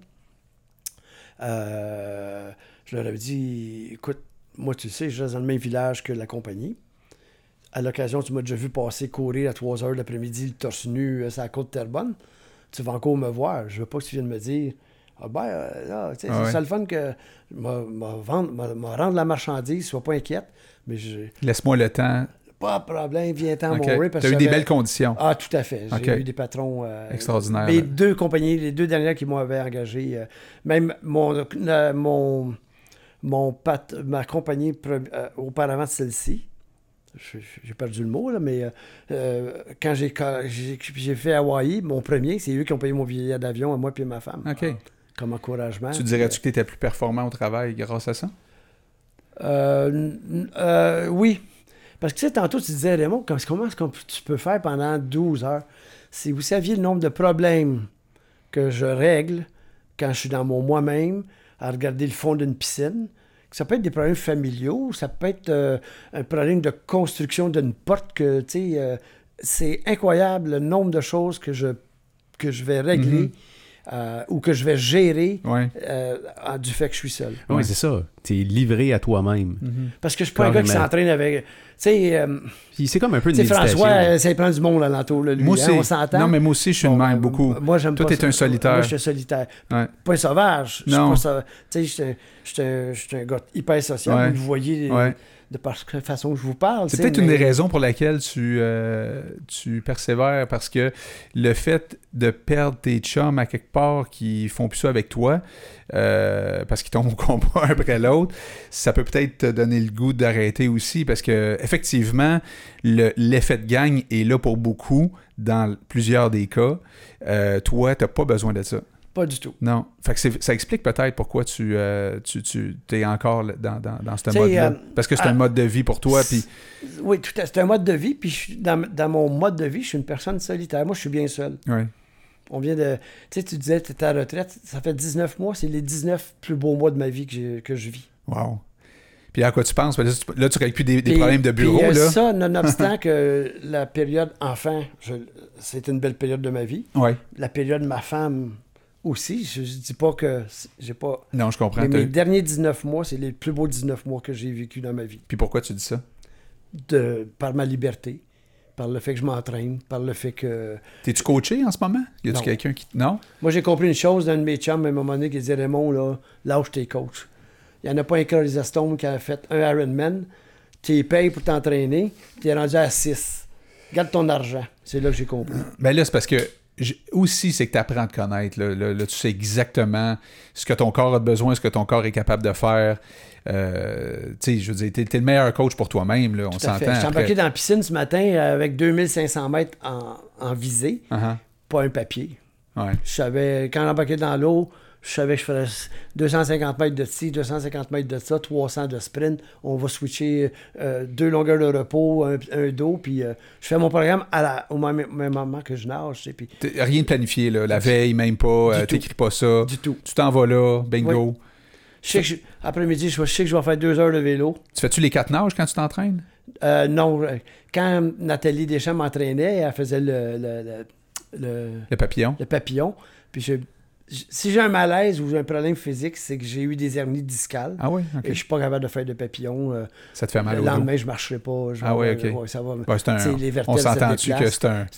Je leur avais dit, écoute, moi, tu sais, je reste dans le même village que la compagnie. À l'occasion, tu m'as déjà vu passer courir à 3 heures l'après-midi, le torse nu, sur la côte Terrebonne. Tu vas encore me voir. Je veux pas que tu viennes me dire, là, tu sais, c'est ça le fun que m'a rendre la marchandise, sois pas inquiète. Mais laisse-moi le temps. Pas de problème, viens-t'en, mon Ray. Tu as eu des belles conditions. Ah, tout à fait. J'ai eu des patrons... extraordinaires. Les 2 compagnies, les 2 dernières qui m'avaient engagé, même ma compagnie auparavant de celle-ci, j'ai perdu le mot, là, mais quand j'ai fait Hawaï, mon premier, c'est eux qui ont payé mon billet d'avion à moi et ma femme. OK. Comme encouragement. Tu dirais-tu que tu étais plus performant au travail grâce à ça? Oui. Parce que tu sais, tantôt, tu disais, Raymond, comment est-ce que tu peux faire pendant 12 heures? Si vous saviez le nombre de problèmes que je règle quand je suis dans mon moi-même, à regarder le fond d'une piscine, ça peut être des problèmes familiaux, ça peut être un problème de construction d'une porte que, tu sais, c'est incroyable le nombre de choses que je vais régler ou que je vais gérer du fait que je suis seul. Oui, c'est ça. t'es livré à toi-même. Parce que je suis pas un gars qui s'entraîne avec... Tu sais... c'est comme un peu de méditation. François, ça prend du monde alentour, là, lui. Moi aussi. On s'entend. Non, mais moi aussi, je suis le même, beaucoup. Moi, j'aime Toi, pas t'es un solitaire. Moi, je suis solitaire. Ouais. Pas un sauvage. Non. Tu sais, je suis un gars hyper social. Vous le voyez... de par la façon que je vous parle. C'est peut-être une des raisons pour laquelle tu persévères, parce que le fait de perdre tes chums à quelque part qui font plus ça avec toi, parce qu'ils tombent au combat un après l'autre, ça peut peut-être te donner le goût d'arrêter aussi, parce que effectivement, l'effet de gang est là pour beaucoup dans plusieurs des cas. Toi, t'as pas besoin de ça. Pas du tout. Non. Fait que ça explique peut-être pourquoi tu es encore dans ce mode-là. Parce que c'est un mode de vie pour toi. Puis... Oui, tout à fait. C'est un mode de vie. Puis dans mon mode de vie, je suis une personne solitaire. Moi, je suis bien seul. Oui. On vient de... Tu sais, tu disais que tu étais à la retraite. Ça fait 19 mois. C'est les 19 plus beaux mois de ma vie que je vis. Wow. Puis à quoi tu penses? Là, tu règles plus des problèmes de bureau. Puis, là. Ça, nonobstant que la période enfant, c'est une belle période de ma vie. Oui. La période de ma femme... aussi, je dis pas que j'ai pas... Non, je comprends. Mais mes derniers 19 mois, c'est les plus beaux 19 mois que j'ai vécu dans ma vie. Puis pourquoi tu dis ça? Par ma liberté, par le fait que je m'entraîne, par le fait que... T'es-tu coaché en ce moment? Y a-tu quelqu'un qui... Non? Moi, j'ai compris une chose d'un de mes chums, à un moment donné, qui disait, Raymond, là où je t'es coach. Il n'y en a pas un Chrysostome qui a fait un Ironman, tu payes pour t'entraîner, tu es rendu à 6. Garde ton argent. C'est là que j'ai compris. Ben là, c'est parce que aussi, c'est que tu apprends à te connaître. Là, tu sais exactement ce que ton corps a besoin, ce que ton corps est capable de faire. Tu sais, je veux dire, t'es le meilleur coach pour toi-même. Là, on s'entend. Je suis embarqué dans la piscine ce matin avec 2500 mètres en visée, pas un papier. Ouais. Je savais, quand j'embarquais dans l'eau, je savais que je ferais 250 mètres de ci, 250 mètres de ça, 300 de sprint. On va switcher 2 longueurs de repos, un dos, puis je fais mon programme au même moment que je nage. Tu sais, puis... Rien de planifié, là. La veille, même pas. T'écris pas ça. Du tout. Tu t'en vas là, bingo. Oui. Après-midi, je sais que je vais faire 2 heures de vélo. Tu fais-tu les 4 nages quand tu t'entraînes? Non. Quand Nathalie Deschamps m'entraînait, elle faisait le papillon. Le papillon. Puis si j'ai un malaise ou j'ai un problème physique, c'est que j'ai eu des hernies discales. Ah oui? OK. Et je suis pas capable de faire de papillon. Ça te fait mal au dos? Le lendemain, je marcherai pas. Oui, OK. Ouais, ça va. Les vertèbres, on s'entend-tu que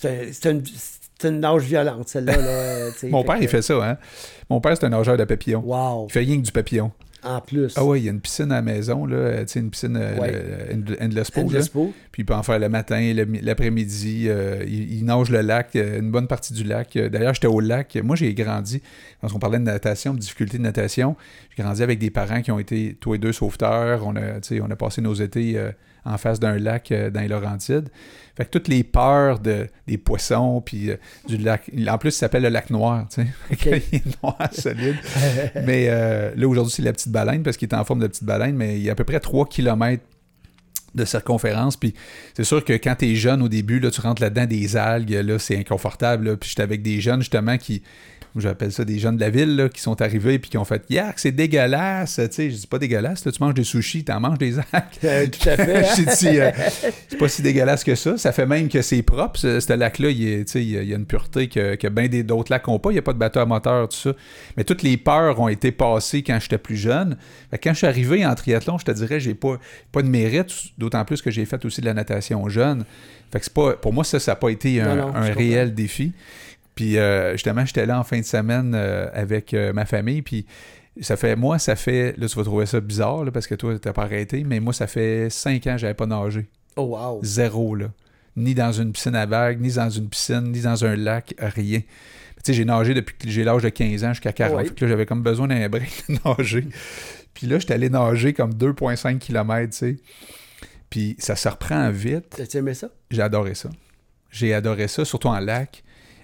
c'est une nage violente, celle-là. Là, Mon père, il fait ça, hein? Mon père, c'est un nageur de papillon. Wow. Il fait rien que du papillon. En plus. Ah oui, il y a une piscine à la maison, là, une piscine Endless Pool. Puis il peut en faire le matin, l'après-midi. Il nage le lac, une bonne partie du lac. D'ailleurs, j'étais au lac. Moi, j'ai grandi, quand on parlait de natation, de difficulté de natation, j'ai grandi avec des parents qui ont été tous les deux sauveteurs. On a passé nos étés en face d'un lac dans les Laurentides. Fait que toutes les peurs des poissons, puis du lac... En plus, il s'appelle le lac noir, tu sais. Okay. Il est noir, solide. Mais là, aujourd'hui, c'est la petite baleine, parce qu'il est en forme de petite baleine, mais il y a à peu près 3 km de circonférence, puis c'est sûr que quand t'es jeune au début, là, tu rentres là-dedans des algues, là, c'est inconfortable, là. Puis j'étais avec des jeunes, justement, qui... J'appelle ça des jeunes de la ville là, qui sont arrivés et qui ont fait « Yark, c'est dégueulasse! » Tu sais, je dis pas dégueulasse, là, tu manges des sushis, t'en manges des algues. Tout à fait. J'ai dit c'est pas si dégueulasse que ça. Ça fait même que c'est propre. Ce lac-là, il y a une pureté que bien d'autres lacs n'ont pas. Il n'y a pas de bateau à moteur, tout ça. Mais toutes les peurs ont été passées quand j'étais plus jeune. Fait que quand je suis arrivé en triathlon, je te dirais, j'ai pas de mérite, d'autant plus que j'ai fait aussi de la natation jeune. Fait que c'est pas, pour moi, ça n'a pas été un réel défi. Puis justement, j'étais là en fin de semaine avec ma famille, puis ça fait, là tu vas trouver ça bizarre, là, parce que toi, t'as pas arrêté, mais moi, ça fait 5 ans que j'avais pas nagé. Oh wow! 0, là. Ni dans une piscine à vagues, ni dans une piscine, ni dans un lac, rien. Tu sais, j'ai nagé depuis que j'ai l'âge de 15 ans jusqu'à 40. Fait que là, j'avais comme besoin d'un break de nager. Puis là, j'étais allé nager comme 2,5 km, tu sais. Puis ça se reprend vite. T'as aimé ça? J'ai adoré ça. J'ai adoré ça, surtout en lac.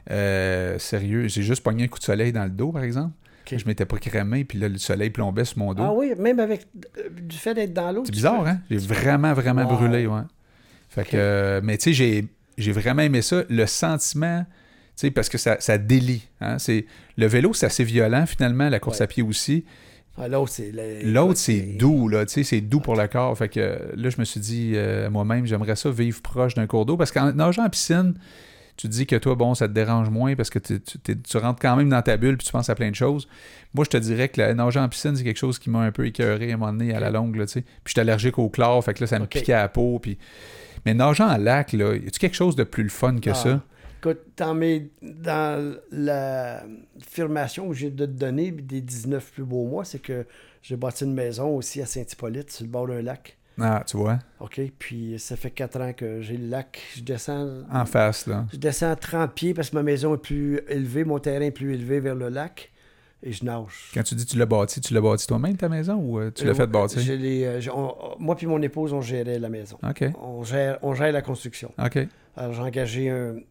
Sérieux, j'ai juste pogné un coup de soleil dans le dos, par exemple. Okay. Je m'étais pas crémé, puis là, le soleil plombait sur mon dos. Ah oui, même avec du fait d'être dans l'eau. C'est bizarre, hein? J'ai vraiment brûlé, ouais. Fait que, mais tu sais, j'ai vraiment aimé ça. Le sentiment, tu sais, parce que ça délie. Hein? Le vélo, c'est assez violent, finalement, la course à pied aussi. Ah, l'autre, c'est doux, là, tu sais, c'est doux pour le corps. Fait que là, je me suis dit, moi-même, j'aimerais ça vivre proche d'un cours d'eau, parce qu'en nageant en piscine, tu te dis que toi, bon, ça te dérange moins parce que tu rentres quand même dans ta bulle puis tu penses à plein de choses. Moi, je te dirais que nager en piscine, c'est quelque chose qui m'a un peu écœuré à un moment donné à la longue, là, tu sais. Puis je suis allergique au chlore, fait que là, ça me piquait à la peau. Puis... Mais nager en lac, là, y a-tu quelque chose de plus le fun que ça? Écoute, dans la formation que j'ai de te donner des 19 plus beaux mois, c'est que j'ai bâti une maison aussi à Saint-Hippolyte, sur le bord d'un lac. Ah, tu vois. OK, puis ça fait 4 ans que j'ai le lac. Je descends... En face, là. Je descends à 30 pieds parce que ma maison est plus élevée, mon terrain est plus élevé vers le lac, et je nage. Quand tu dis tu l'as bâti toi-même, ta maison, ou tu l'as fait bâtir? Moi puis mon épouse, on gérait la maison. OK. On gère la construction. OK. Alors, j'ai engagé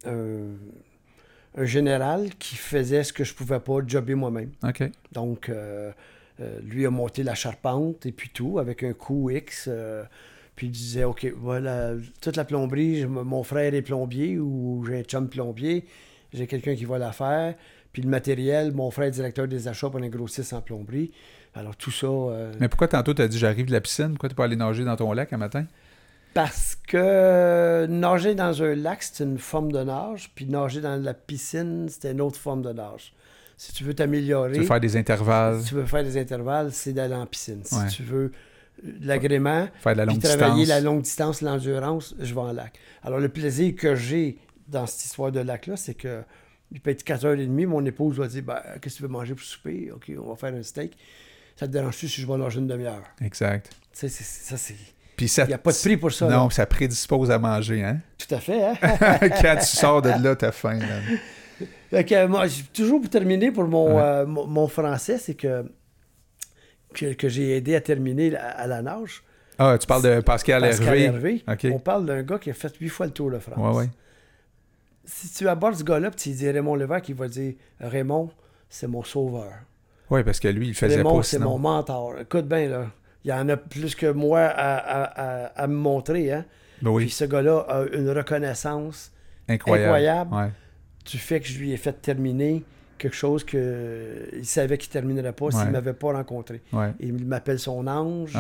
un général qui faisait ce que je pouvais pas jobber moi-même. OK. Donc, lui a monté la charpente et puis tout, avec un coût X. Puis il disait, OK, voilà, toute la plomberie, mon frère est plombier ou j'ai un chum plombier, j'ai quelqu'un qui va la faire. Puis le matériel, mon frère est directeur des achats pour un grossiste en plomberie. Alors, tout ça... Mais pourquoi tantôt tu as dit j'arrive de la piscine? Pourquoi tu peux aller nager dans ton lac un matin? Parce que nager dans un lac, c'est une forme de nage, puis nager dans la piscine, c'est une autre forme de nage. Si tu veux t'améliorer... Tu veux faire des intervalles. Si tu veux faire des intervalles, c'est d'aller en piscine. Si tu veux de l'agrément, faire de la longue distance. Travailler la longue distance, l'endurance, je vais en lac. Alors, le plaisir que j'ai dans cette histoire de lac-là, c'est que il peut être 4h30, mon épouse va dire « Qu'est-ce que tu veux manger pour souper? OK, on va faire un steak. Ça te dérange-tu si je vais nager une demi-heure? » Exact. Tu sais, ça, c'est... Puis ça, il n'y a pas de prix pour ça. Non, là. Ça prédispose à manger, hein? Tout à fait, hein? Quand tu sors de là, t'as faim, là. Fait que, moi, toujours pour terminer pour mon français, c'est que j'ai aidé à terminer à la nage. Ah, tu parles de Pascal Hervé. Okay. On parle d'un gars qui a fait 8 fois le Tour de France. Ouais. Si tu abordes ce gars-là, tu dis Raymond Lévesque, il va dire Raymond, c'est mon sauveur. Oui, parce que lui, il faisait Raymond, pas c'est mon mentor. Écoute bien, là. Il y en a plus que moi à me montrer, hein. Ben oui. Puis ce gars-là a une reconnaissance incroyable. Ouais. Du fait que je lui ai fait terminer quelque chose qu'il savait qu'il ne terminerait pas s'il ne m'avait pas rencontré. Ouais. Il m'appelle son ange.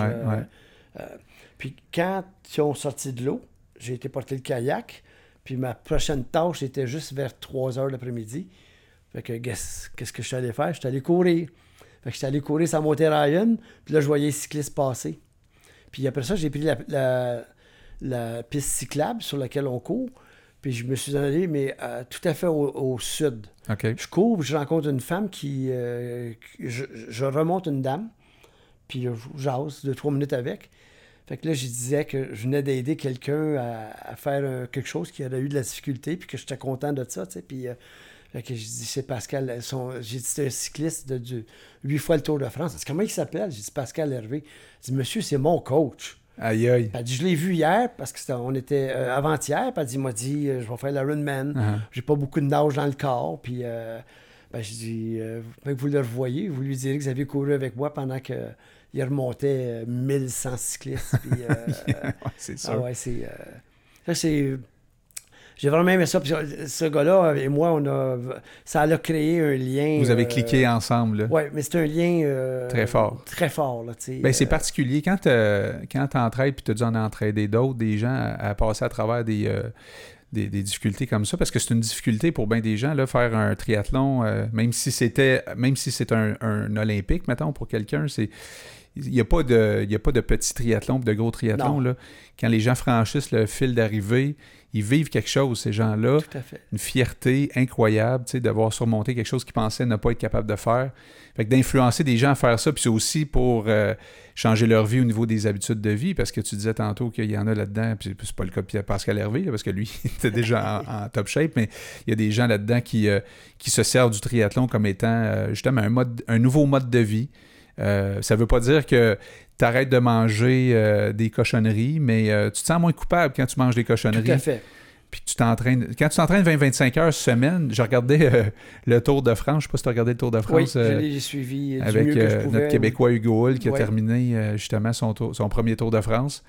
Puis quand ils ont sorti de l'eau, j'ai été porter le kayak. Puis ma prochaine tâche, c'était juste vers 3h l'après-midi. Fait que qu'est-ce que je suis allé faire? Je suis allé courir. Fait que je suis allé courir sans monter Ryan. Puis là, je voyais les cyclistes passer. Puis après ça, j'ai pris la piste cyclable sur laquelle on court. Puis je me suis allé, mais tout à fait au sud. Okay. Je cours, je rencontre une femme qui... je remonte une dame, puis je jase 2-3 minutes avec. Fait que là, je disais que je venais d'aider quelqu'un à faire quelque chose qui aurait eu de la difficulté, puis que j'étais content de ça, tu sais. Puis fait que je dis, c'est Pascal... j'ai dit, c'est un cycliste de 8 fois le Tour de France. Comment il s'appelle? J'ai dit, Pascal Hervé. Il dit, monsieur, c'est mon coach. Aïe, aïe. Elle dit, je l'ai vu hier, parce que on était avant-hier, puis il m'a dit, je vais faire l'Ironman. J'ai pas beaucoup de nage dans le corps, puis je dis, vous le revoyez, vous lui direz que vous avez couru avec moi pendant qu'il remontait 1100 cyclistes. Puis, c'est sûr. Ah ouais, c'est... J'ai vraiment aimé ça. Puis ce gars-là et moi, ça a créé un lien. Vous avez cliqué ensemble, là. Oui, mais c'est un lien... très fort. Très fort, là, tu sais. Ben, c'est particulier. Quand tu entraides, puis tu as dû en entraider d'autres, des gens à passer à travers des difficultés comme ça, parce que c'est une difficulté pour bien des gens, là, faire un triathlon, même si c'est un olympique, mettons, pour quelqu'un, c'est... Il n'y a pas de petits triathlons, de gros triathlons. Là. Quand les gens franchissent le fil d'arrivée, ils vivent quelque chose, ces gens-là. Tout à fait. Une fierté incroyable, d'avoir surmonté quelque chose qu'ils pensaient ne pas être capable de faire. Fait que d'influencer des gens à faire ça, puis c'est aussi pour changer leur vie au niveau des habitudes de vie, parce que tu disais tantôt qu'il y en a là-dedans, puis c'est pas le cas de Pascal Hervé, là, parce que lui, il était déjà en top shape, mais il y a des gens là-dedans qui se servent du triathlon comme étant justement un nouveau mode de vie. Ça veut pas dire que tu arrêtes de manger des cochonneries, mais tu te sens moins coupable quand tu manges des cochonneries. Tout à fait. Puis tu t'entraînes. Quand tu t'entraînes 20-25 heures semaine, j'ai regardé le Tour de France. Je sais pas si tu as regardé le Tour de France. Oui, je l'ai suivi avec du mieux que je pouvais, notre Québécois Hugo Hull qui a terminé justement son premier Tour de France.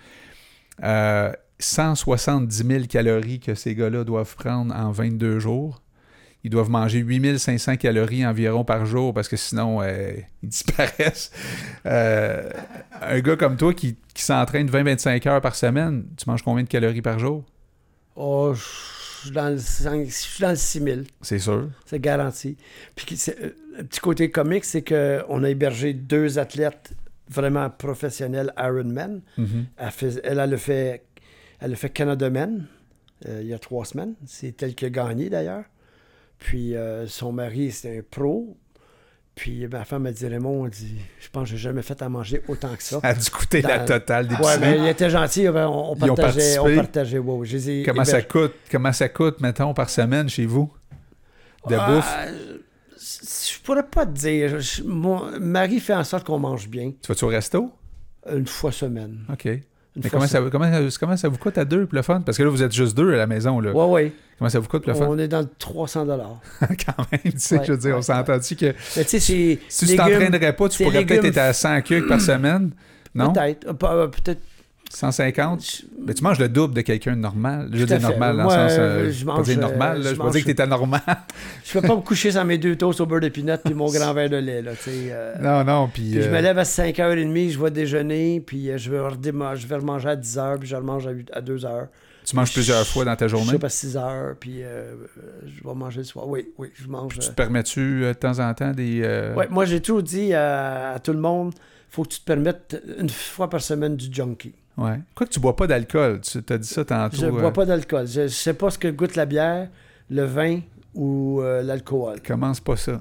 170 000 calories que ces gars-là doivent prendre en 22 jours. Ils doivent manger 8500 calories environ par jour parce que sinon, ils disparaissent. Un gars comme toi qui s'entraîne 20-25 heures par semaine, tu manges combien de calories par jour? Oh, suis dans le 6 000. C'est sûr. C'est garanti. Puis un petit côté comique, c'est qu'on a hébergé 2 athlètes vraiment professionnels Ironman. Mm-hmm. Elle a fait Canada Men il y a 3 semaines. C'est elle qui a gagné, d'ailleurs. Puis son mari, c'est un pro. Puis ma femme m'a dit, Raymond, je pense que j'ai jamais fait à manger autant que ça. Ça a dû coûter la totale d'épicerie. Ouais, mais il était gentil. On partageait. Wow, Comment ça coûte, mettons, par semaine chez vous, de bouffe? Je pourrais pas te dire. Mon mari fait en sorte qu'on mange bien. Tu vas-tu au resto? Une fois semaine. OK. Mais comment ça vous coûte à 2 pour le fun? Parce que là, vous êtes juste 2 à la maison. Là. Oui. Comment ça vous coûte pour le fun? On est dans le 300 $. Quand même, tu sais, je veux dire, on s'entend-tu que mais tu sais, si tu t'entraînerais pas, tu pourrais peut-être être à 100 cucs par semaine? Non? Peut-être. Peut-être. 150? Mais tu manges le double de quelqu'un de normal. Je veux dire normal, dans moi, le sens... je pas dire normal, je veux dire que t'es anormal. Je peux pas me coucher sans mes 2 toasts au beurre de pinot puis mon grand verre de lait, là, tu sais. Non, puis... je me lève à 5h30, je vais déjeuner, puis je vais remanger à 10h, puis je remange à 2h. Tu manges plusieurs fois dans ta journée? Je suis à 6h, puis je vais manger le soir. Oui, je mange... Puis tu te permets-tu de temps en temps des... Oui, moi j'ai toujours dit à tout le monde, faut que tu te permettes une fois par semaine du junkie. Ouais. Quoi que tu bois pas d'alcool, tu t'as dit ça tantôt. Je bois pas d'alcool. Je sais pas ce que goûte la bière, le vin ou l'alcool. Commence pas ça.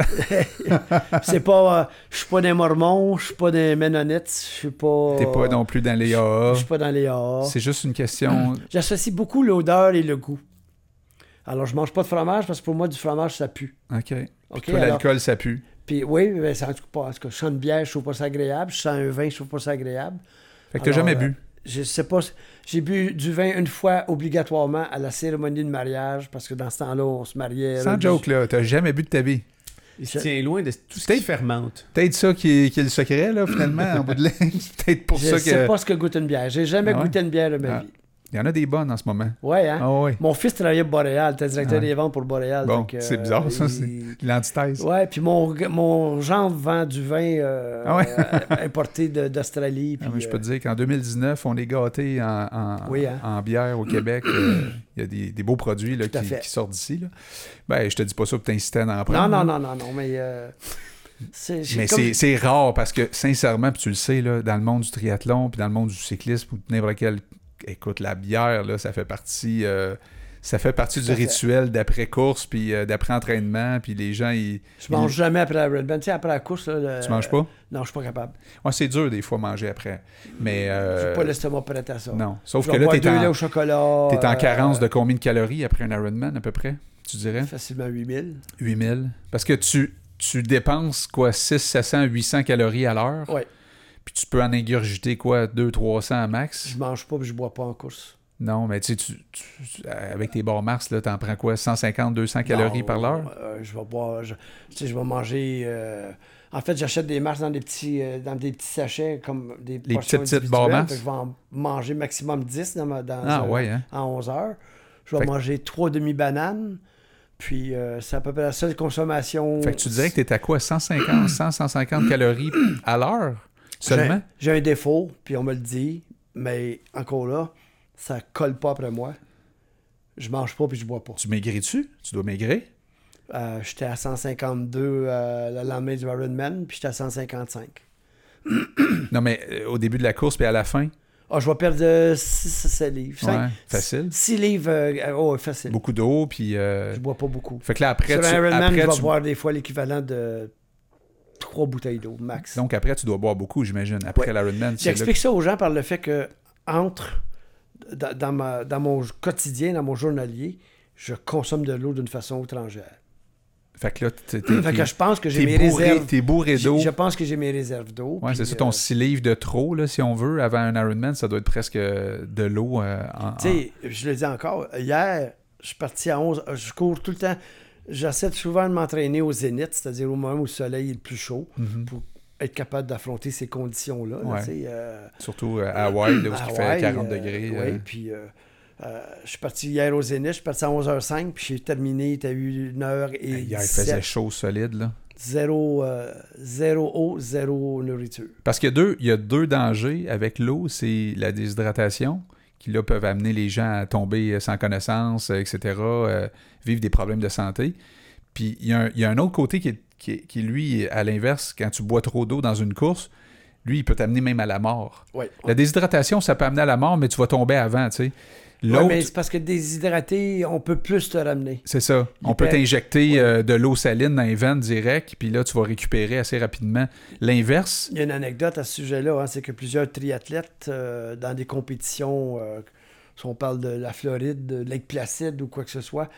C'est pas... je suis pas des Mormons, je suis pas des Ménonites, je suis pas... T'es pas non plus dans les AA. Je suis pas dans les AA. C'est juste une question... J'associe beaucoup l'odeur et le goût. Alors, je mange pas de fromage parce que pour moi, du fromage, ça pue. OK. Puis toi, l'alcool, ça pue. Puis oui, mais ça, en tout cas, je sens une bière, je trouve pas ça agréable. Je sens un vin, je trouve pas ça agréable. Fait que t'as jamais bu? Je sais pas. J'ai bu du vin une fois obligatoirement à la cérémonie de mariage parce que dans ce temps-là, on se mariait. Sans joke, là. T'as jamais bu de ta vie? Il se tient loin de tout ce qui fermente. Peut-être ça qui est le secret, là, finalement, en bout de ligne. C'est peut-être pour ça que... Je sais pas ce que goûte une bière. J'ai jamais goûté une bière de ma vie. Il y en a des bonnes en ce moment. Ouais, hein? Ah, ouais. Mon fils travaillait pour Boréal, était directeur des ventes pour Boréal. Bon, c'est bizarre, ça, c'est l'antithèse. Ouais, puis mon gendre vend du vin importé d'Australie. Puis, mais je peux te dire qu'en 2019, on est gâtés en bière au Québec. Il y a des beaux produits là, qui sortent d'ici. Là. Ben, je te dis pas ça pour t'inciter à en prendre. Non, mais... c'est rare parce que, sincèrement, puis tu le sais, là, dans le monde du triathlon, puis dans le monde du cyclisme, ou n'importe quel... Écoute, la bière, là, ça fait partie du rituel d'après-course, puis d'après-entraînement, puis les gens, Je mange jamais après la Redband. Tu sais, après la course... Là, Tu manges pas? Non, je suis pas capable. Ouais, c'est dur, des fois, manger après. Mais... J'ai pas l'estomac prêt à ça. Non. Sauf que là, t'es au chocolat. T'es en carence de combien de calories après un Ironman, à peu près, tu dirais? Facilement 8000. 8000. Parce que tu dépenses, quoi, 600, 800 calories à l'heure? Oui. Puis tu peux en ingurgiter, quoi, 200-300 max? Je mange pas puis je bois pas en course. Non, mais tu sais, avec tes barres Mars, là, t'en prends quoi, 150-200 calories par l'heure? Je vais boire... je vais manger... En fait, j'achète des Mars dans des petits sachets, comme des les petites barres Mars? Je vais en manger maximum 10 en 11 heures. Je vais manger 3 demi-bananes. Puis, c'est à peu près la seule consommation... Fait que tu dirais que t'es à quoi, 150 calories à l'heure? Seulement? J'ai un défaut, puis on me le dit, mais encore là, ça colle pas après moi. Je mange pas puis je bois pas. Tu maigris-tu? Tu dois maigrir? J'étais à 152 le lendemain du Ironman, puis j'étais à 155. Non, mais au début de la course puis à la fin? Je vais perdre 6 livres. 5, ouais, facile. 6 livres, facile. Beaucoup d'eau, puis... Je bois pas beaucoup. Fait que là, après, sur Ironman, je vais boire des fois l'équivalent de 3 bouteilles d'eau, max. Donc après, tu dois boire beaucoup, j'imagine, après l'Ironman. J'explique ça aux gens par le fait que dans mon quotidien, dans mon journalier, je consomme de l'eau d'une façon étrangère. Fait que là, je pense que j'ai mes réserves. T'es bourré d'eau. Je pense que j'ai mes réserves d'eau. Ouais, c'est ça, ton 6 livres de trop, là, si on veut, avant un Ironman, ça doit être presque de l'eau. Tu sais, je le dis encore, hier, je suis parti à 11, je cours tout le temps. J'essaie souvent de m'entraîner au zénith, c'est-à-dire au moment où le soleil est le plus chaud, pour être capable d'affronter ces conditions-là. Ouais. Surtout à Hawaï, là, où il fait 40 degrés. Oui, puis je suis parti hier au zénith, je suis parti à 11h05, puis j'ai terminé, il y a eu 1h17. Hier, il faisait chaud solide, là. Zéro eau, zéro nourriture. Parce qu'il y a deux dangers avec l'eau, c'est la déshydratation, qui là, peuvent amener les gens à tomber sans connaissance, etc., vivre des problèmes de santé. Puis il y a un autre côté qui lui, à l'inverse, quand tu bois trop d'eau dans une course, lui, il peut t'amener même à la mort. Ouais. La déshydratation, ça peut amener à la mort, mais tu vas tomber avant, tu sais. L'autre, mais c'est parce que déshydraté, on peut plus te ramener. C'est ça. On peut t'injecter de l'eau saline dans les veines direct, puis là, tu vas récupérer assez rapidement. L'inverse... Il y a une anecdote à ce sujet-là, c'est que plusieurs triathlètes, dans des compétitions, si on parle de la Floride, de Lake Placid ou quoi que ce soit,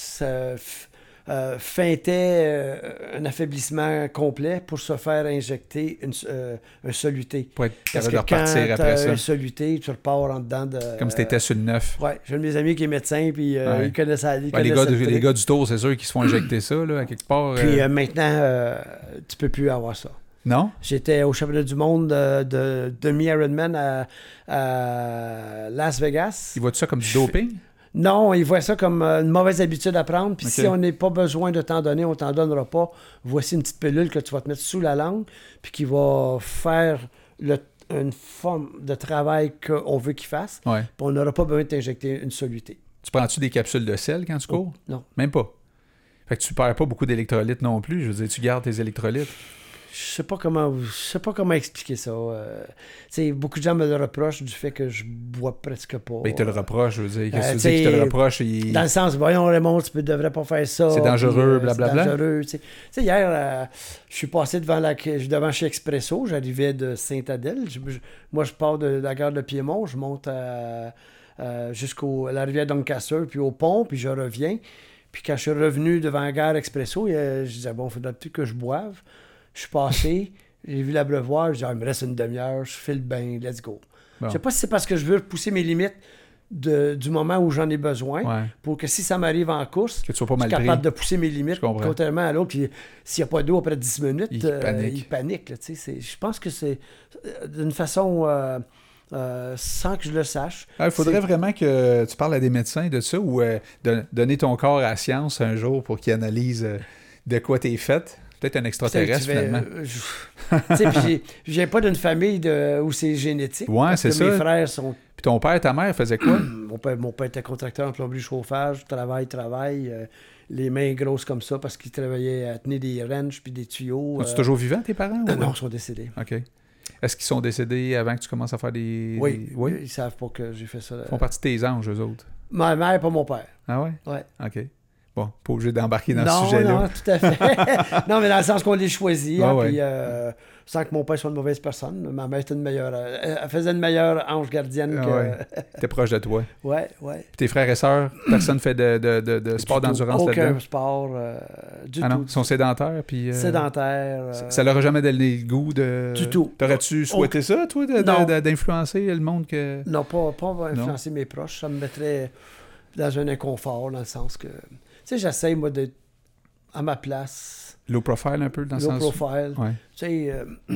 feintaient un affaiblissement complet pour se faire injecter un soluté. Pour être parce capable que de repartir quand après ça. Un soluté, tu repars en dedans de... Comme si t'étais sur le neuf. Ouais, j'ai un de mes amis qui est médecin, puis il connaît ça. Les gars du Tour, c'est sûr qu'ils se font injecter ça, là, à quelque part. Puis maintenant, tu peux plus avoir ça. Non? J'étais au championnat du monde de demi-Ironman à Las Vegas. Ils voient ça comme du doping? Non, ils voient ça comme une mauvaise habitude à prendre. Puis Okay. si on n'a pas besoin de t'en donner, on t'en donnera pas. Voici une petite pilule que tu vas te mettre sous la langue, puis qui va faire une forme de travail qu'on veut qu'il fasse. Ouais. Puis on n'aura pas besoin de t'injecter une soluté. Tu prends-tu des capsules de sel quand tu cours? Non. Même pas. Fait que tu perds pas beaucoup d'électrolytes non plus. Je veux dire, tu gardes tes électrolytes. Je sais pas comment expliquer ça. Beaucoup de gens me le reprochent du fait que je bois presque pas. Ben, ils te le reprochent, je veux dire. Qu'est-ce que tu dis qu'ils te le reprochent? Dans le sens, voyons Raymond, tu devrais pas faire ça. C'est dangereux, blablabla. C'est dangereux. Hier, je suis passé devant chez Expresso, j'arrivais de Sainte-Adèle. Moi, je pars de la gare de Piémont, je monte jusqu'à la rivière Doncaster, puis au pont, puis je reviens. Puis quand je suis revenu devant la gare Expresso, je disais, bon, il faudrait peut-être que je boive. Je suis passé, j'ai vu l'abreuvoir, je dis, il me reste une demi-heure, je file bien, let's go. Bon. Je sais pas si c'est parce que je veux repousser mes limites du moment où j'en ai besoin, pour que si ça m'arrive en course, que tu sois pas je suis capable de pousser mes limites, contrairement à l'autre, puis s'il n'y a pas d'eau après 10 minutes, il panique. Je pense que c'est d'une façon... sans que je le sache. Il faudrait vraiment que tu parles à des médecins de ça ou donner ton corps à la science un jour pour qu'ils analysent de quoi t'es fait. Peut-être un extraterrestre, finalement. Puis je viens pas d'une famille où c'est génétique. Ouais, c'est ça. Mes frères sont... Puis ton père et ta mère faisaient quoi? Mon père était contracteur en plomberie chauffage, travail, les mains grosses comme ça parce qu'il travaillait à tenir des wrenches puis des tuyaux. Sont-ils toujours vivants, tes parents? Non, ils sont décédés. OK. Est-ce qu'ils sont décédés avant que tu commences à faire des... Oui, ils savent pas que j'ai fait ça. Ils font partie de tes anges, eux autres? Ma mère, pas mon père. Ah ouais? Ouais. OK. Bon, pas obligé d'embarquer dans ce sujet-là. Non, tout à fait. Non, mais dans le sens qu'on les choisit, puis sans que mon père soit une mauvaise personne. Ma mère était elle faisait une meilleure ange gardienne que... T'es proche de toi. Ouais. Puis tes frères et sœurs, personne fait de sport d'endurance là-dedans? Aucun sport du tout. Non, ils sont sédentaires, puis... Sédentaires. Ça leur a jamais donné le goût de... Du tout. T'aurais-tu souhaité ça, toi, d'influencer le monde que... Non, pas influencer mes proches. Ça me mettrait dans un inconfort, dans le sens que... Tu sais, j'essaie, moi, d'être à ma place. Low profile, un peu, dans le sens... Low profile. Ouais. Tu sais,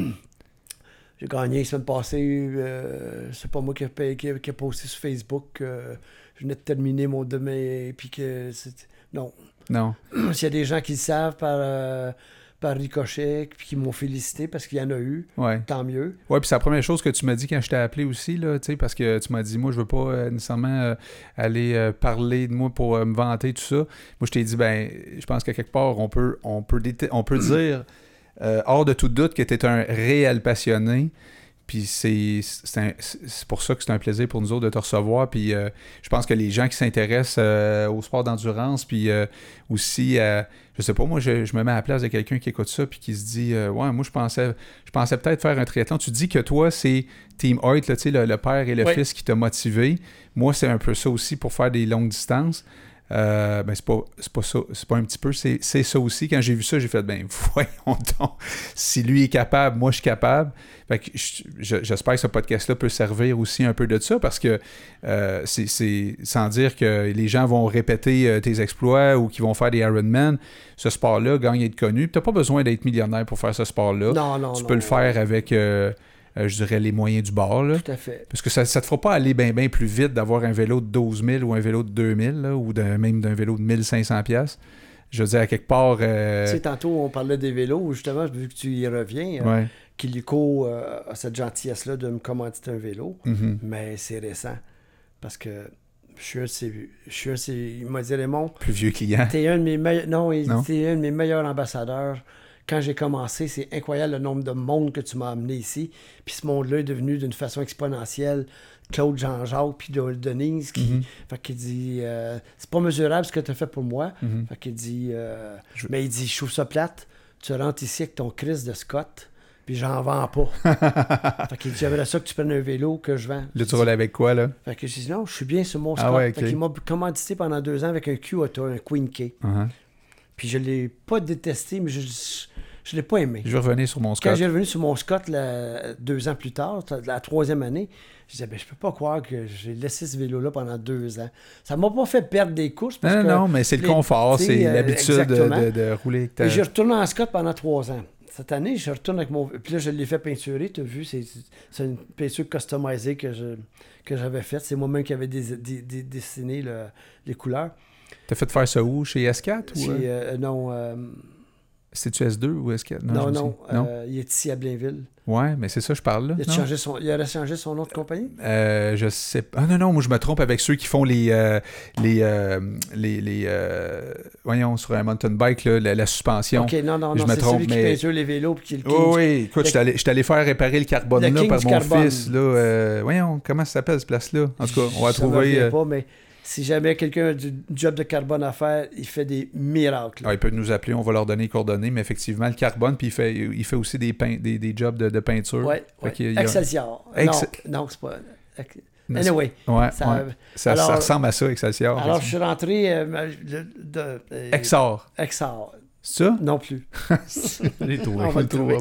j'ai gagné la semaine passée, c'est pas moi qui a posté sur Facebook, je venais de terminer mon demain, puis que... Non. S'il y a des gens qui le savent par ricochet, puis qui m'ont félicité parce qu'il y en a eu, tant mieux. Oui, puis c'est la première chose que tu m'as dit quand je t'ai appelé aussi, là, parce que tu m'as dit, moi, je veux pas nécessairement aller parler de moi pour me vanter, tout ça. Moi, je t'ai dit, je pense qu'à quelque part, on peut dire, hors de tout doute, que tu es un réel passionné. Puis c'est pour ça que c'est un plaisir pour nous autres de te recevoir. Puis je pense que les gens qui s'intéressent au sport d'endurance, puis aussi, je sais pas, moi, je me mets à la place de quelqu'un qui écoute ça, puis qui se dit, moi, je pensais peut-être faire un triathlon. Tu dis que toi, c'est Team Hoyt, là, le père et le fils qui t'a motivé. Moi, c'est un peu ça aussi pour faire des longues distances. C'est pas ça, c'est pas un petit peu, c'est ça aussi. Quand j'ai vu ça, j'ai fait, voyons donc, si lui est capable, moi je suis capable. Fait que j'espère que ce podcast-là peut servir aussi un peu de ça, parce que c'est sans dire que les gens vont répéter tes exploits ou qu'ils vont faire des Ironman. Ce sport-là gagne à être connu. Tu n'as pas besoin d'être millionnaire pour faire ce sport-là. Non. Tu peux le faire avec... je dirais les moyens du bord. Là. Tout à fait. Parce que ça ne te fera pas aller bien plus vite d'avoir un vélo de 12 000 ou un vélo de 2 000 là, ou même d'un vélo de 1 500 $. Je veux dire, à quelque part... Tu sais, tantôt, on parlait des vélos. Justement, vu que tu y reviens, Kilico a cette gentillesse-là de me commanditer un vélo. Mm-hmm. Mais c'est récent. parce que je suis un de ses... Il m'a dit, Raymond... Plus vieux client. T'es un de mes meilleurs... Non, t'es un de mes meilleurs ambassadeurs. Quand j'ai commencé, c'est incroyable le nombre de monde que tu m'as amené ici. Puis ce monde-là est devenu d'une façon exponentielle. Claude Jean-Jacques, puis Denise, fait qu'il dit, c'est pas mesurable ce que tu as fait pour moi. Fait qu'il dit, mais il dit, je trouve ça plate. Tu rentres ici avec ton Chris de Scott, puis j'en vends pas. Fait qu'il dit, j'aimerais ça que tu prennes un vélo que je vends. Là, tu roules avec quoi, là? Fait que je dis, non, je suis bien sur mon Scott. Okay. Fait qu'il m'a commandité pendant 2 ans avec un Q-Auto, un Queen K. Puis je l'ai pas détesté, mais je l'ai pas aimé. Je vais revenir sur mon Scott. Quand j'ai revenu sur mon Scott 2 ans plus tard, la 3e année, je disais, je peux pas croire que j'ai laissé ce vélo-là pendant 2 ans. Ça m'a pas fait perdre des courses. Parce non, mais c'est le confort, c'est l'habitude de rouler. Et j'ai retourné en Scott pendant 3 ans. Cette année, je retourne avec mon... Puis là, je l'ai fait peinturer, tu as vu, c'est une peinture customisée que j'avais faite. C'est moi-même qui avais dessiné les couleurs. T'as fait faire ça où? Chez S4? Non... C'est-tu S2 ou S4? Non. Il est ici à Blainville. Ouais, mais c'est ça, je parle là. Il a changé son nom de compagnie? Je sais pas. Ah non, moi je me trompe avec ceux qui font les voyons, sur un mountain bike, là, la suspension. OK, non, c'est celui qui peinture les vélos puis qui le oui, écoute, je suis allé faire réparer le carbone là par mon fils. Là, voyons, comment ça s'appelle cette place-là? En tout cas, on va trouver... Je ne pas, mais... Si jamais quelqu'un a du job de carbone à faire, il fait des miracles. Il peut nous appeler, on va leur donner les coordonnées, mais effectivement, le carbone, puis il fait aussi des jobs de peinture. Oui. Excelsior. Non, c'est pas... Anyway. Ça ressemble à ça, Excelsior. Alors, je suis rentré... Exor. C'est ça? Non plus. On va le trouver.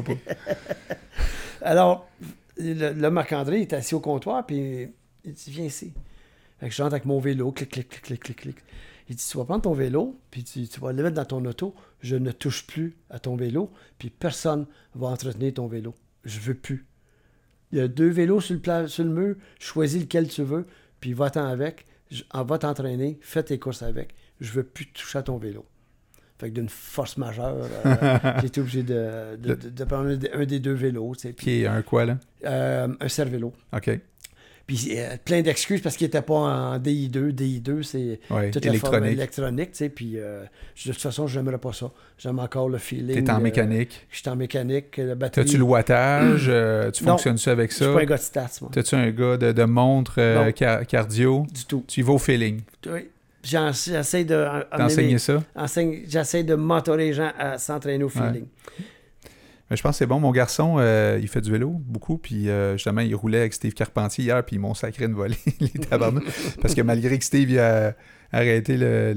Alors, le Marc-André est assis au comptoir, puis il dit, viens ici. Fait que je rentre avec mon vélo, clic. Il dit, tu vas prendre ton vélo, puis tu vas le mettre dans ton auto. Je ne touche plus à ton vélo, puis personne va entretenir ton vélo. Je veux plus. Il y a 2 vélos sur le mur, choisis lequel tu veux, puis va-t'en avec, va t'entraîner, fais tes courses avec. Je veux plus toucher à ton vélo. Fait que d'une force majeure, j'ai été obligé de prendre un des 2 vélos. Qui est un quoi, là? Un Cervélo. OK. Puis plein d'excuses parce qu'il n'était pas en DI2. DI2, c'est toute la forme électronique. Puis de toute façon, je n'aimerais pas ça. J'aime encore le feeling. T'es en mécanique. Je suis en mécanique. La batterie... T'as-tu le wattage? Tu fonctionnes-tu avec ça? Je suis pas un gars de stats, moi. T'as-tu un gars de montre cardio? Du tout. Tu y vas au feeling? Oui. J'essaie de... T'enseigner ça? J'essaie de mentorer les gens à s'entraîner au feeling. Mais je pense que c'est bon. Mon garçon, il fait du vélo beaucoup, puis justement, il roulait avec Steve Carpentier hier, puis ils m'ont sacré une volée, les tabarnouches. Parce que malgré que Steve a arrêté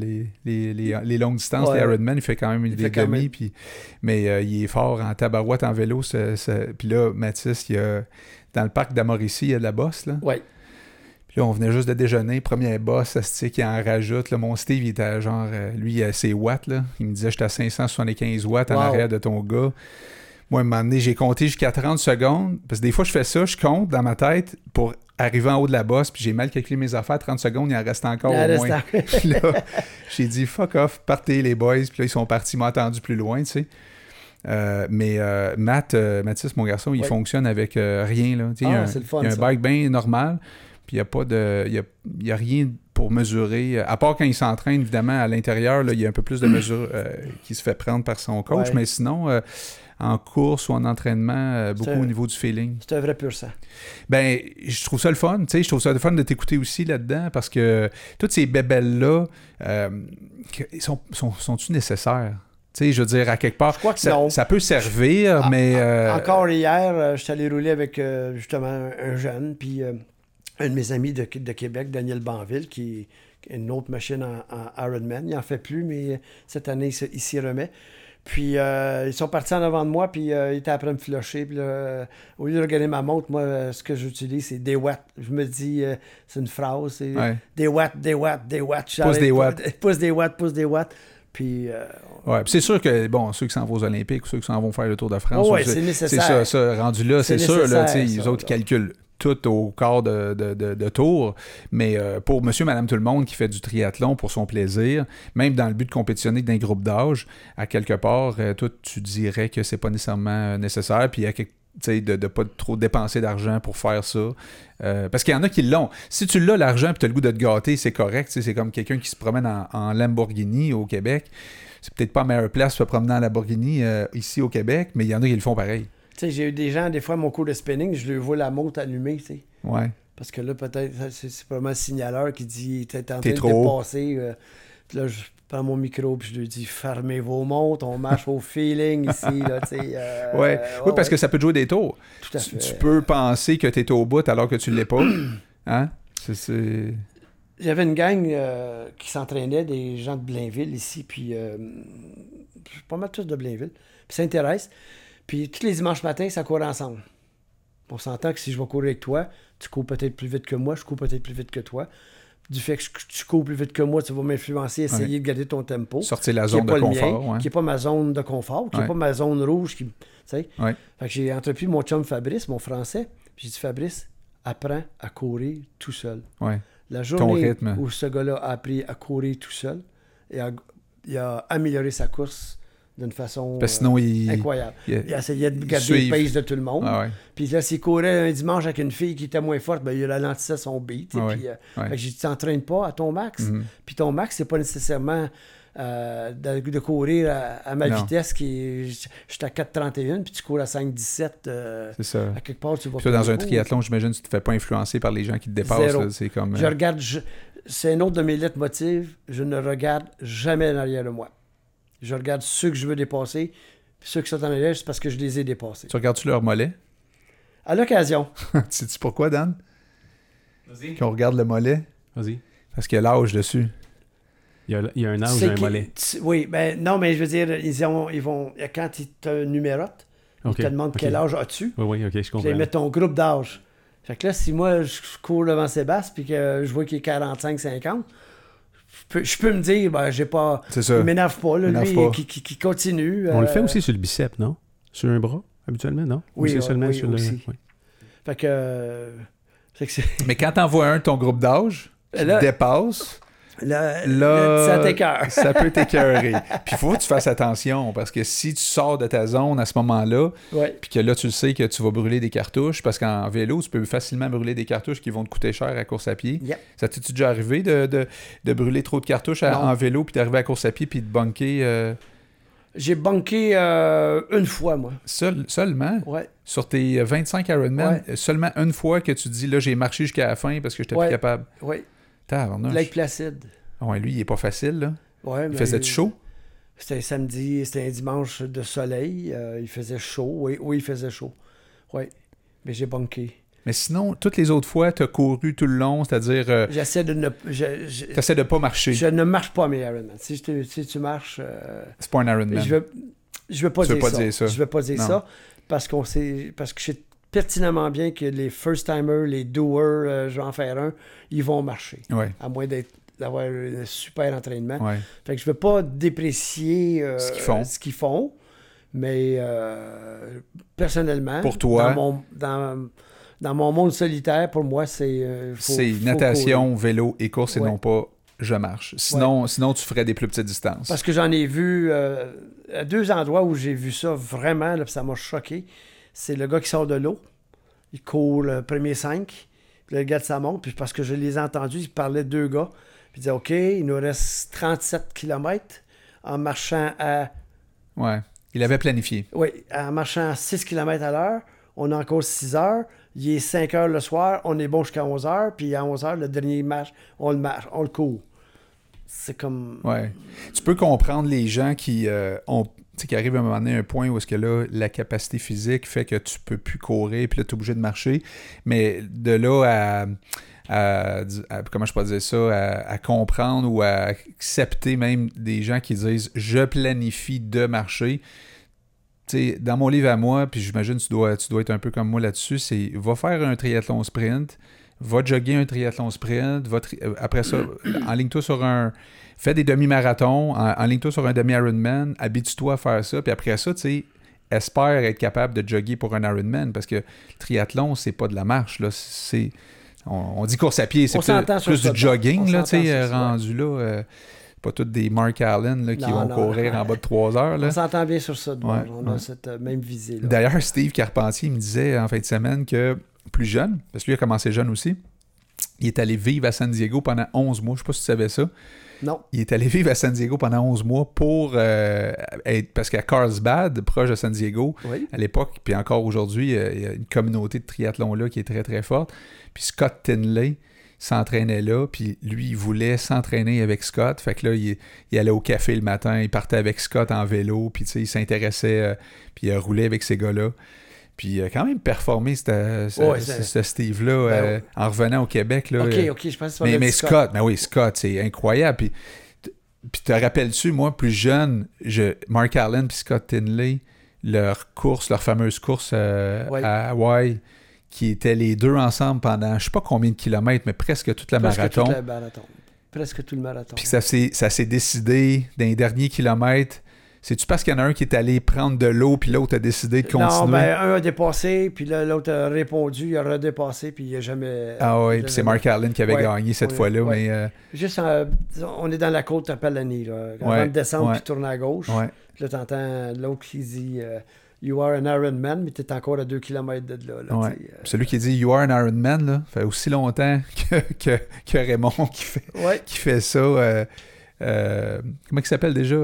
les longues distances, les Ironman, il fait quand même des demi, mais il est fort en tabarouette en vélo. Puis là, Mathis, dans le parc d'Amorici, il y a de la bosse, là. Oui. Puis là, on venait juste de déjeuner, première bosse, ça se dit qu'il en rajoute. Là, mon Steve, il était genre, lui, c'est watts, là. Il me disait, j'étais à 575 watts en arrière de ton gars. Moi, à un moment donné, j'ai compté jusqu'à 30 secondes. Parce que des fois, je fais ça, je compte dans ma tête pour arriver en haut de la bosse, puis j'ai mal calculé mes affaires. 30 secondes, il en reste encore au moins. Puis là, j'ai dit, fuck off, partez les boys. Puis là, ils sont partis, ils m'ont attendu plus loin, tu sais. Mais Mathis, mon garçon, il fonctionne avec rien, là. Tu sais, il y a un bike bien normal, puis il n'y a pas de... Il y a rien pour mesurer, à part quand il s'entraîne, évidemment, à l'intérieur, là, il y a un peu plus de mesures qui se fait prendre par son coach, mais sinon... en course ou en entraînement, beaucoup au niveau du feeling. C'est un vrai pur sang. Ben, je trouve ça le fun, tu sais, je trouve ça le fun de t'écouter aussi là-dedans, parce que toutes ces bébelles-là, sont-tu nécessaires? Tu sais, je veux dire, à quelque part, je crois que non. Ça peut servir, mais... Encore hier, je suis allé rouler avec, justement, un jeune, puis un de mes amis de Québec, Daniel Banville, qui est une autre machine en Ironman. Il n'en fait plus, mais cette année, il s'y remet. Puis ils sont partis en avant de moi, puis ils étaient après me flusher. Puis au lieu de regarder ma montre, moi, ce que j'utilise, c'est des watts. Je me dis, c'est une phrase, c'est des watts. Pousse des watts. Pousse des watts. Puis... puis c'est sûr que, bon, ceux qui s'en vont aux Olympiques, ceux qui s'en vont faire le Tour de France, c'est nécessaire. C'est ça, rendu là, c'est sûr, là, les autres, ils calculent tout au quart de tour, mais pour monsieur, madame, tout le monde qui fait du triathlon pour son plaisir, même dans le but de compétitionner d'un groupe d'âge, à quelque part, toi, tu dirais que c'est pas nécessairement nécessaire, puis de ne pas trop dépenser d'argent pour faire ça. Parce qu'il y en a qui l'ont. Si tu l'as, l'argent, puis tu as le goût de te gâter, c'est correct. C'est comme quelqu'un qui se promène en Lamborghini au Québec. C'est peut-être pas la meilleure place pour se promener en Lamborghini ici au Québec, mais il y en a qui le font pareil. Tu sais, j'ai eu des gens, des fois, à mon cours de spinning, je lui vois la montre allumée, tu sais. Ouais. Parce que là, peut-être, c'est probablement le signaleur qui dit, t'es en train de dépasser. Puis là, je prends mon micro, puis je lui dis, fermez vos montres, on marche au feeling ici, là, tu sais. Oui, parce que ça peut te jouer des tours. Tout à fait. Tu peux penser que t'es au bout alors que tu l'es pas. Hein? J'avais une gang qui s'entraînait, des gens de Blainville ici, puis pas mal tous de Blainville, puis Saint-Thérèse. Puis tous les dimanches matins, ça courait ensemble. On s'entend que si je vais courir avec toi, tu cours peut-être plus vite que moi, je cours peut-être plus vite que toi. Du fait que tu cours plus vite que moi, tu vas m'influencer, essayer de garder ton tempo. Sortir la zone de confort. Qui n'est pas ma zone de confort, qui n'est pas ma zone rouge. Tu sais. Ouais. Fait que j'ai entrepris mon chum Fabrice, mon français, puis j'ai dit, Fabrice, apprends à courir tout seul. Ouais. La journée où ce gars-là a appris à courir tout seul, il a amélioré sa course d'une façon incroyable. Il essayait de garder le pace de tout le monde. Ah ouais. Puis là, s'il courait un dimanche avec une fille qui était moins forte, ben, il ralentissait son beat. Fait que j'ai dit, tu t'entraînes pas à ton max. Mm-hmm. Puis ton max, c'est pas nécessairement de courir à ma vitesse qui je suis à 4,31 puis tu cours à 5,17. C'est ça. À quelque part, tu vas puis là, dans un triathlon, j'imagine que tu te fais pas influencer par les gens qui te dépassent. Là, c'est comme, je regarde, c'est un autre de mes leitmotivs, je ne regarde jamais en arrière de moi. Je regarde ceux que je veux dépasser, puis ceux qui sont en arrière, c'est parce que je les ai dépassés. Tu regardes-tu leur mollet? À l'occasion. Sais-tu pourquoi, Dan? Vas-y. Qu'on regarde le mollet? Vas-y. Parce qu'il y a l'âge dessus. Il y a un âge et un mollet. Oui, ben non, mais je veux dire, ils vont quand ils te numérotent, ils te demandent quel âge as-tu. Oui, ok, je comprends. Ils mettent ton groupe d'âge. Fait que là, si moi, je cours devant Sébastien, puis que je vois qu'il est 45-50, je peux me dire, ben, j'ai pas. C'est ça. Il m'énerve pas, là, lui, qui continue. On le fait aussi sur le bicep, non? Sur un bras, habituellement, non? Oui, c'est seulement sur aussi. le. Oui. Fait que. Mais quand t'en vois un de ton groupe d'âge, qui dépasse. Là, ça t'écœure. Ça peut t'écœurer. Puis il faut que tu fasses attention, parce que si tu sors de ta zone à ce moment-là, puis que là, tu le sais que tu vas brûler des cartouches, parce qu'en vélo, tu peux facilement brûler des cartouches qui vont te coûter cher à course à pied. Yep. Ça t'est déjà arrivé de brûler trop de cartouches en vélo, puis d'arriver à course à pied, puis de bunker? J'ai bunké une fois, moi. Seulement? Ouais. Sur tes 25 Ironman, seulement une fois que tu dis, là, j'ai marché jusqu'à la fin parce que j'étais plus capable. Oui. Lake Placide. Ouais, lui, il est pas facile, là. Ouais, il faisait chaud? C'était un samedi, c'était un dimanche de soleil. Il faisait chaud. Oui, il faisait chaud. Oui. Mais j'ai bunké. Mais sinon, toutes les autres fois, tu as couru tout le long, c'est-à-dire... J'essaie de ne... T'essaies de pas marcher. Je ne marche pas mes Ironman. Si tu marches... c'est pas un Ironman. Je veux pas dire ça. Je veux pas dire ça parce que je sais pertinemment bien que les first-timers, les doers, je vais en faire un, ils vont marcher. Ouais. À moins d'avoir un super entraînement. Ouais. Fait que je veux pas déprécier ce qu'ils font, mais personnellement, pour toi, dans mon monde solitaire, pour moi, c'est natation, courir. vélo et course et non pas je marche. Sinon, tu ferais des plus petites distances. Parce que j'en ai vu à 2 endroits où j'ai vu ça vraiment, là, ça m'a choqué. C'est le gars qui sort de l'eau, il court le premier 5, puis là, le gars de sa montre, puis parce que je les ai entendus, il parlait de 2 gars, puis il disait, OK, il nous reste 37 km en marchant à... Ouais, il avait planifié. Oui, en marchant à 6 km à l'heure, on a encore 6 heures, il est 5 heures le soir, on est bon jusqu'à 11 heures, puis à 11 heures, le dernier match, on le court. C'est comme... Ouais. Tu peux comprendre les gens qui qui arrivent à un moment donné à un point où est-ce que là, la capacité physique fait que tu peux plus courir, puis là, tu es obligé de marcher. Mais de là à comment je peux dire ça, à comprendre ou à accepter même des gens qui disent « je planifie de marcher », t'sais, dans mon livre à moi, puis j'imagine que tu dois être un peu comme moi là-dessus, c'est « va faire un triathlon sprint », va jogger un triathlon sprint, après ça, enligne-toi sur fais des demi-marathons, enligne-toi sur un demi-Ironman, habitue-toi à faire ça, puis après ça, tu sais, espère être capable de jogger pour un Ironman, parce que le triathlon, c'est pas de la marche, là, on dit course à pied, c'est plus du jogging, là, tu sais, rendu là, pas tous des Mark Allen là, qui vont courir en bas de 3 heures. Là. On s'entend bien sur ça. On a cette même visée. Là. D'ailleurs, Steve Carpentier me disait en fin de semaine que plus jeune, parce que lui a commencé jeune aussi, il est allé vivre à San Diego pendant 11 mois. Je sais pas si tu savais ça. Non. Il est allé vivre à San Diego pendant 11 mois pour être... Parce qu'à Carlsbad, proche de San Diego, à l'époque, puis encore aujourd'hui, il y a une communauté de triathlon là qui est très, très forte. Puis Scott Tinley s'entraînait là, puis lui, il voulait s'entraîner avec Scott. Fait que là, il allait au café le matin, il partait avec Scott en vélo, puis tu sais, il s'intéressait, puis il roulait avec ces gars-là. Puis il a quand même performé ce Steve-là en revenant au Québec. Là, OK, je pense que mais Scott, ben oui, Scott, c'est incroyable. Puis te rappelles-tu, moi, plus jeune, Mark Allen puis Scott Tinley, leur fameuse course à Hawaï, qui étaient les deux ensemble pendant je sais pas combien de kilomètres, mais presque toute la marathon. Presque tout le marathon. Puis ça s'est décidé dans les derniers kilomètres. C'est-tu parce qu'il y en a un qui est allé prendre de l'eau, puis l'autre a décidé de continuer? Non, ben un a dépassé, puis l'autre a répondu, il a redépassé, puis il n'a jamais... Ah oui, puis c'est Mark Allen qui avait gagné cette fois-là, mais... Juste, on est dans la côte à Palani, là. Avant de descendre, puis tourner à gauche. Puis là, t'entends l'autre qui dit « You are an Ironman », mais t'es encore à 2 km de là. Celui qui dit « You are an Ironman », là, fait aussi longtemps que Raymond qui fait ça. Comment il s'appelle déjà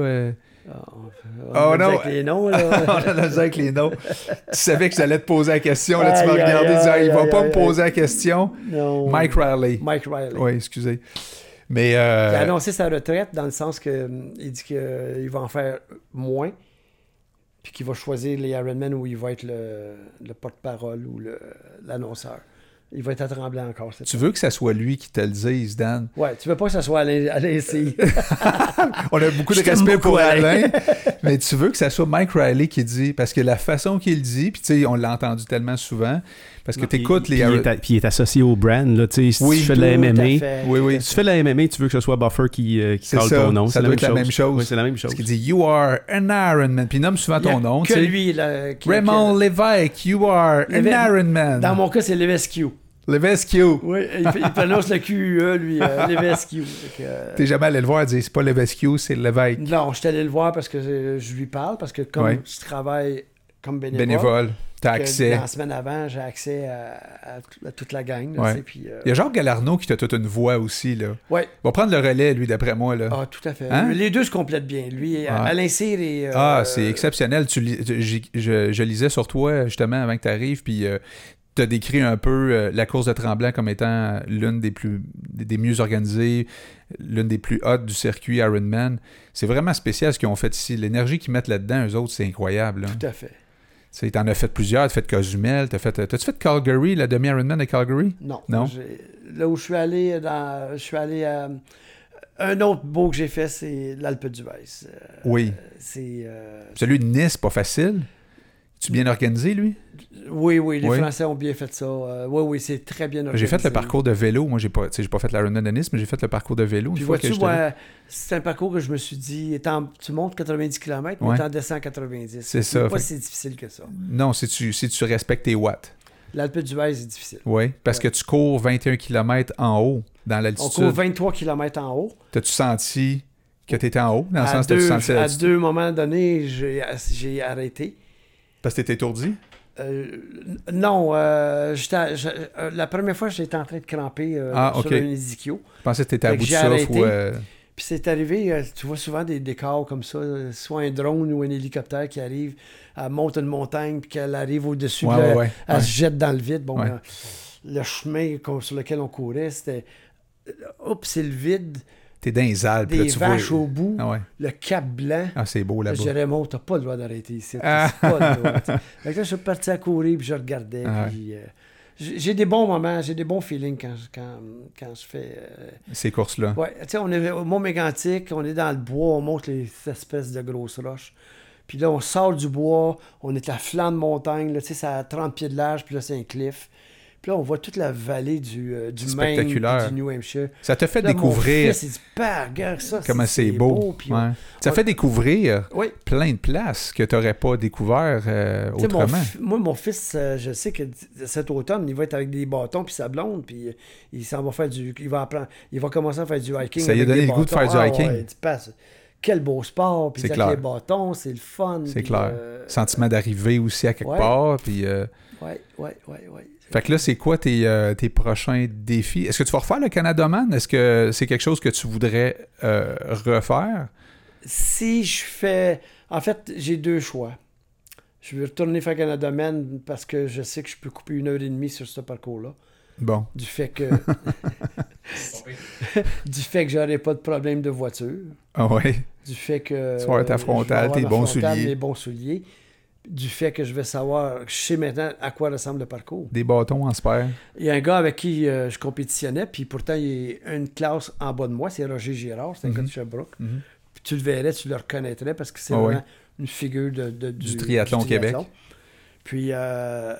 on a avec les noms, là. On a avec les noms. Tu savais que j'allais te poser la question. Là, tu m'as regardé et dit, il va pas me poser la question. Non. Mike Riley. Oui, excusez. Mais, il a annoncé sa retraite dans le sens qu'il dit qu'il va en faire moins, puis qu'il va choisir les Ironman où il va être le porte-parole ou l'annonceur. Il va être à Tremblant encore. Tu veux que ça soit lui qui te le dise, Dan? Ouais, tu veux pas que ça soit Alain C. On a beaucoup de respect pour Alain, mais tu veux que ça soit Mike Riley qui dit, parce que la façon qu'il dit, puis tu sais, on l'a entendu tellement souvent, parce que tu écoutes les... Puis il est associé au brand, là, tu sais, si tu fais de la MMA, si tu fais de la MMA, tu veux que ce soit Buffer qui parle ton nom. Ça doit être la même chose. Oui, c'est la même chose. Parce qu'il dit « You are an Ironman », puis il nomme souvent ton nom. Que lui, Raymond Lévesque, « You are an Ironman ». Dans mon cas, c'est Lévesque. Lévesque. Oui, il prononce le QE, lui, Lévesque. T'es jamais allé le voir et dire c'est pas Lévesque, c'est Lévesque. Non, je suis allé le voir parce que je lui parle, parce que comme je travaille comme bénévole, t'as accès. La semaine avant, j'ai accès à toute la gang. Là, puis, il y a Jacques Galarneau qui t'a toute une voix aussi. Là. Ouais. Il va prendre le relais, lui, d'après moi. Là. Ah, tout à fait. Hein? Les deux se complètent bien. Lui, Alain Cyr et... c'est exceptionnel. Je lisais sur toi, justement, avant que tu arrives, puis... tu as décrit un peu la course de Tremblant comme étant l'une des mieux organisées, l'une des plus hautes du circuit Ironman. C'est vraiment spécial ce qu'ils ont fait ici. L'énergie qu'ils mettent là-dedans, eux autres, c'est incroyable. Là. Tout à fait. Tu en as fait plusieurs. Tu as fait Cozumel. T'as-tu fait Calgary, la demi-Ironman de Calgary? Non. Là où je suis allé, un autre beau que j'ai fait, c'est l'Alpe d'Huez. Oui. Celui de Nice, pas facile. Tu bien organisé, lui? Oui, les Français ont bien fait ça. Oui, c'est très bien organisé. J'ai fait le parcours de vélo. Moi, j'ai pas fait l'Ironman de Nice, mais j'ai fait le parcours de vélo. Puis vois-tu, c'est un parcours que je me suis dit, tu montes 90 km, mais tu en descends 90. C'est pas si difficile que ça. Non, si tu respectes tes watts. L'Alpe d'Huez est difficile. Oui, parce que tu cours 21 km en haut, dans l'altitude. On court 23 km en haut. T'as-tu senti que tu étais en haut? Dans le sens que tu sentais à deux moments donnés, j'ai arrêté. Parce que t'étais étourdi? Non. La première fois, j'étais en train de cramper sur un ischio. Je pensais que t'étais à bout de souffle. Puis c'est arrivé, tu vois souvent des décors comme ça, soit un drone ou un hélicoptère qui arrive, elle monte une montagne, puis qu'elle arrive au-dessus, elle se jette dans le vide. Bon, le chemin sur lequel on courait, c'était... Oups, c'est le vide. T'es dans les Alpes. Des là, vaches au bout, le Cap Blanc. Ah, c'est beau là-bas. Je dirais, Raymond, t'as pas le droit d'arrêter ici. T'as pas le droit. Fait que là, je suis parti à courir, puis je regardais. Puis, j'ai des bons moments, j'ai des bons feelings quand je fais... ces courses-là. Oui, tu sais, on est au Mont-Mégantic, on est dans le bois, on monte les espèces de grosses roches. Puis là, on sort du bois, on est à flanc de montagne, là, tu sais, ça a 30 pieds de large, puis là, c'est un cliff. Puis là, on voit toute la vallée du Maine et du New Hampshire. Ça te fait découvrir... Mon fils, il dit, Père, regarde ça, comment c'est beau. Puis ça fait découvrir plein de places que tu n'aurais pas découvert autrement. Mon fils, je sais que cet automne, il va être avec des bâtons puis sa blonde, puis il s'en va faire il va commencer à faire du hiking. Ça lui a donné le goût de faire du hiking. Ouais, tu passes. Quel beau sport, puis avec les bâtons, c'est le fun. C'est clair. Sentiment d'arriver aussi à quelque part, puis... Ouais. Fait que là, c'est quoi tes prochains défis? Est-ce que tu vas refaire le Canadaman? Est-ce que c'est quelque chose que tu voudrais refaire? Si je fais... En fait, j'ai 2 choix. Je vais retourner faire Canadaman parce que je sais que je peux couper 1h30 sur ce parcours-là. Bon. Du fait que... j'aurai pas de problème de voiture. Ah ouais? Du fait que... Tu vas avoir ta frontale, tes bons souliers. Mes bons souliers. Du fait que je vais savoir, je sais maintenant à quoi ressemble le parcours. Des bâtons en spare. Il y a un gars avec qui je compétitionnais, puis pourtant, il est une classe en bas de moi, c'est Roger Girard, c'est un gars de Sherbrooke. Puis tu le verrais, tu le reconnaîtrais, parce que c'est vraiment une figure du triathlon au Québec. Puis à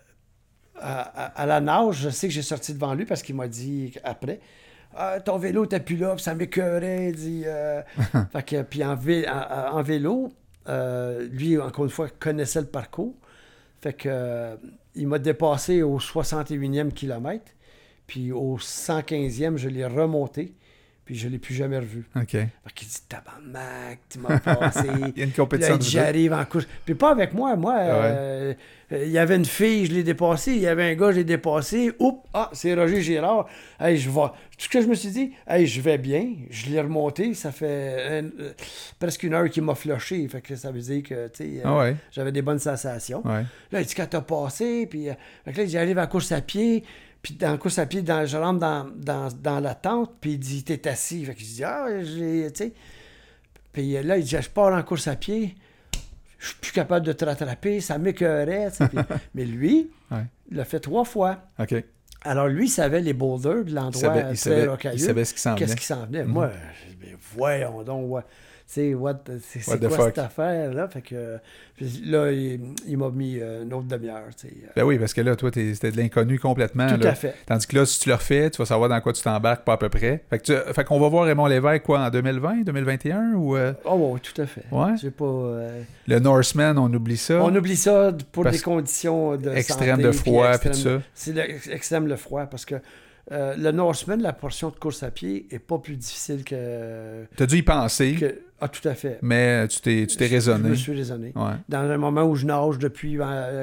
la nage, je sais que j'ai sorti devant lui, parce qu'il m'a dit après... ton vélo, t'es plus là, puis ça m'écœurait, il dit... Fait que, puis en vélo... lui, encore une fois, connaissait le parcours. Fait que il m'a dépassé au 61e kilomètre. Puis au 115e, je l'ai remonté. Puis je ne l'ai plus jamais revu. OK. Fait qu'il dit, tabarnak, tu m'as passé. Il y a une compétition. Là, j'arrive en course. Puis pas avec moi. Moi, il y avait une fille, je l'ai dépassée. Il y avait un gars, je l'ai dépassé. Oups, c'est Roger Girard. Hey, je vais. Tout ce que je me suis dit, hey, je vais bien. Je l'ai remonté. Ça fait presque 1 heure qu'il m'a flushé. Fait que ça veut dire que, tu sais, j'avais des bonnes sensations. Ouais. Là, il dit, quand t'as passé, puis fait que là, j'arrive à la course à pied. Puis dans la course à pied, je rentre dans la tente, puis il dit, t'es assis. Fait que je dis, tu sais. Puis là, il dit, je pars en course à pied, je suis plus capable de te rattraper, ça m'écœurait. Mais lui, il l'a fait 3 fois. OK. Alors lui, il savait les boulders de l'endroit très rocailleux. Il savait ce qui s'en venait. Qu'est-ce qui s'en venait. Moi, je dis, voyons donc, c'est quoi cette affaire-là? Fait que là, il m'a mis une autre demi-heure. Ben oui, parce que là, toi, c'était de l'inconnu complètement. Tout à fait. Tandis que là, si tu le refais, tu vas savoir dans quoi tu t'embarques, pas à peu près. Fait qu'on va voir Raymond Lévesque, quoi, en 2020, 2021? Ou, Oh oui, tout à fait. Ouais? J'ai pas... Le Norseman, on oublie ça? On oublie ça pour des conditions de extrême santé, de froid, puis tout ça. C'est extrême le froid, parce que le Norseman, la portion de course à pied, est pas plus difficile que... T'as dû y penser. Tout à fait. Mais tu t'es raisonné. Je me suis raisonné. Ouais. Dans un moment où je nage depuis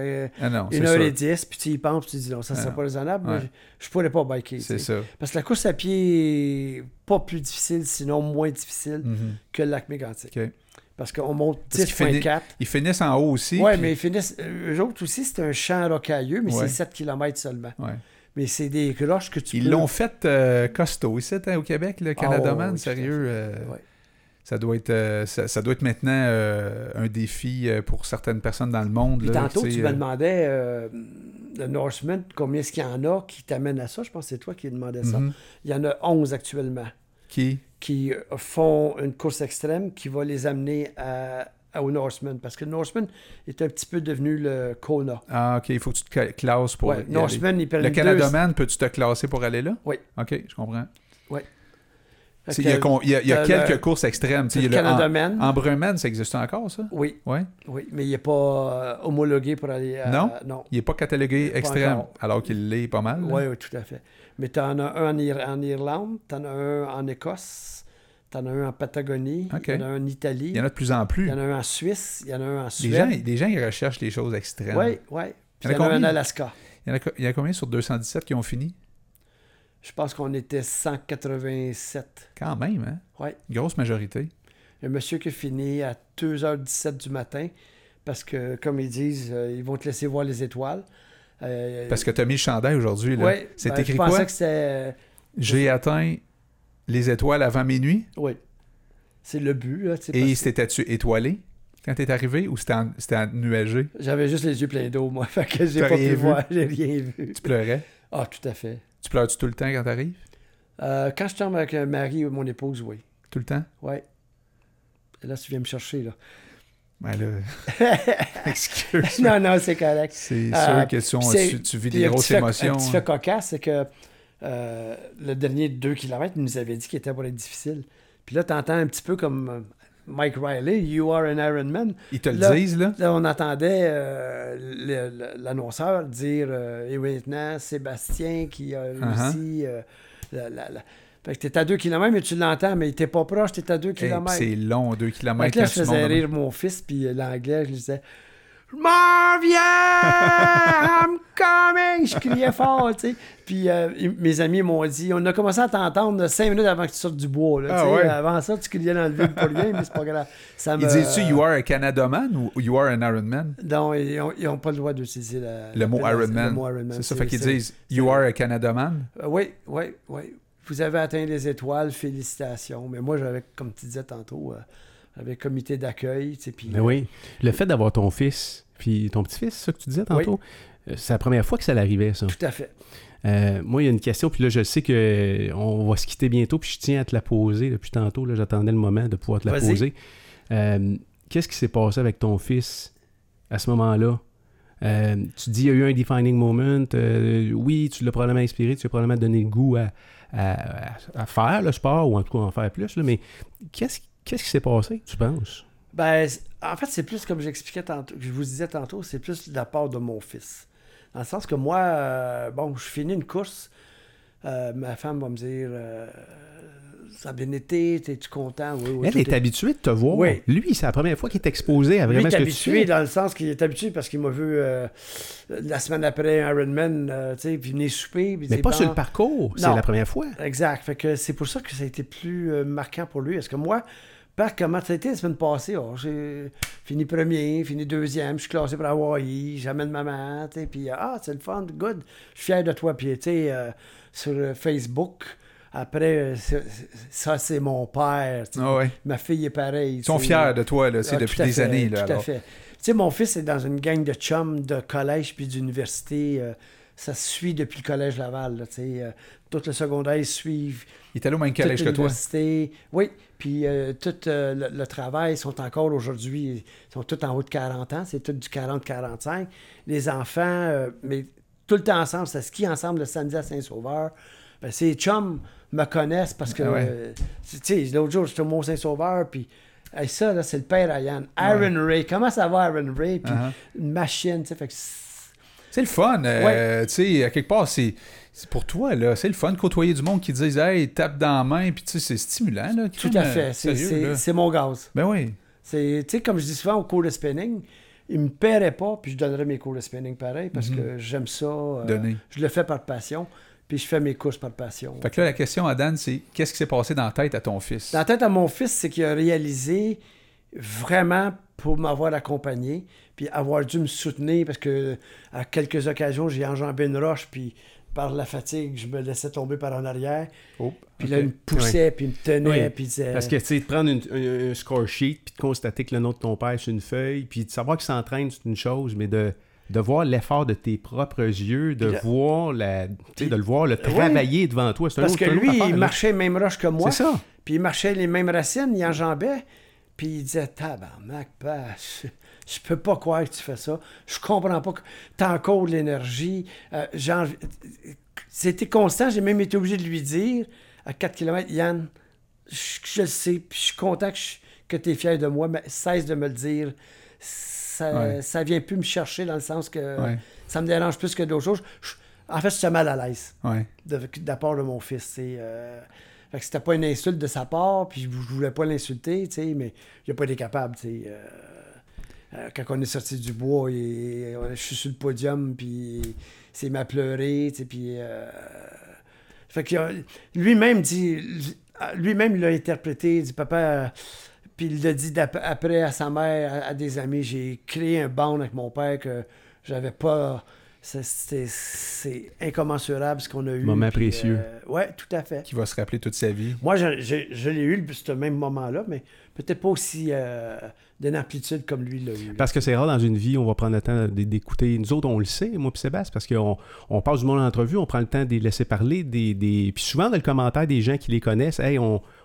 1h10, puis tu y penses, puis tu dis non, ça serait pas raisonnable, mais je pourrais pas biker. C'est ça. Parce que la course à pied est pas plus difficile, sinon moins difficile que le lac Mégantic. Okay. Parce qu'on monte 10.4. Ils finissent en haut aussi. Oui, mais ils finissent... Eux autres aussi, c'est un champ rocailleux, mais c'est 7 km seulement. Ouais. Mais c'est des roches que tu peux... Ils l'ont fait costaud ici, au Québec, le Canadaman, sérieux. Ça doit être maintenant un défi pour certaines personnes dans le monde. Puis là, tantôt, tu me demandais, le Norseman, combien est-ce qu'il y en a qui t'amènent à ça? Je pense que c'est toi qui demandais ça. Il y en a 11 actuellement. Qui font une course extrême qui va les amener au Norseman. Parce que le Norseman est un petit peu devenu le Kona. Ah, OK. Il faut que tu te classes pour aller. Norseman, il le Canadaman, peux-tu te classer pour aller là? Oui. OK, je comprends. Oui. Il y a quelques courses extrêmes. Le Canadaman. Embrunman, ça existe encore, ça? Oui. Ouais? Oui, mais il n'est pas homologué pour aller à... Non? Il n'est pas catalogué extrême, alors qu'il l'est pas mal. Oui, tout à fait. Mais tu en as un en Irlande, tu en as un en Écosse, tu en as un en Patagonie, il y en a un en Italie. Il y en a de plus en plus. Il y en a un en Suisse, il y en a un en Suède. Les gens ils recherchent les choses extrêmes. Oui. Il y en a un en Alaska. Il y en a combien sur 217 qui ont fini? Je pense qu'on était 187. Quand même, hein? Oui. Grosse majorité. Il y a un monsieur qui a fini à 2h17 du matin parce que, comme ils disent, ils vont te laisser voir les étoiles. Parce que tu as mis le chandail aujourd'hui. Oui. C'est écrit quoi? Je pensais que c'était... J'ai atteint les étoiles avant minuit? Oui. C'est le but. Là, et c'était-tu étoilé quand t'es arrivé ou c'était nuagé? J'avais juste les yeux pleins d'eau, moi. Fait que j'ai pas pu voir. J'ai rien vu. Tu pleurais? Ah, tout à fait. Tu pleures-tu tout le temps quand t'arrives? Quand je tombe avec Marie ou mon épouse, oui. Tout le temps? Oui. Et là, tu viens me chercher, là. Ben là, excuse. Non, c'est correct. C'est sûr que tu vis des grosses émotions. Un petit fait cocasse, c'est que le dernier 2 km, il nous avait dit qu'il était pour être difficile. Puis là, tu entends un petit peu comme Mike Riley, You are an Ironman. Ils te le disent, là? Là, on entendait l'annonceur dire et maintenant, Sébastien qui a réussi. Fait que t'es à 2 km, mais tu l'entends, mais t'es pas proche, t'es à 2 km. C'est long, 2 km. Fait que là, je faisais rire mon fils, puis l'anglais, je lui disais « Je m'en viens! I'm coming! » Je criais fort, tu sais. Puis mes amis m'ont dit « On a commencé à t'entendre 5 minutes avant que tu sortes du bois. Là, ouais. Avant ça, tu criais dans le vide pour rien, mais c'est pas grave. » Ils disent-tu « You are a Canada man » ou « You are an Ironman » ? Non, ils n'ont pas le droit d'utiliser le mot Ironman. C'est ça, fait qu'ils disent « You are a Canada man » ? Oui. Vous avez atteint les étoiles, félicitations. Mais moi, j'avais, comme tu disais tantôt, j'avais comité d'accueil. Mais oui, le fait d'avoir ton fils, puis ton petit-fils, c'est ça que tu disais tantôt, c'est la première fois que ça l'arrivait, ça. Tout à fait. Moi, il y a une question, puis là, je sais qu'on va se quitter bientôt, puis je tiens à te la poser depuis tantôt. Là, j'attendais le moment de pouvoir te la poser. Qu'est-ce qui s'est passé avec ton fils à ce moment-là? Tu dis, il y a eu un defining moment. Oui, tu l'as probablement inspiré, tu lui as probablement donné le goût à faire le sport, ou en tout cas en faire plus. Là, mais qu'est-ce qui s'est passé, tu penses? Ben, en fait, c'est plus comme j'expliquais tantôt, je vous disais tantôt, c'est plus de la part de mon fils. Dans le sens que moi, je finis une course, ma femme va me dire ça a bien été, es-tu content? Oui, elle est habituée de te voir. Oui. Lui, c'est la première fois qu'il est exposé à vraiment ce que tu fais. Il est habitué dans le sens qu'il est habitué parce qu'il m'a vu la semaine après Ironman, puis venir souper. Mais pas sur le parcours, c'est la première fois. Exact. Fait que c'est pour ça que ça a été plus marquant pour lui. Parce que moi, comment ça a été la semaine passée? J'ai fini premier, fini deuxième, je suis classé pour Hawaii, j'amène maman, puis c'est le fun, good, je suis fier de toi. Puis sur Facebook, après, ça, c'est mon père. Ma fille est pareille. Ils sont fiers de toi là, depuis des années. Là, tout à fait. Tu sais, mon fils est dans une gang de chums de collège puis d'université. Ça se suit depuis le collège Laval. Là, tout le secondaire, ils suivent. Il est allé au même collège que toi? Oui. Puis tout le travail, ils sont encore aujourd'hui, ils sont tous en haut de 40 ans. C'est tout du 40-45. Les enfants, mais tout le temps ensemble, ça skie ensemble le samedi à Saint-Sauveur. Ben, ces chums me connaissent parce que, tu sais, l'autre jour, j'étais au Mont-Saint-Sauveur, puis ça, là, c'est le père à Yann. Aaron Ray, comment ça va, Aaron Ray? Puis une machine, tu sais, fait que c'est le fun, tu sais, à quelque part, c'est pour toi, là, c'est le fun de côtoyer du monde qui disent « Hey, tape dans la main », puis tu sais, c'est stimulant, là. Tout à fait, c'est mon gaz. Ben oui. Tu sais, comme je dis souvent au cours de spinning, il me paierait pas, puis je donnerais mes cours de spinning pareil, parce que j'aime ça. Donner. Je le fais par passion. Puis je fais mes courses par passion. Fait que là, la question à Dan, c'est qu'est-ce qui s'est passé dans la tête à ton fils? Dans la tête à mon fils, c'est qu'il a réalisé vraiment pour m'avoir accompagné, puis avoir dû me soutenir, parce que à quelques occasions, j'ai enjambé une roche, puis par la fatigue, je me laissais tomber par en arrière. Puis là, il me poussait, puis il me tenait, puis il disait... Parce que, tu sais, de prendre un score sheet, puis de constater que le nom de ton père, c'est une feuille, puis de savoir qu'il s'entraîne, c'est une chose, mais de voir l'effort de tes propres yeux, de voir de le voir le travailler devant toi. C'est parce que lui, il marchait les mêmes roches que moi. C'est ça. Puis il marchait les mêmes racines, il enjambait. Puis il disait, tabarnak, je peux pas croire que tu fais ça. Je comprends pas que t'as encore de l'énergie. C'était constant, j'ai même été obligé de lui dire, à 4 km, Yann, je le sais, puis je suis content que tu es fier de moi, mais cesse de me le dire. Ça vient plus me chercher dans le sens que ça me dérange plus que d'autres choses. En fait, je suis mal à l'aise de la part de mon fils. Fait que c'était pas une insulte de sa part, puis je voulais pas l'insulter, mais il n'a pas été capable. Quand on est sorti du bois, je suis sur le podium, puis il m'a pleuré, puis... Fait que lui-même il l'a interprété, il dit « Papa... » Puis il l'a dit après à sa mère, à des amis, j'ai créé un bond avec mon père que j'avais pas... C'est incommensurable ce qu'on a eu. Moment précieux. Oui, tout à fait. Qui va se rappeler toute sa vie. Moi, je l'ai eu ce même moment-là, mais peut-être pas aussi d'une amplitude comme lui l'a eu. Parce que c'est rare dans une vie, on va prendre le temps d'écouter. Nous autres, on le sait, moi et Sébastien, parce qu'on passe du monde en entrevue, on prend le temps de les laisser parler. Puis souvent, dans le commentaire des gens qui les connaissent, hey, on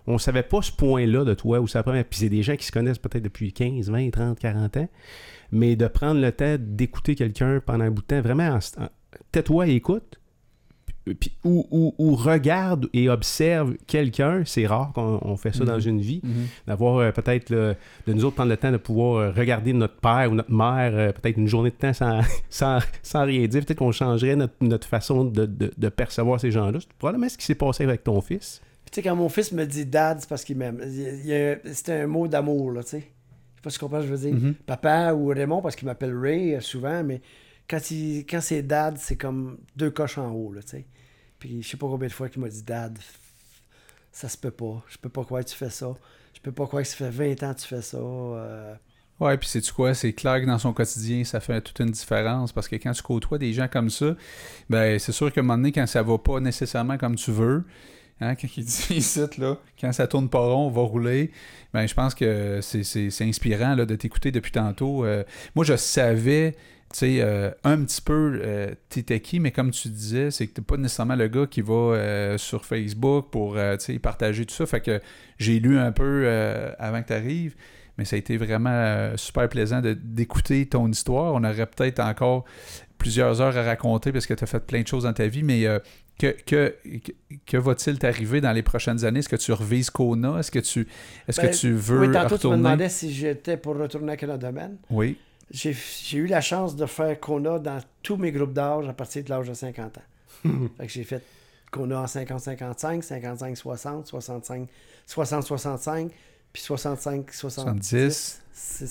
on savait pas ce point-là de toi, ou c'est la première. Puis c'est des gens qui se connaissent peut-être depuis 15, 20, 30, 40 ans. Mais de prendre le temps d'écouter quelqu'un pendant un bout de temps, vraiment, tais-toi et écoute. Puis, ou regarde et observe quelqu'un, c'est rare qu'on fait ça dans une vie, d'avoir peut-être de nous autres prendre le temps de pouvoir regarder notre père ou notre mère peut-être une journée de temps sans rien dire, peut-être qu'on changerait notre façon de percevoir ces gens-là. C'est probablement ce qui s'est passé avec ton fils. Tu sais, quand mon fils me dit « dad », c'est parce qu'il m'aime. C'est un mot d'amour, là, tu sais. Je sais pas si tu comprends ce que je veux dire. Papa ou Raymond, parce qu'il m'appelle Ray souvent, mais quand c'est dad, c'est comme 2 coches en haut, là, tu sais. Puis je sais pas combien de fois qu'il m'a dit « Dad, ça se peut pas. Je peux pas croire que tu fais ça. Je peux pas croire que ça fait 20 ans que tu fais ça. » Ouais, puis sais-tu quoi? C'est clair que dans son quotidien, ça fait toute une différence parce que quand tu côtoies des gens comme ça, ben c'est sûr qu'à un moment donné, quand ça va pas nécessairement comme tu veux, hein, quand il dit ici, là, quand ça tourne pas rond, on va rouler, ben je pense que c'est inspirant là, de t'écouter depuis tantôt. Moi, je savais... Tu sais, un petit peu, t'étais qui, mais comme tu disais, c'est que t'es pas nécessairement le gars qui va sur Facebook pour partager tout ça. Fait que j'ai lu un peu avant que t'arrives, mais ça a été vraiment super plaisant d'écouter ton histoire. On aurait peut-être encore plusieurs heures à raconter parce que t'as fait plein de choses dans ta vie, mais que va-t-il t'arriver dans les prochaines années? Est-ce que tu revises Kona? Est-ce que tu veux oui, tantôt, retourner? tu me demandais si j'étais pour retourner à quel domaine. Oui. J'ai eu la chance de faire Kona dans tous mes groupes d'âge à partir de l'âge de 50 ans. Fait que j'ai fait Kona en 50-55, 55-60, 65-60-65, puis 65-70.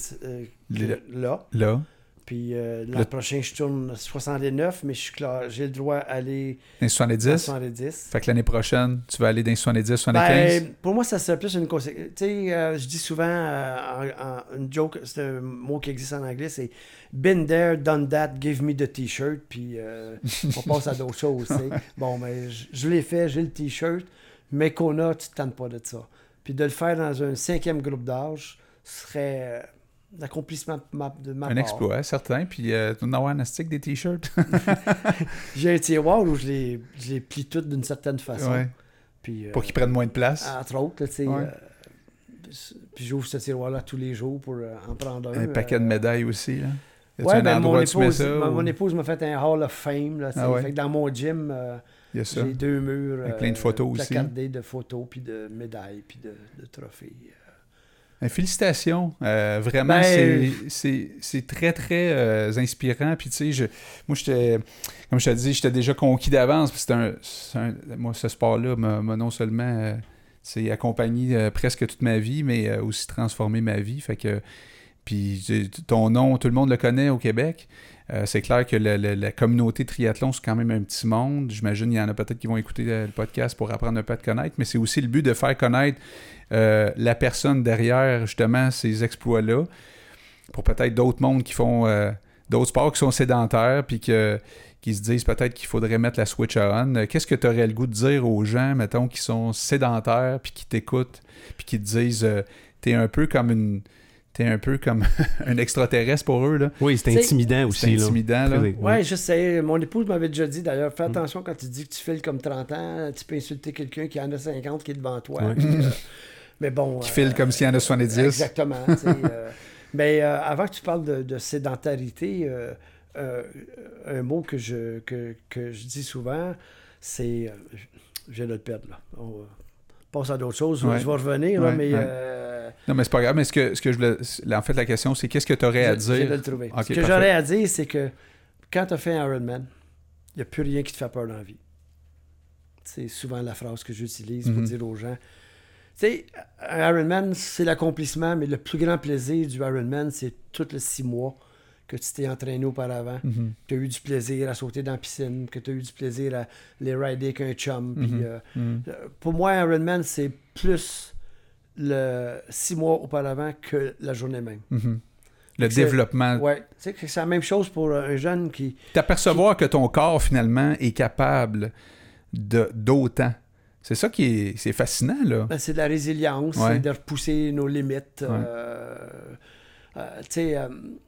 Là. Puis l'an prochain, je tourne 69, mais j'ai le droit d'aller dans 70. Fait que l'année prochaine, tu vas aller dans 70, 75? Ben, pour moi, ça serait plus une conséquence. Tu sais, je dis souvent, une joke, c'est un mot qui existe en anglais, c'est « been there, done that, give me the t-shirt », puis on passe à d'autres choses, tu sais. Bon, mais je l'ai fait, j'ai le t-shirt, mais Kona, tu te tentes pas de ça. Puis de le faire dans un 5e groupe d'âge serait... l'accomplissement de ma part. Un exploit, certain. Puis, tu en as un astique des t-shirts? J'ai un tiroir où je les plie toutes d'une certaine façon. Ouais. Puis, pour qu'ils prennent moins de place. Entre autres, tu sais. Ouais. Puis j'ouvre ce tiroir-là tous les jours pour en prendre un. Un paquet de médailles aussi, là. Oui, ben mon épouse m'a fait un Hall of Fame. Là, ouais. Fait que dans mon gym, j'ai 2 murs. Avec plein de photos aussi. Placardés de photos, puis de médailles, puis de trophées. Félicitations. Vraiment, c'est très, très inspirant. Puis, tu sais, moi, comme je te dis, j'étais déjà conquis d'avance. Puis, moi, ce sport-là m'a non seulement accompagné presque toute ma vie, mais aussi transformé ma vie. Fait que, puis, ton nom, tout le monde le connaît au Québec. C'est clair que la communauté triathlon, c'est quand même un petit monde. J'imagine qu'il y en a peut-être qui vont écouter le podcast pour apprendre un peu à te connaître, mais c'est aussi le but de faire connaître la personne derrière, justement, ces exploits-là, pour peut-être d'autres mondes qui font d'autres sports qui sont sédentaires, puis qui se disent peut-être qu'il faudrait mettre la switch on. Qu'est-ce que tu aurais le goût de dire aux gens, mettons, qui sont sédentaires, puis qui t'écoutent, puis qui te disent t'es un peu comme un extraterrestre pour eux, là. Oui, c'est intimidant aussi. C'est intimidant, là. Oui, je sais. Mon épouse m'avait déjà dit, d'ailleurs, fais attention quand tu dis que tu files comme 30 ans, tu peux insulter quelqu'un qui en a 50 qui est devant toi. Ouais. Mais bon... Qui file comme s'il y en a 70. Exactement. Mais avant que tu parles de sédentarité, un mot que je dis souvent, c'est... je viens de le perdre, là. On passe à d'autres choses. Ouais. Je vais revenir, là, mais... Non, mais c'est pas grave. Mais ce que je voulais... En fait, la question, c'est qu'est-ce que tu aurais à dire? Je viens de le trouver. Okay, ce que j'aurais à dire, c'est que quand tu as fait un Ironman, il n'y a plus rien qui te fait peur dans la vie. C'est souvent la phrase que j'utilise pour dire aux gens. Tu sais, un Ironman, c'est l'accomplissement, mais le plus grand plaisir du Ironman, c'est tout le 6 mois que tu t'es entraîné auparavant, que tu as eu du plaisir à sauter dans la piscine, que tu as eu du plaisir à les rider avec un chum. Puis, pour moi, un Ironman, c'est plus le 6 mois auparavant que la journée même. Le développement. Oui, c'est la même chose pour un jeune qui... T'apercevoir que ton corps, finalement, est capable d'autant. C'est ça qui est fascinant, là. Ben, c'est de la résilience, c'est de repousser nos limites. Tu sais,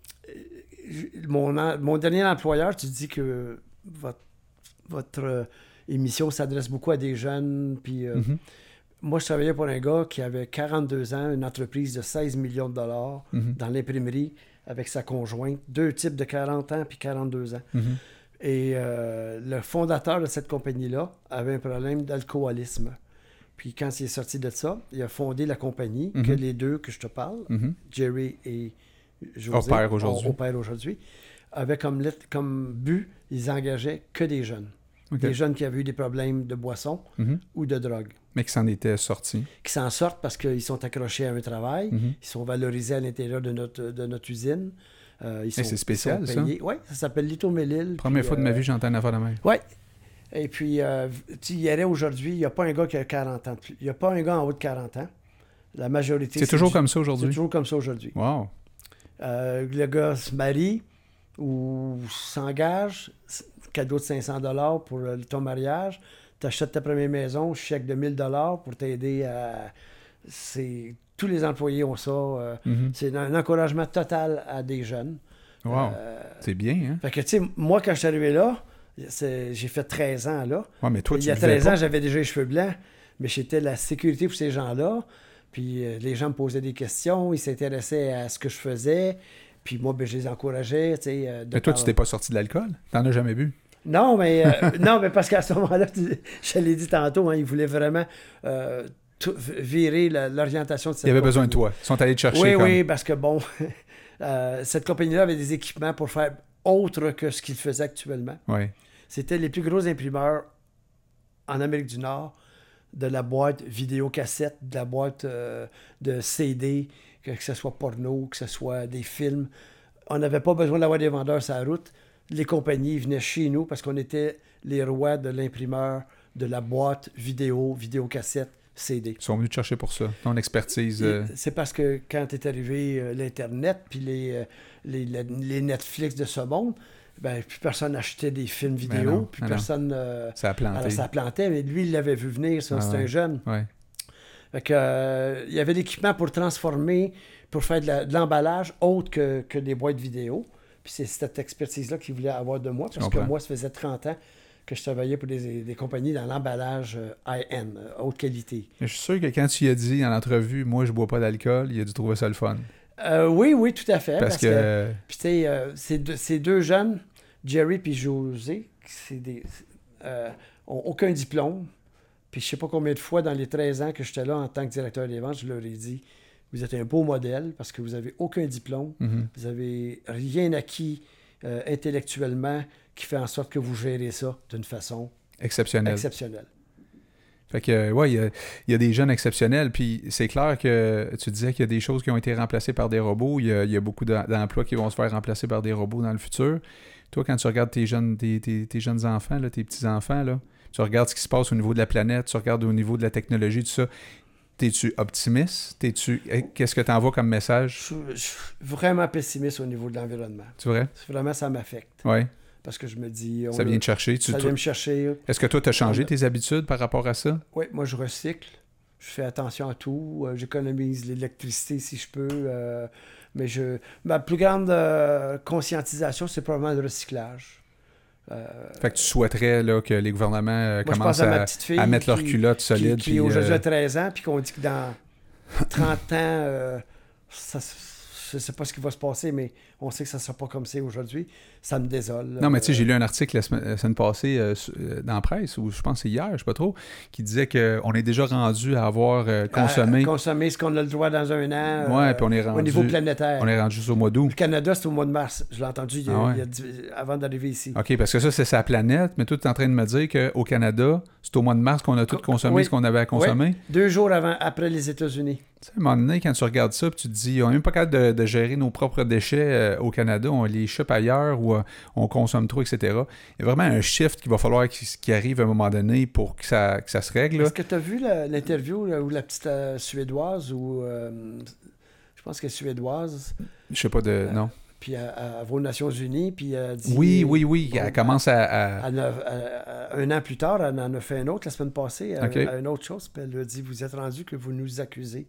mon dernier employeur, tu dis que votre émission s'adresse beaucoup à des jeunes, puis moi, je travaillais pour un gars qui avait 42 ans, une entreprise de 16 millions de dollars dans l'imprimerie avec sa conjointe. 2 types de 40 ans puis 42 ans. Et le fondateur de cette compagnie-là avait un problème d'alcoolisme. Puis quand il est sorti de ça, il a fondé la compagnie, que les deux que je te parle, Jerry et José, opèrent aujourd'hui, avaient comme but, ils engageaient que des jeunes. Des jeunes qui avaient eu des problèmes de boisson ou de drogue. Mais qui s'en étaient sortis. Qui s'en sortent parce qu'ils sont accrochés à un travail, ils sont valorisés à l'intérieur de notre usine. C'est spécial, ça. Oui, ça s'appelle Lithomélile. Première fois de ma vie, j'entends une affaire de même. Oui. Et puis, il y aurait aujourd'hui, il n'y a pas un gars qui a 40 ans. Il n'y a pas un gars en haut de 40 ans. La majorité... C'est toujours comme ça aujourd'hui? C'est toujours comme ça aujourd'hui. Wow. Le gars se marie ou s'engage, cadeau de 500$ pour ton mariage, tu achètes ta première maison, chèque de 1000$ pour t'aider à... Tous les employés ont ça. C'est un encouragement total à des jeunes. Wow. C'est bien, hein? Fait que, tu sais, moi, quand je suis arrivé là, j'ai fait 13 ans, là. Ouais, mais toi, il y a 13 ans, j'avais déjà les cheveux blancs, mais j'étais la sécurité pour ces gens-là. Puis les gens me posaient des questions, ils s'intéressaient à ce que je faisais. Puis moi, ben, je les encourageais, tu sais. Mais toi, tu t'es pas sorti de l'alcool? T'en as jamais bu? Non, mais non, mais parce qu'à ce moment-là, je l'ai dit tantôt, hein, ils voulaient vraiment virer l'orientation de cette compagnie. Ils avaient besoin de toi. Ils sont allés te chercher. Oui, parce que bon, cette compagnie-là avait des équipements pour faire autre que ce qu'ils faisaient actuellement. Oui. C'était les plus gros imprimeurs en Amérique du Nord, de la boîte vidéocassette, de la boîte de CD, que ce soit porno, que ce soit des films. On n'avait pas besoin d'avoir des vendeurs sur la route. Les compagnies venaient chez nous parce qu'on était les rois de l'imprimeur, de la boîte vidéocassette, CD. Ils sont venus te chercher pour ça, ton expertise. C'est parce que quand est arrivé l'Internet, puis les Netflix de ce monde, ben, plus personne n'achetait des films vidéo, puis personne... ça a planté. Alors, ça plantait, mais lui, il l'avait vu venir, ça, c'était un jeune. Ouais. Fait que, il y avait l'équipement pour transformer, pour faire de l'emballage autre que des boîtes vidéo. Puis c'est cette expertise-là qu'il voulait avoir de moi, parce que moi, ça faisait 30 ans que je travaillais pour des compagnies dans l'emballage high-end, haute qualité. Je suis sûr que quand tu y as dit en entrevue, moi, je bois pas d'alcool, il a dû trouver ça le fun. Oui, tout à fait. Parce que... Puis tu sais, ces deux jeunes, Jerry et José, ont aucun diplôme. Puis je sais pas combien de fois dans les 13 ans que j'étais là en tant que directeur des ventes, je leur ai dit, vous êtes un beau modèle parce que vous avez aucun diplôme, vous avez rien acquis intellectuellement qui fait en sorte que vous gérez ça d'une façon exceptionnelle. Fait que, ouais, il y a des jeunes exceptionnels, puis c'est clair que tu disais qu'il y a des choses qui ont été remplacées par des robots, il y a beaucoup d'emplois qui vont se faire remplacer par des robots dans le futur. Toi, quand tu regardes tes jeunes enfants, là, tes petits-enfants, là, tu regardes ce qui se passe au niveau de la planète, tu regardes au niveau de la technologie, tout ça, t'es-tu optimiste? Qu'est-ce que tu envoies comme message? Je suis vraiment pessimiste au niveau de l'environnement. C'est vrai? Vraiment, ça m'affecte. Oui. Parce que je me dis... Ça vient te chercher. Ça vient me chercher. Est-ce que toi, tu as changé tes habitudes par rapport à ça? Oui, moi, je recycle. Je fais attention à tout. J'économise l'électricité si je peux. Mais ma plus grande conscientisation, c'est probablement le recyclage. Fait que tu souhaiterais là, que les gouvernements commencent à mettre leur culotte solide. Qui aujourd'hui a 13 ans, puis qu'on dit que dans 30 ans, je ne sais pas ce qui va se passer, mais on sait que ça ne sera pas comme c'est aujourd'hui. Ça me désole. Non, mais tu sais, j'ai lu un article la semaine passée dans la presse, ou je pense que c'est hier, je ne sais pas trop, qui disait qu'on est déjà rendu à avoir consommé... consommer ce qu'on a le droit dans un an ouais, puis on est rendu, au niveau planétaire. On est rendu juste au mois d'août. Le Canada, c'est au mois de mars. Je l'ai entendu avant d'arriver ici. OK, parce que ça, c'est sa planète, mais toi, tu es en train de me dire qu'au Canada, c'est au mois de mars qu'on a tout consommé ce qu'on avait à consommer? Oui. 2 jours après les États-Unis. Tu sais, à un moment donné, quand tu regardes ça, puis tu te dis, on n'est même pas capable de gérer nos propres déchets au Canada, on les chope ailleurs ou on consomme trop, etc. Il y a vraiment un shift qu'il va falloir qui arrive à un moment donné pour que ça se règle. Est-ce que tu as vu l'interview où la petite Suédoise, ou je pense qu'elle est suédoise? Je sais pas non. Puis elle va aux Nations Unies, puis elle dit... Oui. Bon, elle commence à... un an plus tard, elle en a fait un autre la semaine passée, à une autre chose, puis elle lui a dit, vous êtes rendu que vous nous accusez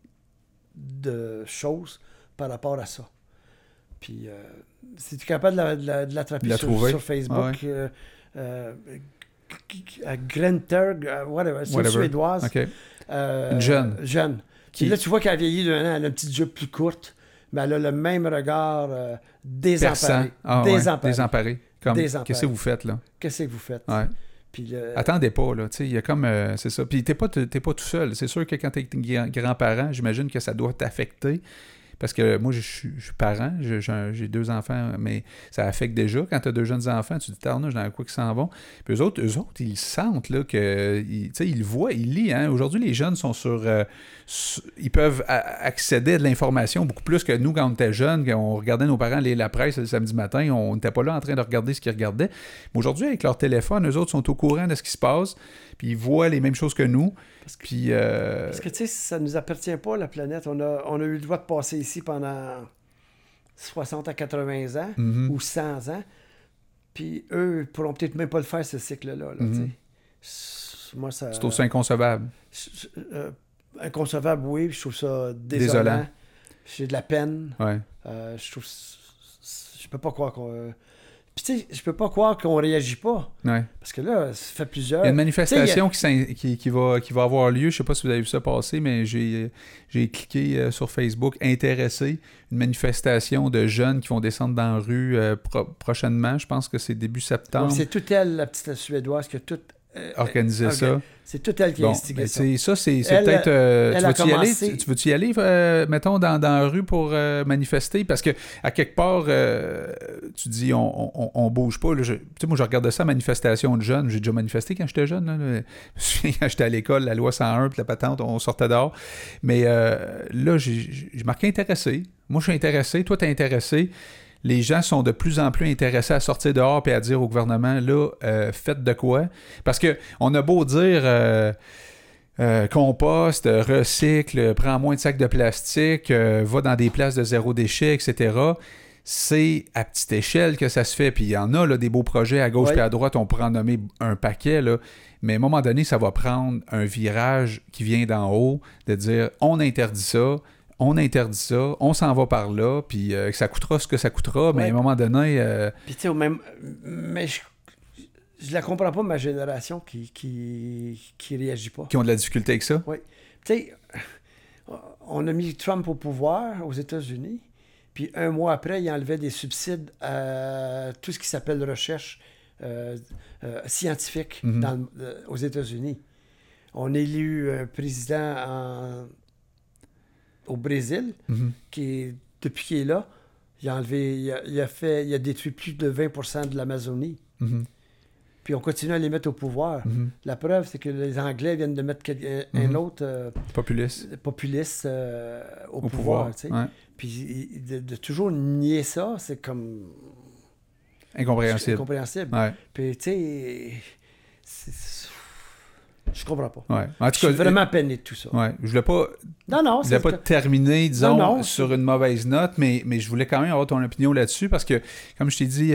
de choses par rapport à ça. Puis, si tu es capable de l'attraper sur Facebook, Grenterg, whatever. C'est une Suédoise. Okay. Une jeune. Puis là, tu vois qu'elle a vieilli d'un an, elle a une petite jupe plus courte, mais elle a le même regard désemparé. Désemparé. Qu'est-ce que vous faites, là? Qu'est-ce que vous faites? Ouais. Puis attendez pas, là. Il y a comme... c'est ça. Puis t'es pas tout seul. C'est sûr que quand t'es grand-parent, j'imagine que ça doit t'affecter. Parce que moi, je suis parent, j'ai 2 enfants, mais ça affecte déjà. Quand tu as 2 jeunes enfants, tu te dis, tarnouche, dans quoi qu'ils s'en vont. Puis eux autres, ils sentent là, ils voient, ils lisent. Hein. Aujourd'hui, les jeunes sont ils peuvent accéder à de l'information beaucoup plus que nous quand on était jeunes, quand on regardait nos parents lire la presse le samedi matin, on n'était pas là en train de regarder ce qu'ils regardaient. Mais aujourd'hui, avec leur téléphone, eux autres sont au courant de ce qui se passe, puis ils voient les mêmes choses que nous. Parce que tu sais, ça ne nous appartient pas, la planète. On a eu le droit de passer ici pendant 60 à 80 ans ou 100 ans. Puis eux, ils pourront peut-être même pas le faire, ce cycle-là. Moi, ça... Tu trouves ça inconcevable? Inconcevable, oui. Puis je trouve ça désolant. J'ai de la peine. Ouais. Je trouve... Je peux pas croire qu'on... Puis tu sais, je peux pas croire qu'on réagit pas. Ouais. Parce que là, ça fait plusieurs... Il y a une manifestation qui va avoir lieu. Je sais pas si vous avez vu ça passer, mais j'ai cliqué sur Facebook, intéressé. Une manifestation de jeunes qui vont descendre dans la rue prochainement. Je pense que c'est début septembre. Ouais, c'est toute elle, la petite Suédoise, qui a tout... organiser ça. C'est tout elle qui a instigé ça. C'est peut-être... Tu veux-tu y aller, mettons, dans la rue pour manifester? Parce que à quelque part, tu dis, on bouge pas. Tu sais, moi, je regardais ça, manifestation de jeunes. J'ai déjà manifesté quand j'étais jeune. Là. Je me souviens, quand j'étais à l'école, la loi 101, puis la patente, on sortait dehors. Mais là, j'ai marqué intéressé. Moi, je suis intéressé. Toi, t'es intéressé. Les gens sont de plus en plus intéressés à sortir dehors et à dire au gouvernement, là, faites de quoi? Parce qu'on a beau dire composte, recycle, prends moins de sacs de plastique, va dans des places de zéro déchet, etc. C'est à petite échelle que ça se fait. Puis il y en a là, des beaux projets à gauche et à droite, on pourrait en nommer un paquet, là. Mais à un moment donné, ça va prendre un virage qui vient d'en haut, de dire, on interdit ça, on s'en va par là, puis ça coûtera ce que ça coûtera, mais à un moment donné... Puis tu sais, mais je la comprends pas, ma génération qui réagit pas. Qui ont de la difficulté avec ça? Oui. Tu sais, on a mis Trump au pouvoir aux États-Unis, puis un mois après, il enlevait des subsides à tout ce qui s'appelle recherche scientifique aux États-Unis. On a élu un président au Brésil, depuis qu'il est là, il a enlevé, il a détruit plus de 20% de l'Amazonie. Puis on continue à les mettre au pouvoir. La preuve, c'est que les Anglais viennent de mettre un autre populiste au pouvoir. Tu sais. Puis de toujours nier ça, c'est comme... Incompréhensible. Ouais. Puis tu sais... Je comprends pas. Ouais. En tout cas, je suis vraiment peiné de tout ça. Ouais. Je voulais pas, terminer, disons, sur une mauvaise note, mais je voulais quand même avoir ton opinion là-dessus parce que, comme je t'ai dit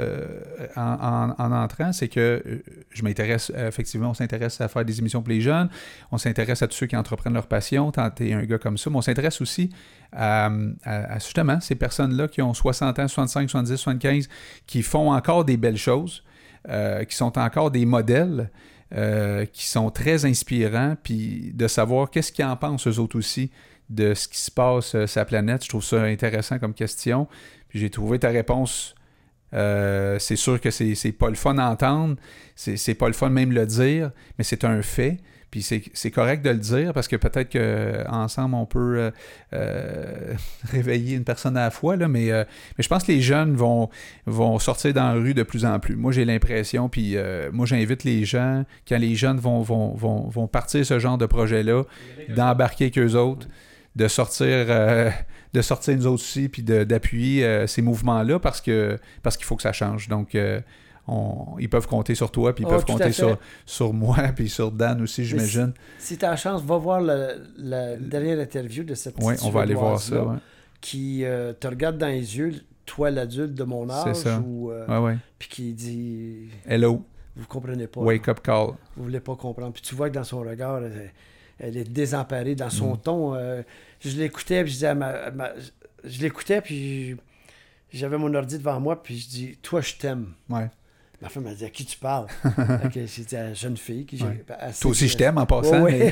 en entrant, c'est que je m'intéresse, effectivement, on s'intéresse à faire des émissions pour les jeunes, on s'intéresse à tous ceux qui entreprennent leur passion, tant t'es un gars comme ça, mais on s'intéresse aussi à justement ces personnes-là qui ont 60 ans, 65, 70, 75, qui font encore des belles choses, qui sont encore des modèles, qui sont très inspirants, puis de savoir qu'est-ce qu'ils en pensent eux autres aussi de ce qui se passe sur la planète. Je trouve ça intéressant comme question. Puis j'ai trouvé ta réponse. C'est sûr que c'est pas le fun à entendre, c'est pas le fun même le dire, mais c'est un fait. Puis c'est correct de le dire parce que peut-être qu'ensemble on peut réveiller une personne à la fois, là, mais je pense que les jeunes vont sortir dans la rue de plus en plus. Moi, j'ai l'impression, puis moi, j'invite les gens, quand les jeunes vont partir ce genre de projet-là, d'embarquer avec eux autres, de sortir nous autres aussi, puis d'appuyer ces mouvements-là parce qu'il faut que ça change. Donc, ils peuvent compter sur toi, puis ils peuvent compter sur moi, puis sur Dan aussi, j'imagine. Si tu as la chance, va voir la dernière interview de cette petite on va aller voir ça. Ouais. Qui te regarde dans les yeux, toi l'adulte de mon âge, puis qui dit « Hello. Vous comprenez pas. Wake up call. Vous voulez pas comprendre. » Puis tu vois que dans son regard, elle est désemparée, dans son ton. Je l'écoutais, puis je disais je l'écoutais, puis j'avais mon ordi devant moi, puis je dis « Toi, je t'aime. » Ouais. Ma femme m'a dit, à qui tu parles? Okay, j'ai dit à la jeune fille. Toi aussi, je t'aime en passant. Ouais.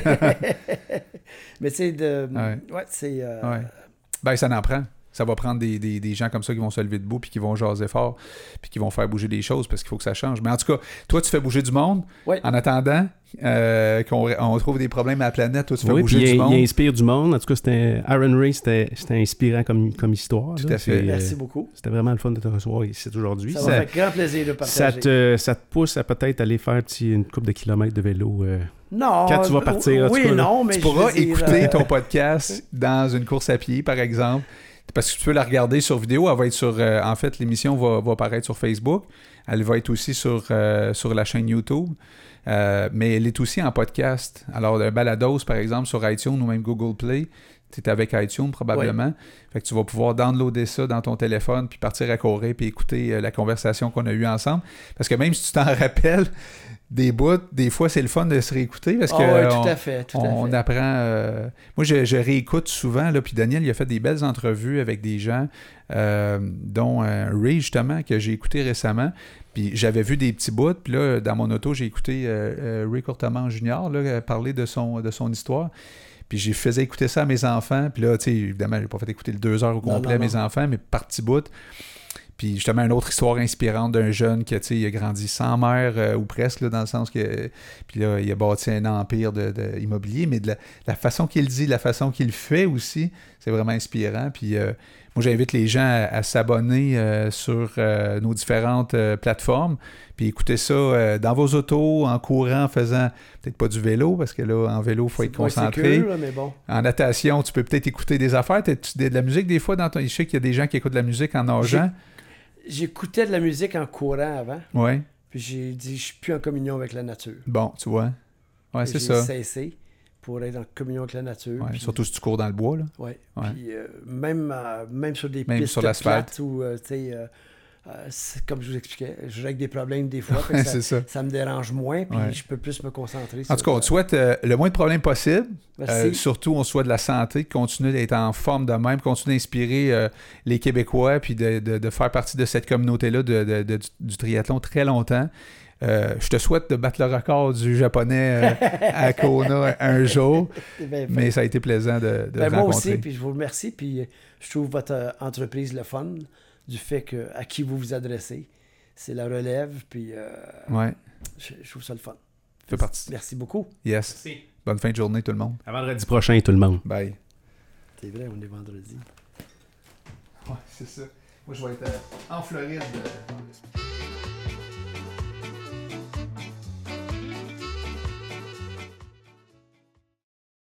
Mais tu sais, c'est... Ben, ça n'en prend. Ça va prendre des gens comme ça qui vont se lever debout puis qui vont jaser fort puis qui vont faire bouger des choses parce qu'il faut que ça change. Mais en tout cas, toi, tu fais bouger du monde. Oui. En attendant qu'on trouve des problèmes à la planète, toi, tu fais bouger du monde. Il inspire du monde. En tout cas, Aaron Ray, c'était inspirant comme histoire. Tout à fait. Merci beaucoup. C'était vraiment le fun de te recevoir ici aujourd'hui. Ça m'a fait grand plaisir de partager. Ça te pousse à peut-être aller faire une couple de kilomètres de vélo. Non. Quand tu vas partir. Oui, non, mais tu pourras écouter ton podcast dans une course à pied, par exemple. Parce que tu peux la regarder sur vidéo, elle va être sur... en fait, l'émission va apparaître sur Facebook. Elle va être aussi sur la chaîne YouTube. Mais elle est aussi en podcast. Alors, un balados, par exemple, sur iTunes ou même Google Play. Tu es avec iTunes, probablement. Fait que tu vas pouvoir downloader ça dans ton téléphone puis partir à courir puis écouter la conversation qu'on a eue ensemble. Parce que même si tu t'en rappelles des bouts, des fois, c'est le fun de se réécouter parce que on apprend... Moi, je réécoute souvent, là, puis Daniel, il a fait des belles entrevues avec des gens, dont Ray, justement, que j'ai écouté récemment. Puis j'avais vu des petits bouts, puis là, dans mon auto, j'ai écouté Ray Courtemanche Jr. là, parler de son histoire. Puis j'ai faisais écouter ça à mes enfants. Puis là, tu sais, évidemment, j'ai pas fait écouter le 2 heures au complet à mes enfants, mais par petits bouts. Puis justement, une autre histoire inspirante d'un jeune qui, tu sais, il a grandi sans mère, ou presque, là, dans le sens que... Puis là, il a bâti un empire de immobilier, mais de la façon qu'il dit, la façon qu'il fait aussi, c'est vraiment inspirant. Puis moi, j'invite les gens à s'abonner sur nos différentes plateformes, puis écouter ça dans vos autos, en courant, en faisant peut-être pas du vélo, parce que là, en vélo, il faut être concentré. Sécure, là, mais bon. En natation, tu peux peut-être écouter des affaires. Tu de la musique des fois dans ton... Je sais qu'il y a des gens qui écoutent de la musique en nageant. J'écoutais de la musique en courant avant. Oui. Puis j'ai dit, je suis plus en communion avec la nature. Bon, tu vois. Ouais, c'est ça. J'ai cessé pour être en communion avec la nature. Ouais, puis... Surtout si tu cours dans le bois, là. Oui. Ouais. Puis même sur des pistes sur l'asphalte plates où, tu sais... comme je vous expliquais, je règle des problèmes des fois. Ça me dérange moins, puis je peux plus me concentrer. En tout cas, on te souhaite le moins de problèmes possible. Surtout, on te souhaite de la santé, continuer d'être en forme de même, continuer d'inspirer les Québécois, puis de faire partie de cette communauté-là du triathlon très longtemps. Je te souhaite de battre le record du japonais à Kona un jour, mais ça a été plaisant de vous rencontrer. Moi aussi, puis je vous remercie, puis je trouve votre entreprise le fun. Du fait à qui vous vous adressez. C'est la relève, puis je trouve ça le fun. Fait partie. Merci beaucoup. Yes. Merci. Bonne fin de journée, tout le monde. À vendredi prochain, tout le monde. Bye. C'est vrai, on est vendredi. Ouais, c'est ça. Moi, je vais être en Floride.